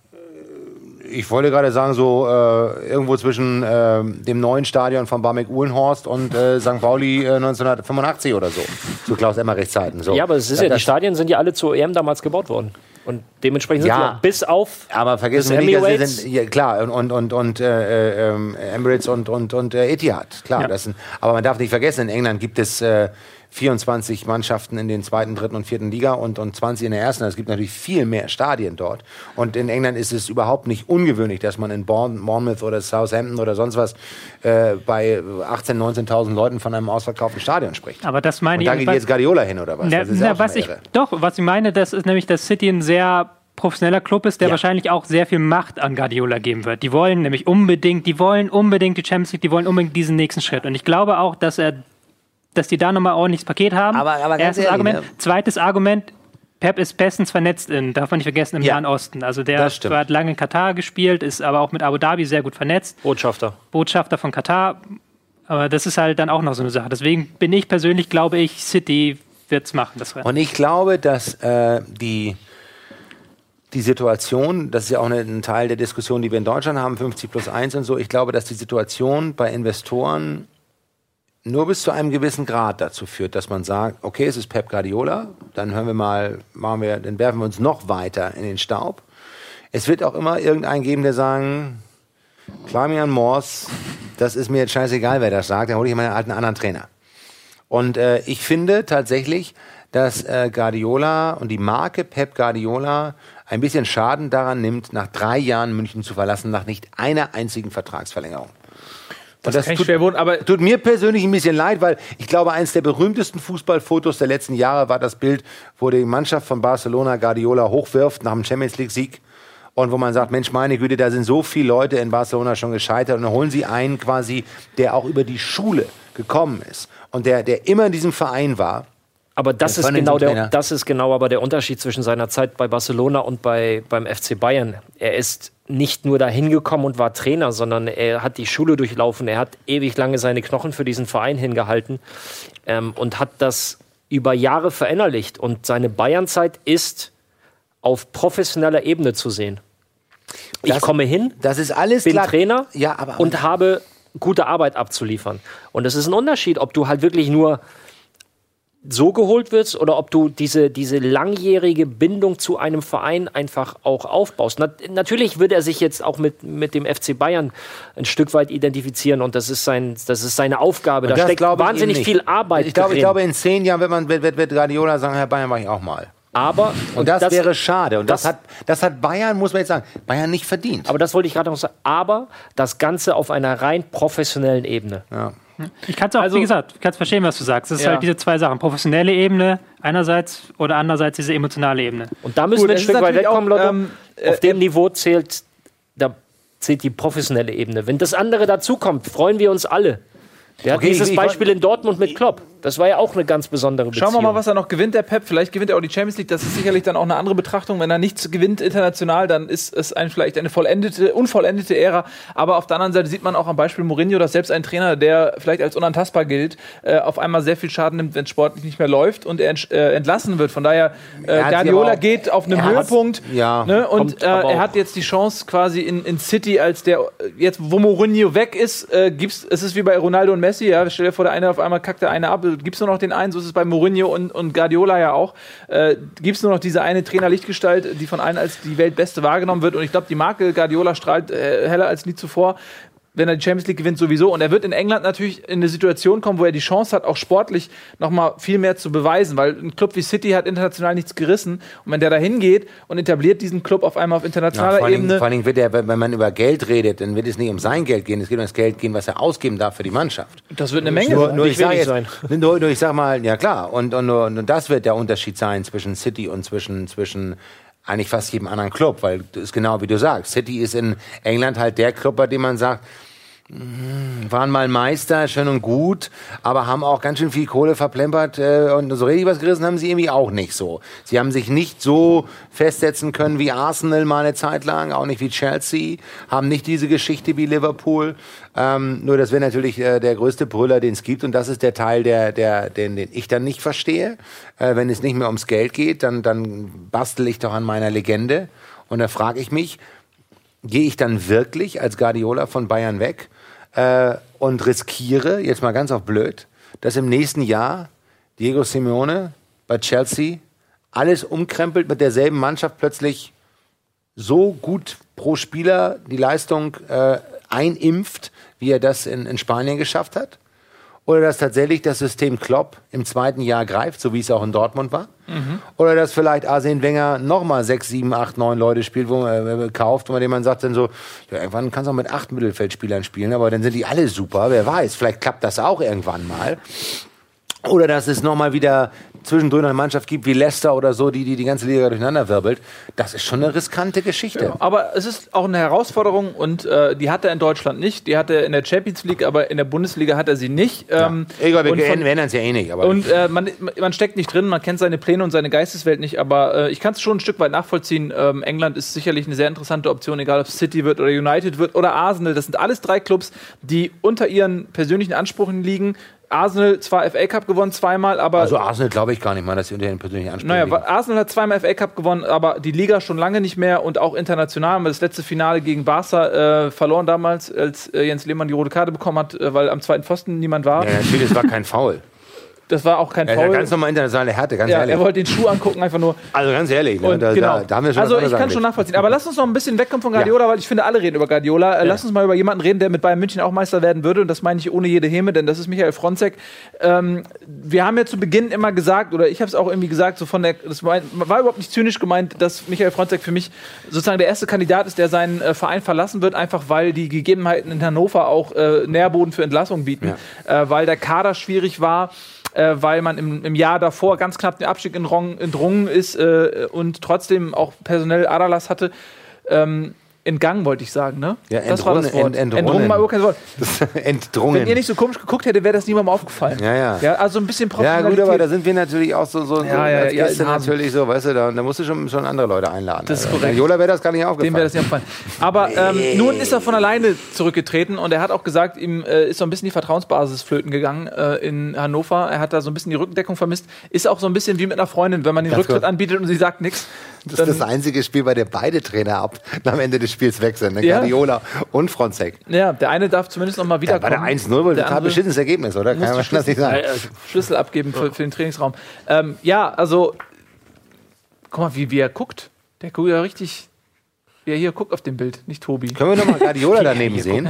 A: ich wollte gerade sagen, so äh, irgendwo zwischen äh, dem neuen Stadion von Barmek-Uhlenhorst und äh, Sankt Pauli äh, neunzehnhundertfünfundachtzig oder so. Zu Klaus Emmerichs Zeiten. So.
C: Ja, aber es ist ja, die
A: Das-
C: Stadien sind ja alle zur E M damals gebaut worden. Und dementsprechend
A: Ja.
C: sind die auch bis auf
A: Aber vergessen
C: das
A: wir nicht, dass wir
C: Emirates.
A: sind, ja, klar, und, und, und, und äh, ähm, Emirates und, und, und äh, Etihad, klar.
D: Ja.
A: Das sind, aber man darf nicht vergessen, in England gibt es äh, vierundzwanzig Mannschaften in den zweiten, dritten und vierten Liga und, und zwanzig in der ersten. Es gibt natürlich viel mehr Stadien dort. Und in England ist es überhaupt nicht ungewöhnlich, dass man in Bourne- Bournemouth oder Southampton oder sonst was äh, bei achtzehntausend, neunzehntausend Leuten von einem ausverkauften Stadion spricht.
D: Aber das meine
A: Und
D: ich.
A: da geht jetzt Guardiola hin, oder was?
D: Na,
A: Das ist
D: na,
A: ja auch
D: was
A: schon
D: ich,
A: irre.
D: doch, was ich meine, das ist nämlich, dass City ein sehr professioneller Club ist, der
A: Ja.
D: wahrscheinlich auch sehr viel Macht an Guardiola geben wird. Die wollen nämlich unbedingt, die wollen unbedingt die Champions League, die wollen unbedingt diesen nächsten Schritt. Und ich glaube auch, dass er, dass die da nochmal ordentliches Paket haben.
A: Aber- aber ganz
D: Erstes
A: ehrlich,
D: Argument.
A: ne?
D: Zweites Argument, Pep ist bestens vernetzt in, darf man nicht vergessen, im
A: Ja.
D: Nahen Osten. Also der
A: Das stimmt.
D: hat lange in Katar gespielt, ist aber auch mit Abu Dhabi sehr gut vernetzt.
C: Botschafter.
D: Botschafter von Katar. Aber das ist halt dann auch noch so eine Sache. Deswegen bin ich persönlich, glaube ich, City wird's machen, das Rennen.
A: Und ich glaube, dass äh, die, die Situation, das ist ja auch eine, ein Teil der Diskussion, die wir in Deutschland haben, fünfzig plus eins und so, ich glaube, dass die Situation bei Investoren nur bis zu einem gewissen Grad dazu führt, dass man sagt, okay, es ist Pep Guardiola, dann hören wir mal, machen wir, dann werfen wir uns noch weiter in den Staub. Es wird auch immer irgendeinen geben, der sagen, Clamian Mors, das ist mir jetzt scheißegal, wer das sagt, dann hole ich meinen alten anderen Trainer. Und äh, ich finde tatsächlich, dass äh, Guardiola und die Marke Pep Guardiola ein bisschen Schaden daran nimmt, nach drei Jahren München zu verlassen, nach nicht einer einzigen Vertragsverlängerung. Und das
B: kann ich
A: tut,
B: schwer wohnen, aber
A: tut mir persönlich ein bisschen leid, weil ich glaube, eines der berühmtesten Fußballfotos der letzten Jahre war das Bild, wo die Mannschaft von Barcelona Guardiola hochwirft nach dem Champions-League-Sieg. Und wo man sagt, Mensch, meine Güte, da sind so viele Leute in Barcelona schon gescheitert. Und dann holen sie einen quasi, der auch über die Schule gekommen ist. Und der, der immer in diesem Verein war.
C: Aber das
A: Der
C: ist,
A: von
C: genau
A: diesem
C: der,
A: Trainer.
C: das ist genau aber der Unterschied zwischen seiner Zeit bei Barcelona und bei, beim F C Bayern. Er ist nicht nur dahin gekommen und war Trainer, sondern er hat die Schule durchlaufen. Er hat ewig lange seine Knochen für diesen Verein hingehalten ähm, und hat das über Jahre verinnerlicht. Und seine Bayern-Zeit ist auf professioneller Ebene zu sehen. Ich
A: Das-
C: komme hin,
A: Das ist alles
C: bin
A: glatt.
C: Trainer
A: Ja, aber,
C: und habe gute Arbeit abzuliefern. Und es ist ein Unterschied, ob du halt wirklich nur so geholt wirst oder ob du diese, diese langjährige Bindung zu einem Verein einfach auch aufbaust. Na, natürlich wird er sich jetzt auch mit, mit dem F C Bayern ein Stück weit identifizieren und das ist, sein, das ist seine Aufgabe. Da
A: das
C: steckt
A: glaube ich
C: wahnsinnig
A: ihm nicht.
C: viel Arbeit
A: Ich glaube,
C: drin.
A: ich glaube, in zehn Jahren wird, man, wird, wird, wird Guardiola sagen, Herr Bayern, mache ich auch mal.
C: aber,
A: Und das, wäre schade. Und das,
C: das-
A: hat, das hat Bayern, muss man jetzt sagen, Bayern nicht verdient.
C: aber das wollte ich gerade noch sagen. Aber das Ganze auf einer rein professionellen Ebene.
A: Ja.
D: Ich kann es auch,
B: Also-
D: wie gesagt, ich kann es verstehen, was du sagst. Es ist
B: Ja.
D: halt diese zwei Sachen. Professionelle Ebene einerseits oder andererseits diese emotionale Ebene.
C: Und da müssen
B: Gut,
C: wir ein
B: es ist
C: Stück weit
B: natürlich
C: wegkommen,
B: auch,
C: Leute.
B: ähm,
C: Auf
B: äh,
C: dem Niveau zählt, da zählt die professionelle Ebene. Wenn das andere dazukommt, freuen wir uns alle. Wir hatten
A: Okay,
C: dieses
A: ich- ich-
C: Beispiel in Dortmund mit Klopp. Das war ja auch eine ganz besondere Beziehung.
B: Schauen wir mal, was er noch gewinnt, der Pep. Vielleicht gewinnt er auch die Champions League. Das ist sicherlich dann auch eine andere Betrachtung. Wenn er nichts gewinnt international, dann ist es ein, vielleicht eine vollendete, unvollendete Ära. Aber auf der anderen Seite sieht man auch am Beispiel Mourinho, dass selbst ein Trainer, der vielleicht als unantastbar gilt, äh, auf einmal sehr viel Schaden nimmt, wenn es sportlich nicht mehr läuft und er ent äh, entlassen wird. Von daher, äh,
A: Er hat sie
B: Guardiola
A: aber auch-
B: geht auf einem
A: er hat-
B: Höhepunkt.
A: ja,
B: ne? Und
C: kommt
B: äh,
C: aber
B: er
C: auch-
B: hat jetzt die Chance quasi in, in City als der, jetzt wo Mourinho weg ist, äh, gibt's, es ist wie bei Ronaldo und Messi. Ja? Stell dir vor, der eine auf einmal kackt der eine ab. Gibt's nur noch den einen, so ist es bei Mourinho und, und Guardiola ja auch. Äh, Gibt es nur noch diese eine Trainerlichtgestalt, die von allen als die Weltbeste wahrgenommen wird. Und ich glaube, die Marke Guardiola strahlt äh, heller als nie zuvor, wenn er die Champions League gewinnt sowieso. Und er wird in England natürlich in eine Situation kommen, wo er die Chance hat, auch sportlich noch mal viel mehr zu beweisen. Weil ein Club wie City hat international nichts gerissen. Und wenn der da hingeht und etabliert diesen Club auf einmal auf
A: Ja,
B: internationaler
A: vor, allen Dingen,
B: Ebene.
A: vor allen Dingen wird er, wenn wenn man über Geld redet, dann wird es nicht um sein Geld gehen, es geht um das Geld gehen, was er ausgeben darf für die Mannschaft.
B: Das wird eine Menge
A: Nur,
B: sein.
A: nur,
C: Nicht
A: ich sag
C: wenig
A: jetzt, nur, nur ich sag mal, ja klar, und, und, nur, und das wird der Unterschied sein zwischen City und zwischen, zwischen eigentlich fast jedem anderen Club, weil das ist genau wie du sagst, City ist in England halt der Club, bei dem man sagt, waren mal Meister, schön und gut, aber haben auch ganz schön viel Kohle verplempert äh, und so richtig was gerissen haben sie irgendwie auch nicht so. Sie haben sich nicht so festsetzen können wie Arsenal mal eine Zeit lang, auch nicht wie Chelsea, haben nicht diese Geschichte wie Liverpool. Ähm, nur das wäre natürlich äh, der größte Brüller, den es gibt und das ist der Teil, der, der, den, den ich dann nicht verstehe. Äh, wenn es nicht mehr ums Geld geht, dann, dann bastel ich doch an meiner Legende und da frage ich mich, gehe ich dann wirklich als Guardiola von Bayern weg äh, und riskiere, jetzt mal ganz auf blöd, dass im nächsten Jahr Diego Simeone bei Chelsea alles umkrempelt, mit derselben Mannschaft plötzlich so gut pro Spieler die Leistung äh, einimpft, wie er das in, in Spanien geschafft hat? Oder dass tatsächlich das System Klopp im zweiten Jahr greift, so wie es auch in Dortmund war? Mhm. Oder dass vielleicht Arsene Wenger nochmal sechs, sieben, acht, neun Leute spielt, wo man äh, kauft, bei denen man sagt dann so, ja, irgendwann kannst du auch mit acht Mittelfeldspielern spielen, aber dann sind die alle super, wer weiß, vielleicht klappt das auch irgendwann mal. Oder dass es nochmal wieder zwischendurch noch eine Mannschaft gibt wie Leicester oder so, die die, die ganze Liga durcheinander wirbelt, das ist schon eine riskante Geschichte.
B: Ja, aber es ist auch eine Herausforderung und äh, die hat er in Deutschland nicht. Die hat er in der Champions League, aber in der Bundesliga hat er sie nicht. Ähm,
A: ja. Egal, wir
B: und von,
A: ändern es ja eh nicht. Aber
B: und äh, man, man steckt nicht drin, man kennt seine Pläne und seine Geisteswelt nicht, aber äh, ich kann es schon ein Stück weit nachvollziehen. Ähm, England ist sicherlich eine sehr interessante Option, egal ob es City wird oder United wird oder Arsenal. Das sind alles drei Clubs, die unter ihren persönlichen Ansprüchen liegen. Arsenal zwar F A Cup gewonnen zweimal, aber...
A: Also Arsenal glaube ich gar nicht mal, dass sie unter den persönlichen Ansprüchen
B: Naja,
A: liegen.
B: Arsenal hat zweimal F A Cup gewonnen, aber die Liga schon lange nicht mehr und auch international. Haben wir das letzte Finale gegen Barca äh, verloren damals, als äh, Jens Lehmann die rote Karte bekommen hat, äh, weil am zweiten Pfosten niemand war.
A: Ja, natürlich, es war kein Foul.
B: Das war auch kein
A: Ja,
B: Foul.
A: ganz normal internationale Härte, ganz
B: Ja,
A: ehrlich.
B: er wollte den Schuh angucken, einfach nur.
A: Also ganz ehrlich, ne?
B: Und
A: da,
B: genau.
A: da, da haben wir schon
B: also
A: was
B: ich kann
A: anderes
B: schon
A: eigentlich.
B: nachvollziehen. Aber lass uns noch ein bisschen wegkommen von Guardiola, weil ich finde, alle reden über Guardiola. Äh, Lass uns mal über jemanden reden, der mit Bayern München auch Meister werden würde. Und das meine ich ohne jede Häme, denn das ist Michael Fronzek. Ähm, wir haben ja zu Beginn immer gesagt, oder ich habe es auch irgendwie gesagt, so von der, das war, war überhaupt nicht zynisch gemeint, dass Michael Fronzek für mich sozusagen der erste Kandidat ist, der seinen äh, Verein verlassen wird, einfach weil die Gegebenheiten in Hannover auch äh, Nährboden für Entlassung bieten, ja. äh, weil der Kader schwierig war. Äh, weil man im, im Jahr davor ganz knapp den Abstieg entrungen ist äh, und trotzdem auch personell Adalas hatte. Ähm, entgangen, wollte ich sagen, ne?
A: Ja,
B: das war das Wort.
A: Ent, entdrungen.
B: Entdrungen war überhaupt kein Wort.
A: Entdrungen.
B: Wenn ihr nicht so komisch geguckt hättet, wäre das niemandem aufgefallen.
A: Ja, ja.
B: ja also ein bisschen
A: Ja,
B: Professionalität.
A: gut, aber da sind wir natürlich auch so, so, so
B: Ja, ja,
A: als
B: ja,
A: Gäste
B: ja,
A: natürlich so, weißt du, da, da musst du schon, schon andere Leute einladen.
B: Das ist
A: also,
B: korrekt.
A: Jola wäre das gar nicht aufgefallen.
B: Dem wäre das nicht aufgefallen. Aber ähm, nun ist er von alleine zurückgetreten und er hat auch gesagt, ihm äh, ist so ein bisschen die Vertrauensbasis flöten gegangen äh, in Hannover. Er hat da so ein bisschen die Rückendeckung vermisst. Ist auch so ein bisschen wie mit einer Freundin, wenn man den
A: Ganz
B: Rücktritt
A: kurz.
B: anbietet und sie sagt nichts.
A: Das ist das einzige Spiel, bei dem beide Trainer ab am Ende des Spiels wechseln. Ne?
B: Ja.
A: Guardiola und Fronzek.
B: Ja, der eine darf zumindest noch mal
A: Ja,
B: wiederkommen.
A: bei der eins null wohl
B: Der
A: total
B: andere
A: beschissenes Ergebnis, oder? Kann
B: musste
A: man das nicht sagen.
B: Schlüssel, äh, Schlüssel abgeben für, für den Trainingsraum. Ähm, ja, also, guck mal, wie, wie er guckt. Der guckt ja richtig. Ja, hier, guckt auf dem Bild, nicht Tobi.
A: Können wir nochmal Guardiola daneben sehen?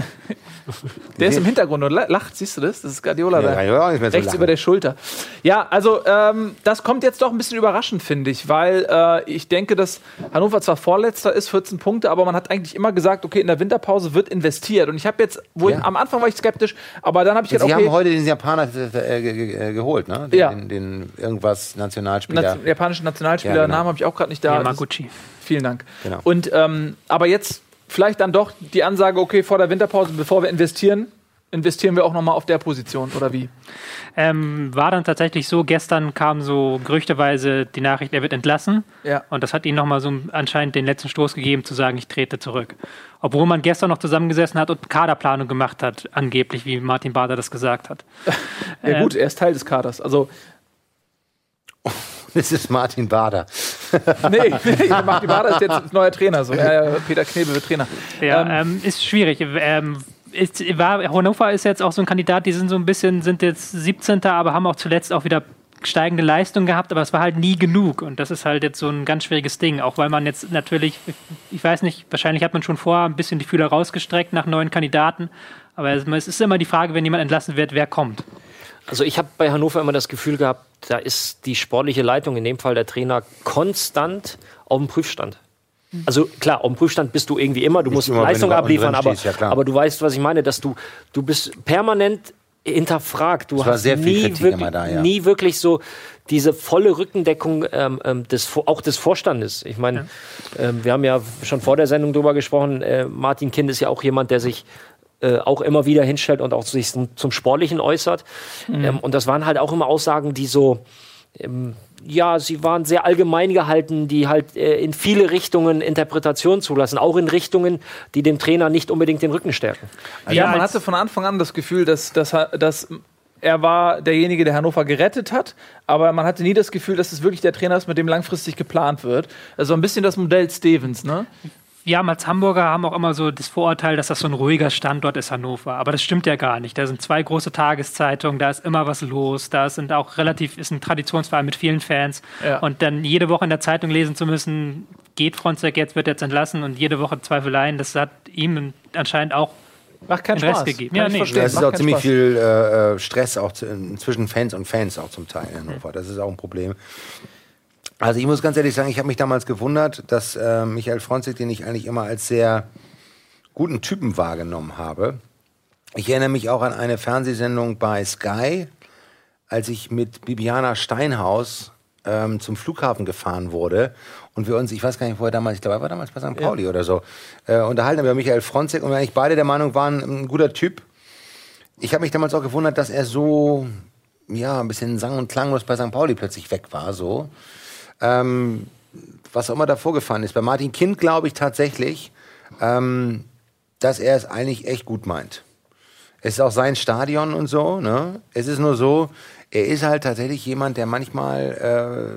B: Der ist im Hintergrund und lacht, siehst du das? Das ist Guardiola
A: Ja,
B: da.
A: Guardiola auch nicht mehr so
B: Rechts
A: lachen.
B: über der Schulter. Ja, also ähm, das kommt jetzt doch ein bisschen überraschend, finde ich, weil äh, ich denke, dass Hannover zwar Vorletzter ist, vierzehn Punkte, aber man hat eigentlich immer gesagt, okay, in der Winterpause wird investiert. Und ich habe jetzt, wo
A: Ja.
B: ich, am Anfang war ich skeptisch, aber dann habe ich
A: Sie
B: gedacht, okay,
A: haben heute den Japaner äh, ge ge geholt, ne? Den,
B: Ja.
A: den, den irgendwas Nationalspieler.
B: Naz japanische Nationalspieler,
A: Ja, genau.
B: Namen habe ich auch gerade nicht da.
D: Yamaguchi.
B: Vielen Dank.
A: Genau.
B: Und ähm, aber jetzt vielleicht dann doch die Ansage, okay, vor der Winterpause, bevor wir investieren, investieren wir auch noch mal auf der Position, oder wie?
D: Ähm, war dann tatsächlich so, gestern kam so gerüchteweise die Nachricht, er wird entlassen.
B: Ja.
D: Und das hat ihm nochmal so anscheinend den letzten Stoß gegeben, zu sagen, ich trete zurück. Obwohl man gestern noch zusammengesessen hat und Kaderplanung gemacht hat, angeblich, wie Martin Bader das gesagt hat.
B: Ja gut, er ist Teil des Kaders. Also,
A: Das ist Martin Bader.
B: nee, nee Martin Bader ist jetzt neuer Trainer. So. Ja, ja, Peter Knebel wird Trainer.
D: Ja,
B: Ähm,
D: ähm, ist schwierig. Ähm, ist, war, Hannover ist jetzt auch so ein Kandidat, die sind so ein bisschen, sind jetzt siebzehnter, aber haben auch zuletzt auch wieder steigende Leistung gehabt, aber es war halt nie genug. Und das ist halt jetzt so ein ganz schwieriges Ding. Auch weil man jetzt natürlich, ich weiß nicht, wahrscheinlich hat man schon vorher ein bisschen die Fühler rausgestreckt nach neuen Kandidaten. Aber es ist immer die Frage, wenn jemand entlassen wird, wer kommt.
C: Also ich habe bei Hannover immer das Gefühl gehabt, da ist die sportliche Leitung, in dem Fall der Trainer, konstant auf dem Prüfstand. Also klar, auf dem Prüfstand bist du irgendwie immer, du
A: Nicht
C: musst
A: immer, wenn
C: Leistung
A: du unten
C: abliefern,
A: drin
C: aber,
A: stehst, ja, klar.
C: aber du weißt, was ich meine, dass du, du bist permanent hinterfragt. Du
A: Es war
C: hast
A: sehr viel
C: nie,
A: Kritik
C: wirklich,
A: immer da, ja.
C: nie wirklich so diese volle Rückendeckung ähm, ähm, des, auch des Vorstandes. Ich meine, ja. ähm, wir haben ja schon vor der Sendung drüber gesprochen, äh, Martin Kind ist ja auch jemand, der sich Äh, auch immer wieder hinstellt und auch sich zum, zum Sportlichen äußert. Mhm. Ähm, und das waren halt auch immer Aussagen, die so, ähm, ja, sie waren sehr allgemein gehalten, die halt äh, in viele Richtungen Interpretation zulassen, auch in Richtungen, die dem Trainer nicht unbedingt den Rücken stärken.
B: Also ja, man hatte von Anfang an das Gefühl, dass, dass, dass er war derjenige, der Hannover gerettet hat, aber man hatte nie das Gefühl, dass es wirklich der Trainer ist, mit dem langfristig geplant wird. Also ein bisschen das Modell Stevens, ne?
D: Wir haben als Hamburger haben auch immer so das Vorurteil, dass das so ein ruhiger Standort ist, Hannover. Aber das stimmt ja gar nicht. Da sind zwei große Tageszeitungen, da ist immer was los, da sind auch relativ, ist ein Traditionsverein mit vielen Fans. Ja. Und dann jede Woche in der Zeitung lesen zu müssen, geht Fronzek jetzt, wird jetzt entlassen und jede Woche Zweifeleien, das hat ihm anscheinend auch
B: Macht keinen
D: Spaß
B: Spaß.
D: gegeben.
B: Ja,
D: Ja,
B: nee.
D: nee.
A: Es ist
B: Macht
A: auch
B: keinen
A: ziemlich
B: Spaß.
A: viel äh, Stress auch zu, zwischen Fans und Fans auch zum Teil in Hannover. Das ist auch ein Problem. Also ich muss ganz ehrlich sagen, ich habe mich damals gewundert, dass äh, Michael Fronzek, den ich eigentlich immer als sehr guten Typen wahrgenommen habe. Ich erinnere mich auch an eine Fernsehsendung bei Sky, als ich mit Bibiana Steinhaus ähm, zum Flughafen gefahren wurde und wir uns, ich weiß gar nicht, wo er damals, ich glaube, er war damals bei Sankt Pauli ja. oder so, äh, unterhalten haben über Michael Fronzek und wir eigentlich beide der Meinung waren, ein guter Typ. Ich habe mich damals auch gewundert, dass er so, ja, ein bisschen sang- und klanglos bei Sankt Pauli plötzlich weg war, so. Ähm, was auch immer da vorgefallen ist. Bei Martin Kind glaube ich tatsächlich, ähm, dass er es eigentlich echt gut meint. Es ist auch sein Stadion und so, ne? Es ist nur so, er ist halt tatsächlich jemand, der manchmal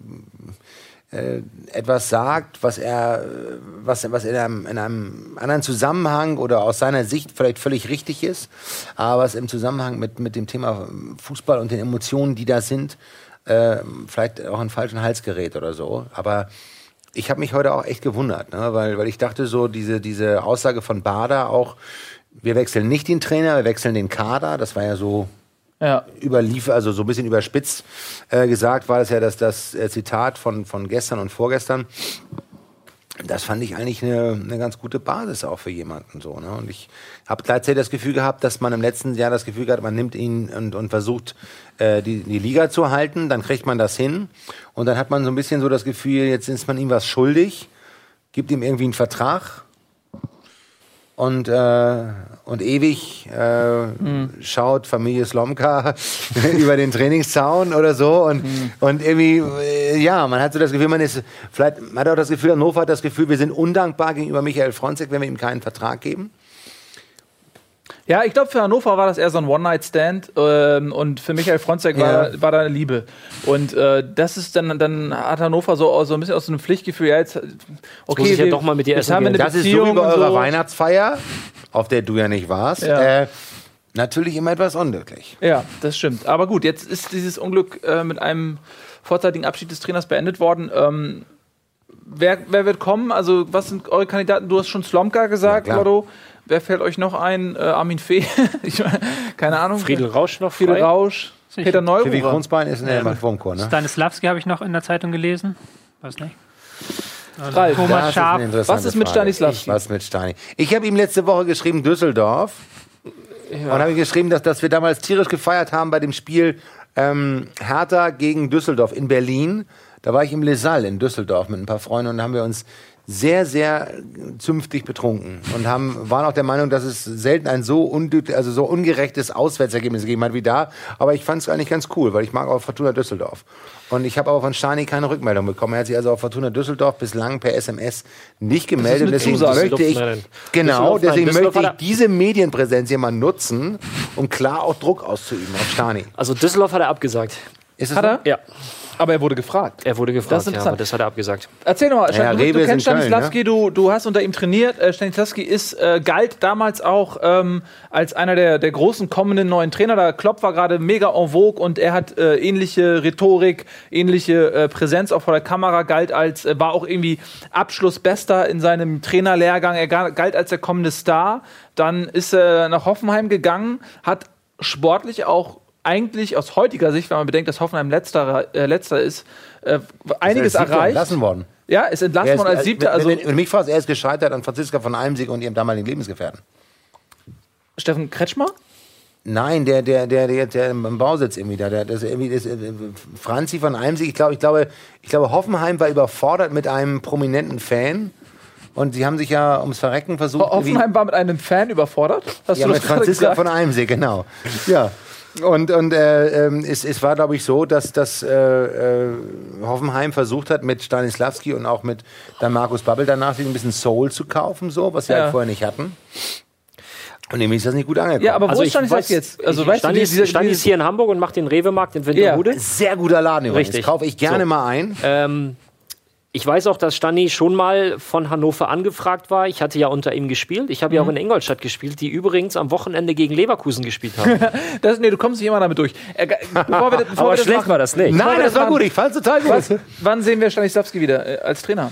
A: äh, äh, etwas sagt, was er, was, was in einem, in einem anderen Zusammenhang oder aus seiner Sicht vielleicht völlig richtig ist, aber was im Zusammenhang mit, mit dem Thema Fußball und den Emotionen, die da sind, äh, vielleicht auch einen falschen Hals gerät oder so. Aber ich habe mich heute auch echt gewundert, ne? weil, weil ich dachte so, diese, diese Aussage von Bader auch, wir wechseln nicht den Trainer, wir wechseln den Kader. Das war ja so ja. überlief, also so ein bisschen überspitzt äh, gesagt, war das ja das, das äh, Zitat von, von gestern und vorgestern. Das fand ich eigentlich eine, eine ganz gute Basis auch für jemanden. So, ne? Und ich habe gleichzeitig das Gefühl gehabt, dass man im letzten Jahr das Gefühl gehabt, man nimmt ihn und, und versucht, äh, die, die Liga zu halten. Dann kriegt man das hin. Und dann hat man so ein bisschen so das Gefühl, jetzt ist man ihm was schuldig, gibt ihm irgendwie einen Vertrag. Und, äh, und ewig äh, mhm. schaut Familie Slomka über den Trainingszaun oder so. Und, mhm. und irgendwie, äh, ja, man hat so das Gefühl, man ist, vielleicht, man hat auch das Gefühl, Hannover hat das Gefühl, wir sind undankbar gegenüber Michael Fronzek, wenn wir ihm keinen Vertrag geben.
B: Ja, ich glaube, für Hannover war das eher so ein One-Night-Stand ähm, und für Michael Fronzek war, ja. war da Liebe. Und äh, das ist dann, dann hat Hannover so, so ein bisschen aus so einem Pflichtgefühl, ja, jetzt, okay,
C: jetzt muss ich ja doch mal mit dir essen
B: gehen.
A: Das ist so wie bei eurer so. Weihnachtsfeier, auf der du ja nicht warst, ja. äh, natürlich immer etwas unglücklich.
B: Ja, das stimmt. Aber gut, jetzt ist dieses Unglück äh, mit einem vorzeitigen Abschied des Trainers beendet worden. Ähm, wer, wer wird kommen? Also, was sind eure Kandidaten? Du hast schon Slomka gesagt, ja, Lotto. Wer fällt euch noch ein? Äh, Armin Fee? ich mein, keine Ahnung.
C: Friedel Rausch noch
B: frei? Friedel Rausch. Sicher. Peter Neururer.
A: Wie Grundsbein ist in der ja. Wurmkorn, ne?
D: Stanislavski habe ich noch in der Zeitung gelesen. Weiß nicht.
B: Ralf,
D: Thomas Schaaf.
B: Was ist mit Stanislavski?
A: Was mit Stani? Ich habe ihm letzte Woche geschrieben, Düsseldorf. Ja. Und habe ihm geschrieben, dass, dass wir damals tierisch gefeiert haben bei dem Spiel ähm, Hertha gegen Düsseldorf in Berlin. Da war ich im Les Salles in Düsseldorf mit ein paar Freunden und haben wir uns sehr, sehr zünftig betrunken und haben, waren auch der Meinung, dass es selten ein so, undü- also so ungerechtes Auswärtsergebnis gegeben hat wie da. Aber ich fand es eigentlich ganz cool, weil ich mag auch Fortuna Düsseldorf. Und ich habe aber von Stani keine Rückmeldung bekommen. Er hat sich also auf Fortuna Düsseldorf bislang per S M S nicht gemeldet. Deswegen möchte ich, genau, deswegen möchte ich diese Medienpräsenz hier mal nutzen, um klar auch Druck auszuüben auf Stani.
C: Also Düsseldorf hat er abgesagt.
B: Ist es hat er?
C: Ja.
B: Aber er wurde gefragt.
C: Er wurde gefragt, das ja, aber das hat er abgesagt.
B: Erzähl doch mal,
A: ja,
B: du, du kennst Stanislavski, ne? du, du hast unter ihm trainiert. Äh, Stanislavski ist, äh, galt damals auch ähm, als einer der, der großen kommenden neuen Trainer. Der Klopp war gerade mega en vogue und er hat äh, ähnliche Rhetorik, ähnliche äh, Präsenz auch vor der Kamera, galt als, äh, war auch irgendwie Abschlussbester in seinem Trainerlehrgang. Er galt als der kommende Star. Dann ist er nach Hoffenheim gegangen, hat sportlich auch eigentlich aus heutiger Sicht, wenn man bedenkt, dass Hoffenheim letzter, äh, letzter ist, äh, einiges
A: ist er
B: erreicht.
A: Entlassen worden.
B: Ja, ist entlassen ist, worden als Siebter.
A: Also,
B: wenn,
A: wenn, wenn mich fragst, er ist gescheitert an Franziska von Almsieg und ihrem damaligen Lebensgefährten.
B: Steffen Kretschmer?
A: Nein, der, der, der, der, der im Bau sitzt irgendwie da. Der, das irgendwie das, Franzi von Almsieg, ich glaube, ich glaube, ich glaube, Hoffenheim war überfordert mit einem prominenten Fan. Und sie haben sich ja ums Verrecken versucht.
B: Hoffenheim war mit einem Fan überfordert? Hast
A: ja,
B: du
A: mit Franziska von Almsieg, genau. Ja. Und, und äh, äh, es, es war, glaube ich, so, dass, dass äh, äh, Hoffenheim versucht hat, mit Stanislavski und auch mit dann Markus Babbel danach ein bisschen Soul zu kaufen, so, was sie ja. halt vorher nicht hatten. Und nämlich ist das nicht gut angekommen.
B: Ja, aber wo also ist Stanislavski jetzt? Also, weißt
C: Stanis, du, diese, Stanis ist hier in Hamburg und macht den Rewe-Markt in Winterhude.
A: Ja. Sehr guter Laden übrigens.
C: Richtig.
A: Kaufe ich gerne so. mal ein.
C: Ähm, Ich weiß auch, dass Stani schon mal von Hannover angefragt war. Ich hatte ja unter ihm gespielt. Ich habe mhm. ja auch in Ingolstadt gespielt, die übrigens am Wochenende gegen Leverkusen gespielt haben.
B: das, nee, du kommst nicht immer damit durch. Äh, bevor wir, bevor
C: Aber
B: wir das
C: schlecht
B: machen,
C: war das nicht.
A: Nein, das, das war gut. Ich fand es total gut.
B: Was, wann sehen wir Stanislavski wieder äh, als Trainer?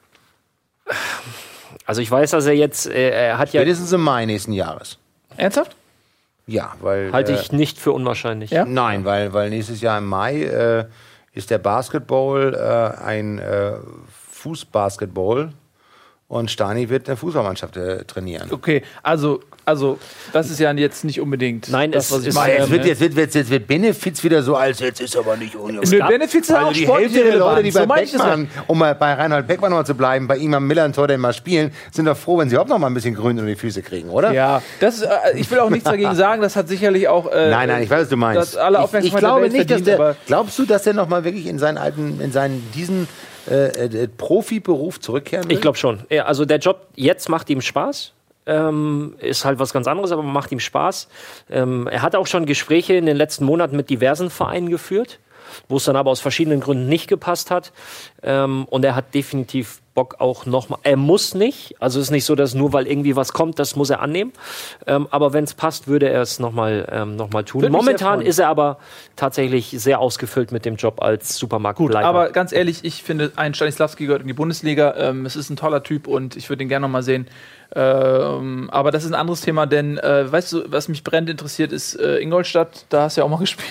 C: Also ich weiß, dass er jetzt, äh, er hat ja...
A: Spätestens im Mai nächsten Jahres.
B: Ernsthaft?
A: Ja, weil...
C: Halte
A: äh,
C: ich nicht für unwahrscheinlich.
B: Ja?
A: Nein, weil, weil nächstes Jahr im Mai äh, ist der Basketball äh, ein... Äh, Fußbasketball und Stani wird eine Fußballmannschaft äh, trainieren.
B: Okay, also, also das ist ja jetzt nicht unbedingt
C: Nein,
B: das,
C: es
B: was ich
C: ist-
B: meine.
A: Jetzt wird,
B: ne?
A: jetzt, wird, jetzt, jetzt wird Benefiz wieder so, als jetzt ist aber nicht ohne.
B: Nö, Benefits sind
A: Also
B: auch
A: die
B: sportlich
A: Hälfte der Leute, die
B: relevant.
A: bei
B: So meine ich das ja.
A: Beckmann, um mal bei Reinhold Beckmann noch zu bleiben, bei ihm am Millern-Tor denn mal spielen, sind doch froh, wenn sie überhaupt noch mal ein bisschen Grün unter die Füße kriegen, oder?
B: Ja, das ist, äh, ich will auch nichts dagegen sagen, das hat sicherlich auch. Äh,
A: Nein, nein, ich weiß, was du meinst.
B: dass alle
A: ich, ich
B: Aufmerksamkeit
A: glaube
B: der Welt
A: nicht, dass
B: verdient,
A: der.
B: aber-
A: Glaubst du, dass der noch mal wirklich in seinen alten, in seinen diesen äh, äh, Profiberuf zurückkehren will?
C: Ich glaube schon. Ja, also der Job jetzt macht ihm Spaß. Ähm, ist halt was ganz anderes, aber macht ihm Spaß. Ähm, er hat auch schon Gespräche in den letzten Monaten mit diversen Vereinen geführt, wo es dann aber aus verschiedenen Gründen nicht gepasst hat. Ähm, und er hat definitiv Bock auch nochmal. Er muss nicht, also es ist nicht so, dass nur weil irgendwie was kommt, das muss er annehmen. Ähm, aber wenn es passt, würde er es nochmal ähm, noch mal tun.
B: Würde mich sehr
C: Momentan
B: freuen.
C: ist er aber tatsächlich sehr ausgefüllt mit dem Job als Supermarktleiter.
B: Aber ganz ehrlich, ich finde, ein Stanislavski gehört in die Bundesliga. Ähm, es ist ein toller Typ und ich würde ihn gerne noch mal sehen. Ähm, aber das ist ein anderes Thema, denn äh, weißt du, was mich brennend interessiert, ist äh, Ingolstadt. Da hast du ja auch mal gespielt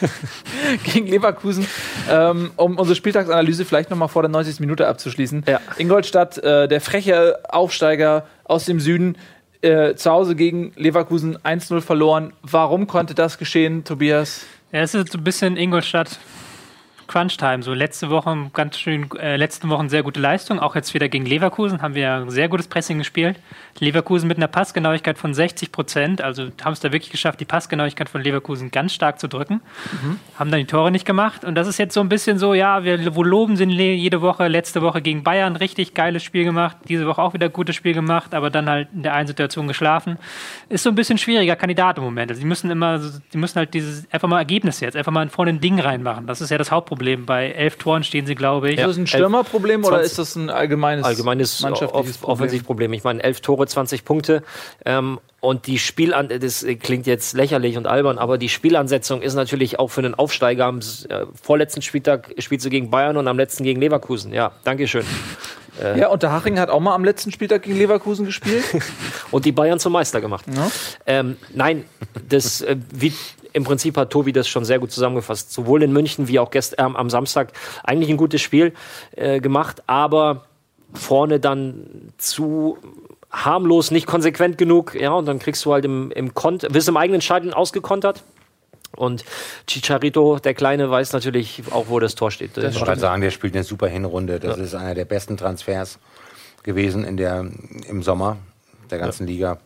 B: gegen Leverkusen. Ähm, um unsere Spieltagsanalyse vielleicht noch mal vor der neunzigsten Minute abzuschließen.
C: Ja.
B: Ingolstadt, äh, der freche Aufsteiger aus dem Süden, äh, zu Hause gegen Leverkusen eins null verloren. Warum konnte das geschehen, Tobias?
D: Ja, es ist so ein bisschen Ingolstadt Crunch-Time. So letzte Woche ganz schön, äh, letzten Wochen sehr gute Leistung. Auch jetzt wieder gegen Leverkusen haben wir ein sehr gutes Pressing gespielt. Leverkusen mit einer Passgenauigkeit von sechzig Prozent. Also haben es da wirklich geschafft, die Passgenauigkeit von Leverkusen ganz stark zu drücken. Mhm. Haben dann die Tore nicht gemacht. Und das ist jetzt so ein bisschen so, ja, wir wo loben sind jede Woche. Letzte Woche gegen Bayern richtig geiles Spiel gemacht. Diese Woche auch wieder gutes Spiel gemacht, aber dann halt in der einen Situation geschlafen. Ist so ein bisschen schwieriger Kandidat im Moment. Also die müssen immer, die müssen halt dieses einfach mal Ergebnisse jetzt einfach mal vorne ein Ding reinmachen. Das ist ja das Hauptproblem. Bei elf Toren stehen sie, glaube ich.
B: Ist das ein Stürmerproblem oder
C: zwanzig
B: ist das ein allgemeines,
C: allgemeines
B: mannschaftliches
C: Off-
B: Problem?
C: Offensivproblem. Ich meine, elf Tore, zwanzig Punkte. Ähm, und die Spielan das klingt jetzt lächerlich und albern, aber die Spielansetzung ist natürlich auch für einen Aufsteiger. Am äh, vorletzten Spieltag spielst du gegen Bayern und am letzten gegen Leverkusen. Ja, Dankeschön.
B: Ja, und der Haching hat auch mal am letzten Spieltag gegen Leverkusen gespielt.
C: Und die Bayern zum Meister gemacht.
B: Ja.
C: Ähm, nein, das, äh, wie, im Prinzip hat Tobi das schon sehr gut zusammengefasst. Sowohl in München wie auch gestern ähm, am Samstag eigentlich ein gutes Spiel äh, gemacht, aber vorne dann zu harmlos, nicht konsequent genug. Ja, und dann kriegst du halt im, im Kont wirst im eigenen Stadion ausgekontert. Und Chicharito, der Kleine, weiß natürlich auch, wo das Tor steht.
A: Ich wollte gerade sagen, der spielt eine super Hinrunde. Das ja. ist einer der besten Transfers gewesen in der, im Sommer der ganzen ja. Liga.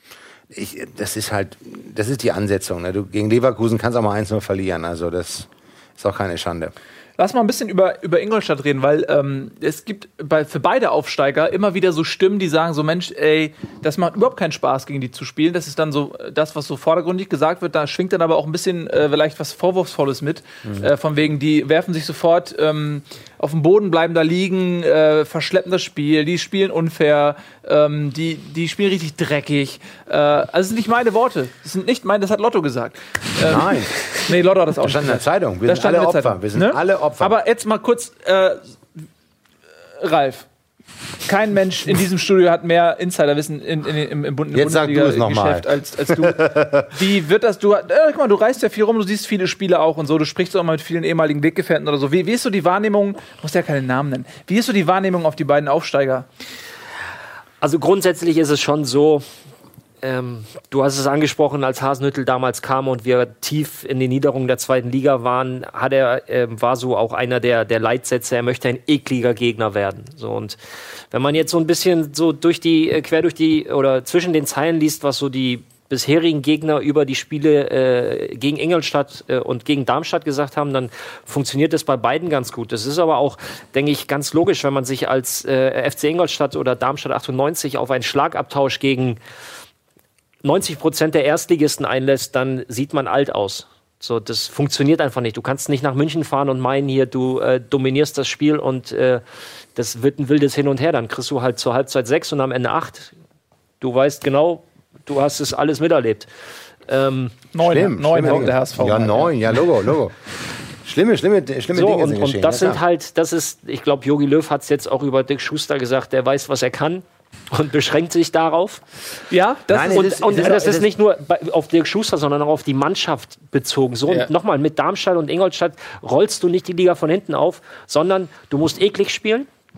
A: Ich, das ist halt, das ist die Ansetzung. Ne? Du, gegen Leverkusen kannst auch mal eins null verlieren. Also das ist auch keine Schande.
B: Lass mal ein bisschen über, über Ingolstadt reden, weil ähm, es gibt bei, für beide Aufsteiger immer wieder so Stimmen, die sagen so, Mensch, ey, das macht überhaupt keinen Spaß, gegen die zu spielen. Das ist dann so das, was so vordergründig gesagt wird. Da schwingt dann aber auch ein bisschen äh, vielleicht was Vorwurfsvolles mit. Mhm. Äh, von wegen, die werfen sich sofort ähm, auf den Boden, bleiben da liegen, äh, verschleppen das Spiel, die spielen unfair, ähm, die, die spielen richtig dreckig. Äh, also das sind nicht meine Worte. Das sind nicht meine, das hat Lotto gesagt. Ähm,
A: Nein.
B: Nee, Lotto hat das auch
A: das stand in der Zeitung. Wir
B: das
A: sind alle Opfer.
B: Zeitung.
A: Wir sind
B: Ne?
A: alle Opfer.
B: Aber jetzt mal kurz, äh, Ralf. Kein Mensch in diesem Studio hat mehr Insiderwissen in, in, im, im Bund-
A: Jetzt sag du es noch mal.
B: Bundesliga-Geschäft als, als du. Wie wird das? Du, äh, guck mal, du reist ja viel rum, du siehst viele Spiele auch und so. Du sprichst auch mal mit vielen ehemaligen Weggefährten oder so. Wie, wie ist so die Wahrnehmung? Muss ja keinen Namen nennen. Wie ist so die Wahrnehmung auf die beiden Aufsteiger?
C: Also grundsätzlich ist es schon so. Ähm, du hast es angesprochen, als Hasenhüttl damals kam und wir tief in die Niederung der zweiten Liga waren, hat er, äh, war so auch einer der, der Leitsätze, er möchte ein ekliger Gegner werden. So, und wenn man jetzt so ein bisschen so durch die, äh, quer durch die, oder zwischen den Zeilen liest, was so die bisherigen Gegner über die Spiele äh, gegen Ingolstadt äh, und gegen Darmstadt gesagt haben, dann funktioniert das bei beiden ganz gut. Das ist aber auch, denke ich, ganz logisch, wenn man sich als äh, F C Ingolstadt oder Darmstadt achtundneunzig auf einen Schlagabtausch gegen neunzig Prozent der Erstligisten einlässt, dann sieht man alt aus. So, das funktioniert einfach nicht. Du kannst nicht nach München fahren und meinen, hier, du äh, dominierst das Spiel und äh, das wird ein wildes Hin und Her. Dann kriegst du halt zur Halbzeit sechs und am Ende acht. Du weißt genau, du hast es alles miterlebt. Ähm,
B: neun,
A: schlimm,
B: neun
A: schlimm,
B: der H S V.
A: Ja, neun, ja, Logo, Logo. Schlimme, schlimme, schlimme
C: so,
A: Dinge
C: und,
A: sind
C: und
A: geschehen.
C: das
A: ja,
C: sind halt, das ist, ich glaube, Jogi Löw hat es jetzt auch über Dirk Schuster gesagt, der weiß, was er kann. Und beschränkt sich darauf.
B: Ja, das
A: Nein,
B: ist,
C: Und,
A: es ist-
C: und
A: es ist-
C: das
A: es
C: ist
A: ist-
C: nicht nur bei, auf Dirk Schuster, sondern auch auf die Mannschaft bezogen. So,
B: Ja.
C: und nochmal, mit Darmstadt und Ingolstadt rollst du nicht die Liga von hinten auf, sondern du musst eklig spielen.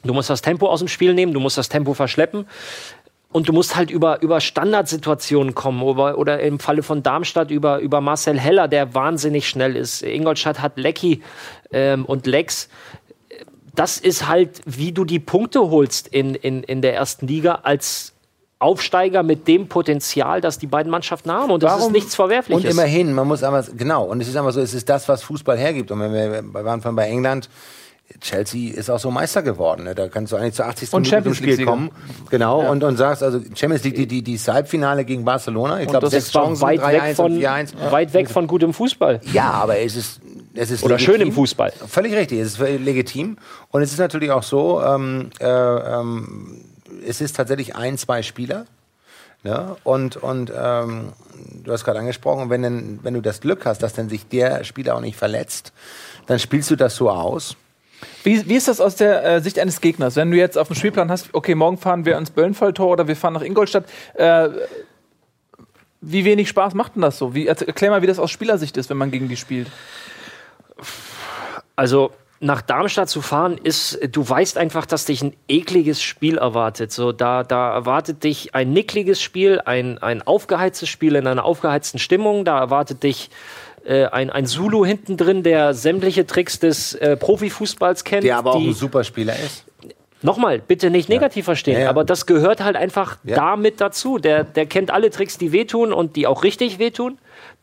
C: Du musst das Tempo aus dem Spiel nehmen, du musst das Tempo verschleppen. Und du musst halt über, über Standardsituationen kommen. Oder, oder im Falle von Darmstadt über, über Marcel Heller, der wahnsinnig schnell ist. Ingolstadt hat Lecky ähm, und Lex. Das ist halt, wie du die Punkte holst in, in, in der ersten Liga als Aufsteiger mit dem Potenzial, das die beiden Mannschaften haben. Und das
A: Warum?
C: ist nichts Verwerfliches.
A: Und immerhin, man muss aber, genau, und es ist einfach so, es ist das, was Fußball hergibt. Und wenn wir, wir waren von bei England, Chelsea ist auch so Meister geworden. Ne? Da kannst du eigentlich zur achtzigsten
B: Und
A: Minute zum
B: Champions
A: Spiel kommen. Genau,
B: Ja.
A: und, und sagst, also Champions League, die, die, die das Halbfinale gegen Barcelona, ich glaube,
C: das
A: sechs
C: war
A: Chancen,
C: weit
A: drei
C: weg,
A: eins
C: von,
A: und vier eins.
C: weit weg von gutem Fußball.
A: Ja, aber es ist, es ist
C: Oder
A: legitim.
C: schön im Fußball.
A: Völlig richtig, es ist völlig legitim. Und es ist natürlich auch so, ähm, äh, ähm, es ist tatsächlich ein, zwei Spieler. Ne? Und, und ähm, du hast gerade angesprochen, wenn, denn, wenn du das Glück hast, dass dann sich der Spieler auch nicht verletzt, dann spielst du das so aus.
B: Wie, wie ist das aus der äh, Sicht eines Gegners? Wenn du jetzt auf dem Spielplan hast, okay, morgen fahren wir ins Böllenfalltor oder wir fahren nach Ingolstadt, äh, wie wenig Spaß macht denn das so? Wie, erklär mal, wie das aus Spielersicht ist, wenn man gegen die spielt.
C: Also nach Darmstadt zu fahren, ist, du weißt einfach, dass dich ein ekliges Spiel erwartet. So, da, da erwartet dich ein nickliges Spiel, ein, ein aufgeheiztes Spiel in einer aufgeheizten Stimmung. Da erwartet dich äh, ein, ein Zulu hinten drin, der sämtliche Tricks des äh, Profifußballs kennt.
A: Der aber auch
C: die,
A: ein Superspieler ist.
C: Nochmal, bitte nicht negativ verstehen,
A: Ja, ja.
C: aber das gehört halt einfach
A: Ja.
C: damit dazu. Der, der kennt alle Tricks, die wehtun und die auch richtig wehtun.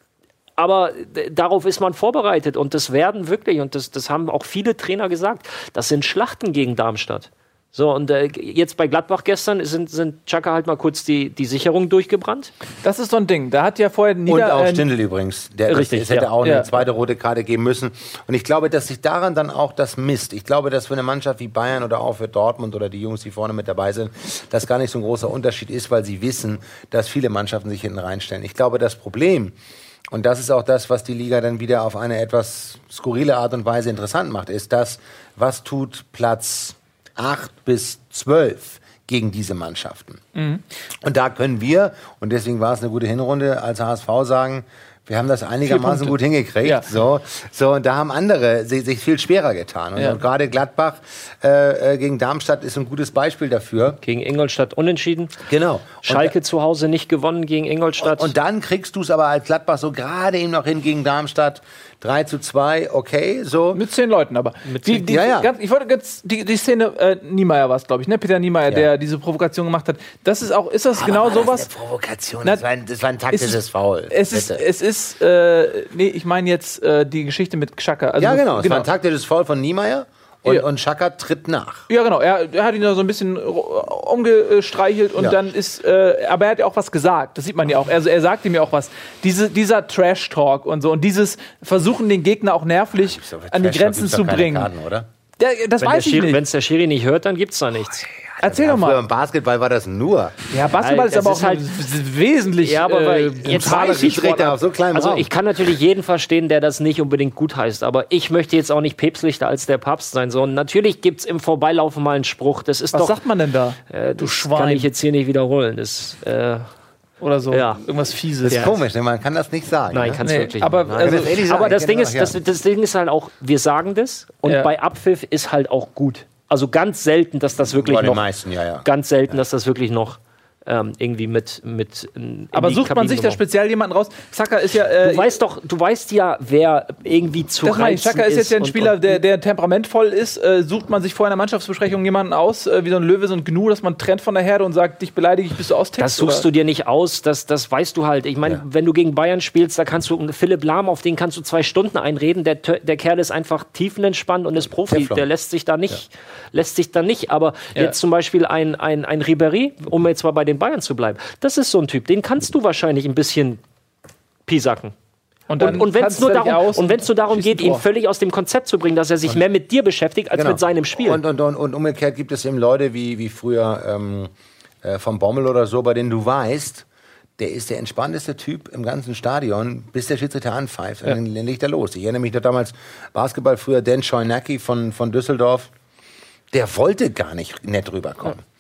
C: Aber d- darauf ist man vorbereitet und das werden wirklich, und das, das haben auch viele Trainer gesagt, das sind Schlachten gegen Darmstadt. So, und äh, jetzt bei Gladbach gestern sind, sind Xhaka halt mal kurz die, die Sicherung durchgebrannt.
B: Das ist so ein Ding. Da hat ja vorher
A: Und
B: Nieder...
A: auch
B: äh,
A: Stindl übrigens. Der,
C: Richtig,
A: das, es hätte
C: ja.
A: auch eine
B: Ja.
A: zweite rote Karte geben müssen. Und ich glaube, dass sich daran dann auch das misst. Ich glaube, dass für eine Mannschaft wie Bayern oder auch für Dortmund oder die Jungs, die vorne mit dabei sind, das gar nicht so ein großer Unterschied ist, weil sie wissen, dass viele Mannschaften sich hinten reinstellen. Ich glaube, das Problem, und das ist auch das, was die Liga dann wieder auf eine etwas skurrile Art und Weise interessant macht, ist das, was tut Platz acht bis zwölf gegen diese Mannschaften.
B: Mhm.
A: Und da können wir, und deswegen war es eine gute Hinrunde, als H S V sagen, wir haben das einigermaßen
B: Punkte.
A: gut hingekriegt.
B: Ja.
A: So, so, und da haben andere sich, sich viel schwerer getan. Und,
B: Ja.
A: und gerade Gladbach äh, äh, gegen Darmstadt ist ein gutes Beispiel dafür.
C: Gegen Ingolstadt unentschieden.
A: Genau.
C: Schalke zu Hause nicht gewonnen gegen Ingolstadt.
A: Und dann kriegst du es aber als Gladbach so gerade eben noch hin gegen Darmstadt. drei zu zwei, okay, so.
B: Mit zehn Leuten aber. Die, die,
A: Ja, ja.
B: Ganz, ich wollte jetzt die, die Szene, äh, Niemeyer war es, glaube ich, ne? Peter Niemeyer,
A: Ja.
B: der diese Provokation gemacht hat. Das ist auch, ist das
A: Aber
B: genau
A: war das
B: sowas?
A: eine Provokation,
B: Na,
A: das war ein, das war ein taktisches
B: es ist-
A: Foul.
B: Es ist,
A: Bitte.
B: es ist, äh, nee, ich meine jetzt äh, die Geschichte mit Xhaka. Also,
A: Ja, genau, es war ein taktisches Foul von Niemeyer und,
B: Ja.
A: und Xhaka tritt nach.
B: Ja, genau. Er, er hat ihn da so ein bisschen ru- umgestreichelt und
A: Ja.
B: dann ist, äh, aber er hat ja auch was gesagt. Das sieht man ja auch. Also er sagt ihm ja auch was. Diese, dieser Trash-Talk und so und dieses Versuchen, den Gegner auch nervlich
A: So, für
B: an die
A: Trash
B: Grenzen
A: gibt's
B: zu
A: doch keine
B: bringen.
A: Karten, oder?
B: Ja, das
C: wenn
B: weiß ich nicht.
C: es der Schiri nicht hört, dann gibt's da nichts.
B: Erzähl
A: Ja,
B: doch
A: früher
B: mal.
A: im Basketball war das nur.
B: Ja, Basketball ist
C: Das
B: aber
C: ist
B: auch
C: halt-
B: halt wesentlich
C: Ja, aber weil
B: äh,
C: jetzt
B: brutaler
C: weiß ich,
B: Sportart.
A: auf so kleinem
C: Also
A: Raum.
C: ich kann natürlich jeden verstehen, der das nicht unbedingt gut heißt, aber ich möchte jetzt auch nicht päpstlicher als der Papst sein. So, und natürlich gibt's im Vorbeilaufen mal einen Spruch. Das ist
B: Was
C: doch,
B: sagt man denn da?
C: äh,
B: du
C: das
B: Schwein.
C: kann ich jetzt hier nicht wiederholen. Das, äh,
B: Oder so.
C: Ja.
B: Irgendwas Fieses.
C: Ja.
A: Komisch, ne? Man kann das nicht sagen.
C: nein,
A: ne?
C: kannst
B: Nee,
C: du wirklich
B: aber,
C: nicht.
B: also,
A: das ehrlich sagen,
C: Aber das
A: ich
C: Ding,
A: kenn
C: ist,
A: das,
C: das, das Ding ist halt auch, wir sagen das und
B: Ja.
C: bei Abpfiff ist halt auch gut. Also ganz selten, dass das wirklich
A: Bei den
C: noch,
A: meisten, ja, ja.
C: ganz selten, dass das wirklich noch ähm, irgendwie mit, mit in
B: aber
C: die
B: sucht man
C: Kabine
B: sich da
C: geworfen.
B: speziell jemanden raus? Xhaka ist ja. Äh,
C: Du weißt doch, du weißt ja, wer irgendwie zu
B: das meine ich.
C: reizen
B: Xhaka ist jetzt ja ein
C: und-
B: Spieler,
C: und-
B: der, der temperamentvoll ist. Äh, sucht man sich vor einer Mannschaftsbesprechung jemanden aus, äh, wie so ein Löwe, so ein Gnu, dass man trennt von der Herde und sagt, dich beleidige ich, bis du austext?
C: Das suchst du dir nicht aus, das, das weißt du halt. Ich meine,
A: Ja.
C: wenn du gegen Bayern spielst, da kannst du Philipp Lahm, auf den kannst du zwei Stunden einreden. Der, Tö- der Kerl ist einfach tiefenentspannt und ist Profi.
A: Teflon.
C: Der lässt sich da nicht, lässt sich da nicht. Aber
B: Ja.
C: jetzt zum Beispiel ein, ein, ein Ribéry, um jetzt mal bei den Bayern zu bleiben, das ist so ein Typ, den kannst du wahrscheinlich ein bisschen piesacken.
B: Und,
C: Und, und wenn es
B: tanzt
C: nur
B: er dich
C: darum,
B: aus
C: und wenn's nur darum
B: schießt ein
C: geht, ihn
B: Tor.
C: völlig aus dem Konzept zu bringen, dass er sich mehr mit dir beschäftigt als
A: Genau.
C: mit seinem Spiel.
A: Und, und, und, und umgekehrt gibt es eben Leute wie, wie früher ähm, äh, vom Bommel oder so, bei denen du weißt, der ist der entspannteste Typ im ganzen Stadion, bis der Schiedsrichter anpfeift. Und dann legt er los. Ich erinnere mich noch damals, Basketball früher, Dan Schoinacki von, von Düsseldorf, der wollte gar nicht nett rüberkommen.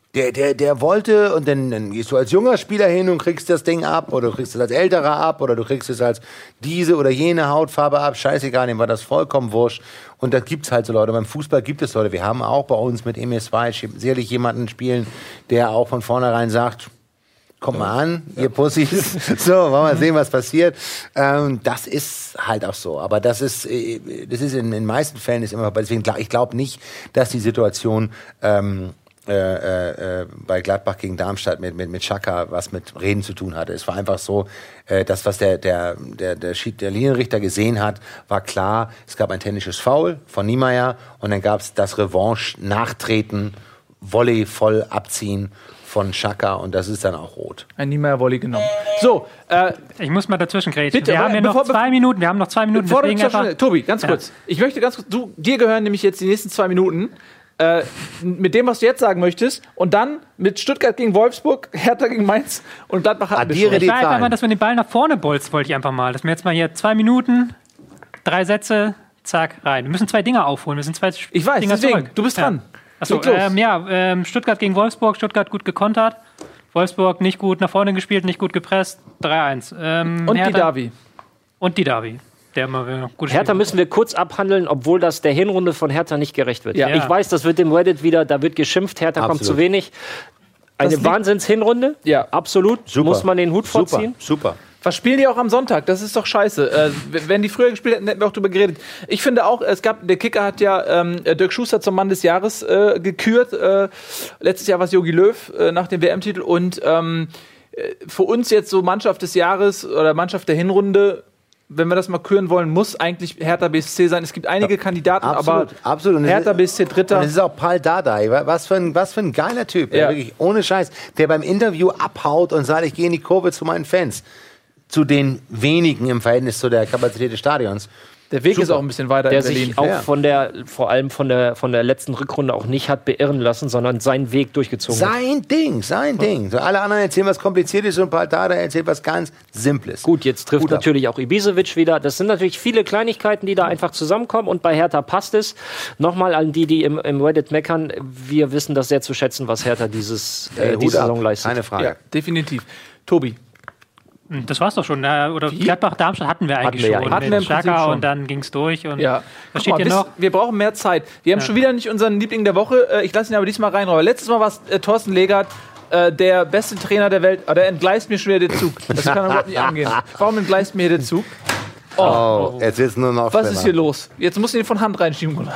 A: Der, der, der wollte, und dann, dann gehst du als junger Spieler hin und kriegst das Ding ab, oder du kriegst es als älterer ab, oder du kriegst es als diese oder jene Hautfarbe ab, scheißegal, dem war das vollkommen wurscht. Und da gibt's halt so Leute, beim Fußball gibt es Leute, wir haben auch bei uns mit M S zwei sicherlich jemanden spielen, der auch von vornherein sagt, kommt mal an, ihr Pussys, so, wollen wir mal sehen, was passiert. Ähm, das ist halt auch so, aber das ist, das ist in den meisten Fällen ist immer, deswegen, ich glaube nicht, dass die Situation, ähm, Äh, äh, bei Gladbach gegen Darmstadt mit, mit, mit Xhaka was mit Reden zu tun hatte. Es war einfach so, äh, das, was der, der, der, der, Schied, der Linienrichter gesehen hat, war klar, es gab ein technisches Foul von Niemeyer und dann gab es das Revanche-Nachtreten, Volley voll abziehen von Xhaka und das ist dann auch rot.
B: Ein Niemeyer-Volley genommen. So, äh,
D: ich muss mal dazwischen grätschen.
B: Bitte,
D: wir haben ja noch
B: bevor,
D: zwei Minuten, wir haben noch zwei Minuten.
B: Bevor
D: deswegen
B: du
D: einfach,
B: schnell, Tobi, ganz kurz. Ja. Ich möchte ganz kurz, du, dir gehören nämlich jetzt die nächsten zwei Minuten. Äh, mit dem, was du jetzt sagen möchtest, und dann mit Stuttgart gegen Wolfsburg, Hertha gegen Mainz und Gladbach hat
A: Addiere
D: Ich
A: die
D: weiß einfach
A: Zahlen.
D: mal, dass wir den Ball nach vorne bolzen, wollte ich einfach mal. Dass wir jetzt mal hier zwei Minuten, drei Sätze, zack, rein. Wir müssen zwei Dinger aufholen, wir sind zwei
B: Ich weiß,
D: Dinger
B: deswegen,
D: zurück.
B: du bist dran.
D: Ja. Achso,
B: Leg los.
D: ähm, ja, ähm, Stuttgart gegen Wolfsburg, Stuttgart gut gekontert, Wolfsburg nicht gut nach vorne gespielt, nicht gut gepresst, drei eins. Ähm,
B: Und die
D: Hertha-
B: Davi.
D: Und die Davi. Der immer wieder gut
C: Hertha
D: spielt.
C: müssen wir kurz abhandeln, obwohl das der Hinrunde von Hertha nicht gerecht wird.
B: Ja.
C: Ich weiß, das wird dem Reddit wieder, da wird geschimpft, Hertha kommt
A: Absolut.
C: zu wenig. Eine
B: liegt-
C: Wahnsinns-Hinrunde,
B: Ja.
C: absolut,
A: Super.
C: muss man den Hut vorziehen.
A: Super, super.
B: Was spielen die auch am Sonntag? Das ist doch scheiße. Äh, wenn die früher gespielt hätten, hätten wir auch drüber geredet. Ich finde auch, es gab, der Kicker hat ja ähm, Dirk Schuster zum Mann des Jahres äh, gekürt. Äh, letztes Jahr war es Jogi Löw äh, nach dem W M-Titel. Und ähm, äh, für uns jetzt so Mannschaft des Jahres oder Mannschaft der Hinrunde, wenn wir das mal küren wollen, muss eigentlich Hertha B S C sein. Es gibt einige Kandidaten,
A: Absolut,
B: aber
A: absolut. Und es
B: Hertha
A: ist-
B: B S C Dritter.
A: Und es ist auch Paul Dardai. Was für ein, was für ein geiler Typ.
B: Ja.
A: Der wirklich, ohne Scheiß. Der beim Interview abhaut und sagt, ich gehe in die Kurve zu meinen Fans. Zu den wenigen im Verhältnis zu der Kapazität des Stadions.
B: Der Weg ist
A: Super.
B: auch ein bisschen weiter
C: Der
B: in Berlin.
C: sich auch
A: Ja.
C: von der, vor allem von der, von der letzten Rückrunde auch nicht hat beirren lassen, sondern seinen Weg durchgezogen hat.
A: Sein Ding, sein Ding. So, alle anderen erzählen was Kompliziertes und Paul Dardai erzählt was ganz Simples.
C: Gut, jetzt trifft
A: Gut ab.
C: natürlich auch Ibisevic wieder. Das sind natürlich viele Kleinigkeiten, die da einfach zusammenkommen. Und bei Hertha passt es. Nochmal an die, die im, im Reddit meckern. Wir wissen das sehr zu schätzen, was Hertha dieses, äh,
A: Äh, Hut
C: diese
A: ab.
C: Saison leistet.
A: Keine Frage.
B: Ja, definitiv. Tobi.
D: Das war's doch schon. Äh, Oder Gladbach-Darmstadt hatten wir eigentlich
C: wir ja
D: schon.
C: eigentlich.
B: Hatten wir im
D: mit
B: Prinzip
D: Xhaka
B: schon.
D: und dann ging's durch. Und
B: Ja.
D: was
B: Guck
D: steht
B: mal,
D: hier
B: bis,
D: noch?
B: wir brauchen mehr Zeit. Wir haben schon wieder nicht unseren Liebling der Woche. Äh, Ich lasse ihn aber diesmal rein. Aber letztes Mal war es äh, Thorsten Legert, äh, der beste Trainer der Welt. Aber der entgleist mir schon wieder den Zug. Das kann überhaupt nicht angehen. Warum entgleist mir hier der Zug?
A: Oh, jetzt ist nur noch
B: Was
A: schlimmer.
B: ist hier los? Jetzt musst du ihn von Hand reinschieben, Gunnar.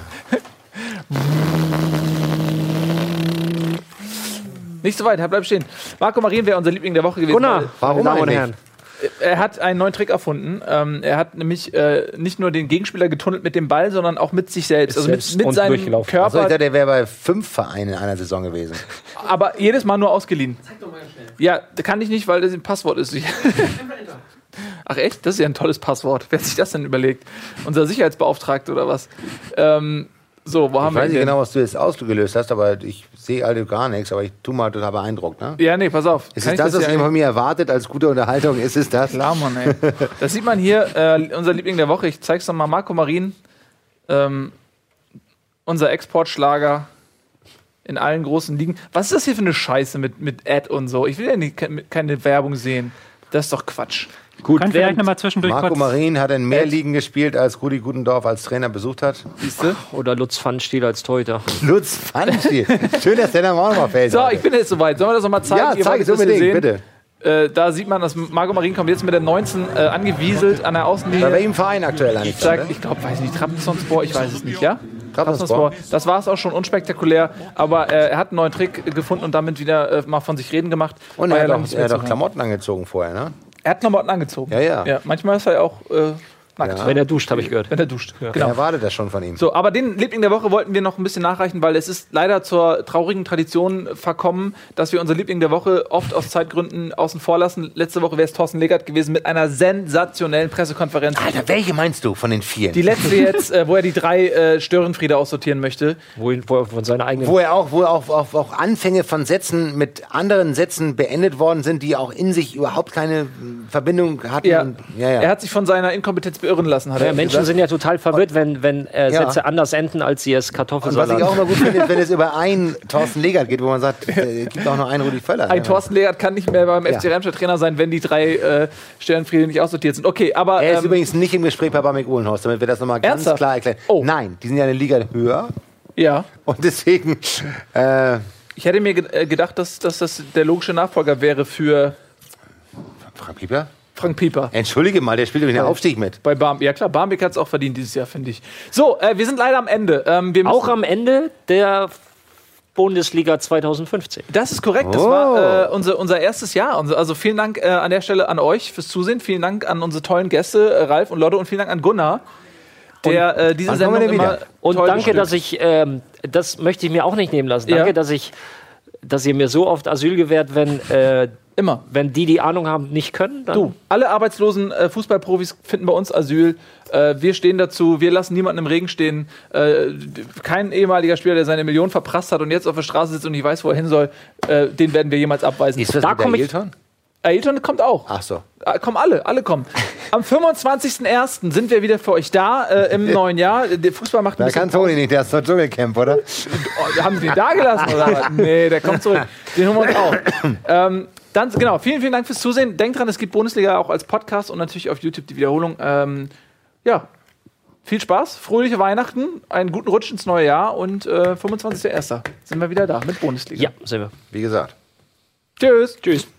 B: Nicht so weit, bleib stehen. Marco Marin wäre unser Liebling der Woche gewesen.
C: Gunnar,
B: weil-
A: Warum
C: meine Damen und
A: eigentlich?
C: Herren.
B: Er hat einen neuen Trick erfunden. Ähm, er hat nämlich äh, nicht nur den Gegenspieler getunnelt mit dem Ball, sondern auch mit sich selbst. Also mit,
C: Selbst
B: mit
C: und
B: seinem
C: durchgelaufen.
B: Körper.
A: Also ich dachte, der wäre bei fünf Vereinen in einer Saison gewesen.
B: Aber jedes Mal nur ausgeliehen. Zeig doch mal schnell. Ja, kann ich nicht, weil das ein Passwort ist. Ach echt? Das ist ja ein tolles Passwort. Wer hat sich das denn überlegt? Unser Sicherheitsbeauftragter oder was? Ähm, so, wo haben
A: Ich
B: wir
A: weiß
B: ihn
A: nicht
B: denn?
A: genau, was du jetzt ausgelöst hast, aber ich sehe also gar nichts, aber ich tu mal total beeindruckt. Ne?
B: Ja, nee, pass auf.
A: Ist
B: Kann
A: es
B: ich
A: das, was
B: hier
A: ihr von mir erwartet als gute Unterhaltung? Ist es das?
B: Klar, Mann, ey. Das sieht man hier, äh, unser Liebling der Woche. Ich zeig's nochmal, Marco Marin. Ähm, unser Exportschlager in allen großen Ligen. Was ist das hier für eine Scheiße mit, mit Ad und so? Ich will ja nicht, ke- keine Werbung sehen. Das ist doch Quatsch.
C: Gut,
D: Können vielleicht
C: während,
D: nochmal zwischendurch
A: Marco
D: kurz...
A: Marin hat in mehr
B: Ed.
A: Ligen gespielt, als Rudi Gutendorf als Trainer besucht hat.
B: Siehst du?
C: oder Lutz Pfannenstiel als Torhüter.
A: Lutz Pfannenstiel. Schön, dass der Name auch noch mal fällt.
B: So, ich bin jetzt soweit. Sollen wir das nochmal zeigen?
A: ja,
B: Ihr
A: zeig
B: wollt
A: es
B: das hier
A: unbedingt,
B: sehen?
A: bitte.
B: Äh, da sieht man, dass Marco Marin kommt jetzt mit der neunzehn äh, angewieselt an der
A: Bei
B: Außenlinie.
A: welchem Verein aktuell eigentlich?
B: Ich sag, ich glaube, weiß ich nicht, Trabzonspor, ich weiß es nicht, ja?
A: Trabzonspor.
B: Das war es auch schon unspektakulär, aber äh, er hat einen neuen Trick gefunden und damit wieder äh, mal von sich reden gemacht.
A: Und
B: War
A: er
B: ja
A: hat,
B: lang
A: auch,
B: nichts
A: er
B: mehr
A: hat
B: zu
A: auch
B: hören.
A: Klamotten angezogen vorher, ne?
B: Er hat Klamotten angezogen.
A: Ja, ja.
B: ja manchmal ist er ja auch äh, nackt,
A: Ja.
C: Wenn er duscht, habe ich gehört.
B: wenn er duscht.
A: Er
B: Genau.
A: erwartet das schon von ihm.
B: So, aber den Liebling der Woche wollten wir noch ein bisschen nachreichen, weil es ist leider zur traurigen Tradition verkommen, dass wir unser Liebling der Woche oft aus Zeitgründen außen vor lassen. Letzte Woche wäre es Thorsten Legert gewesen mit einer sensationellen Pressekonferenz.
A: Alter, welche meinst du von den vier?
B: Die letzte jetzt, äh, wo er die drei äh, Störenfriede aussortieren möchte.
C: Wo, ihn- wo er von seiner eigenen.
A: Wo er auch, wo auch, auch, auch Anfänge von Sätzen mit anderen Sätzen beendet worden sind, die auch in sich überhaupt keine Verbindung hatten.
B: Ja.
A: Und, ja, ja.
B: Er hat sich von seiner Inkompetenz beirren beirren lassen, hat
C: Ja,
B: er
C: Menschen
B: gesagt.
C: sind ja total verwirrt, wenn, wenn äh,
A: Ja.
C: Sätze anders enden, als sie es
A: Und was
C: Kartoffelsalat.
A: ich auch immer gut finde, ist, wenn es über einen Thorsten Legert geht, wo man sagt, es gibt auch noch einen Rudi Völler.
B: Ein Thorsten Legert kann nicht mehr beim
A: Ja.
B: F C Remscheid Trainer sein, wenn die drei äh, Störenfriede nicht aussortiert sind. Okay, aber
A: Er ist
B: ähm,
A: übrigens nicht im Gespräch bei Bamik Uhlenhorst, damit wir das nochmal ganz
B: Ernsthaft?
A: klar erklären.
B: Oh.
A: Nein, die sind ja eine Liga höher
B: ja.
A: und deswegen äh,
B: Ich hätte mir ge äh, gedacht, dass, dass das der logische Nachfolger wäre für
A: Frank Pieper?
B: Frank Pieper.
A: Entschuldige mal, der spielt übrigens den Aufstieg mit.
B: Bei Barm ja klar, Barmbek hat es auch verdient dieses Jahr, finde ich. So, äh, wir sind leider am Ende. Ähm, wir müssen,
C: Auch am Ende der Bundesliga zwanzig fünfzehn.
B: Das ist korrekt. Das
A: Oh.
B: war äh, unser, unser erstes Jahr. Unser- Also vielen Dank äh, an der Stelle an euch fürs Zusehen. Vielen Dank an unsere tollen Gäste, äh, Ralf und Lotte. Und vielen Dank an Gunnar, der äh, diese
A: wann kommen wir
B: Sendung
A: denn
B: immer
A: wieder?
C: Und
B: toll
C: danke,
B: bestückt.
C: dass ich, ähm, das möchte ich mir auch nicht nehmen lassen. Danke,
B: Ja.
C: dass ich, dass ihr mir so oft Asyl gewährt, wenn, äh,
B: Immer.
C: wenn die, die Ahnung haben, nicht können. Dann
B: Du, alle arbeitslosen äh, Fußballprofis finden bei uns Asyl. Äh, wir stehen dazu, wir lassen niemanden im Regen stehen. Äh, d- kein ehemaliger Spieler, der seine Million verprasst hat und jetzt auf der Straße sitzt und nicht weiß, wo er hin soll, äh, den werden wir jemals abweisen.
A: Ist das
C: Da
A: mit der
C: komm ich-
A: Ailton?
B: Ailton kommt auch.
A: Ach so.
B: Äh, kommen alle, alle kommen. Am fünfundzwanzigsten ersten sind wir wieder für euch da äh, im neuen Jahr. Der Fußball macht ein
A: Da
B: bisschen
A: kann Toni nicht, der ist doch Dschungelcamp, oder?
B: Oh, haben Sie den da gelassen oder was? Nee, der kommt zurück. Den holen wir uns auch. Ähm, dann, genau, vielen, vielen Dank fürs Zusehen. Denkt dran, es gibt Bundesliga auch als Podcast und natürlich auf YouTube die Wiederholung. Ähm, ja, viel Spaß, fröhliche Weihnachten, einen guten Rutsch ins neue Jahr und äh, fünfundzwanzigsten ersten sind wir wieder da mit Bundesliga.
C: ja, sind wir.
A: Wie gesagt.
B: Tschüss.
C: Tschüss.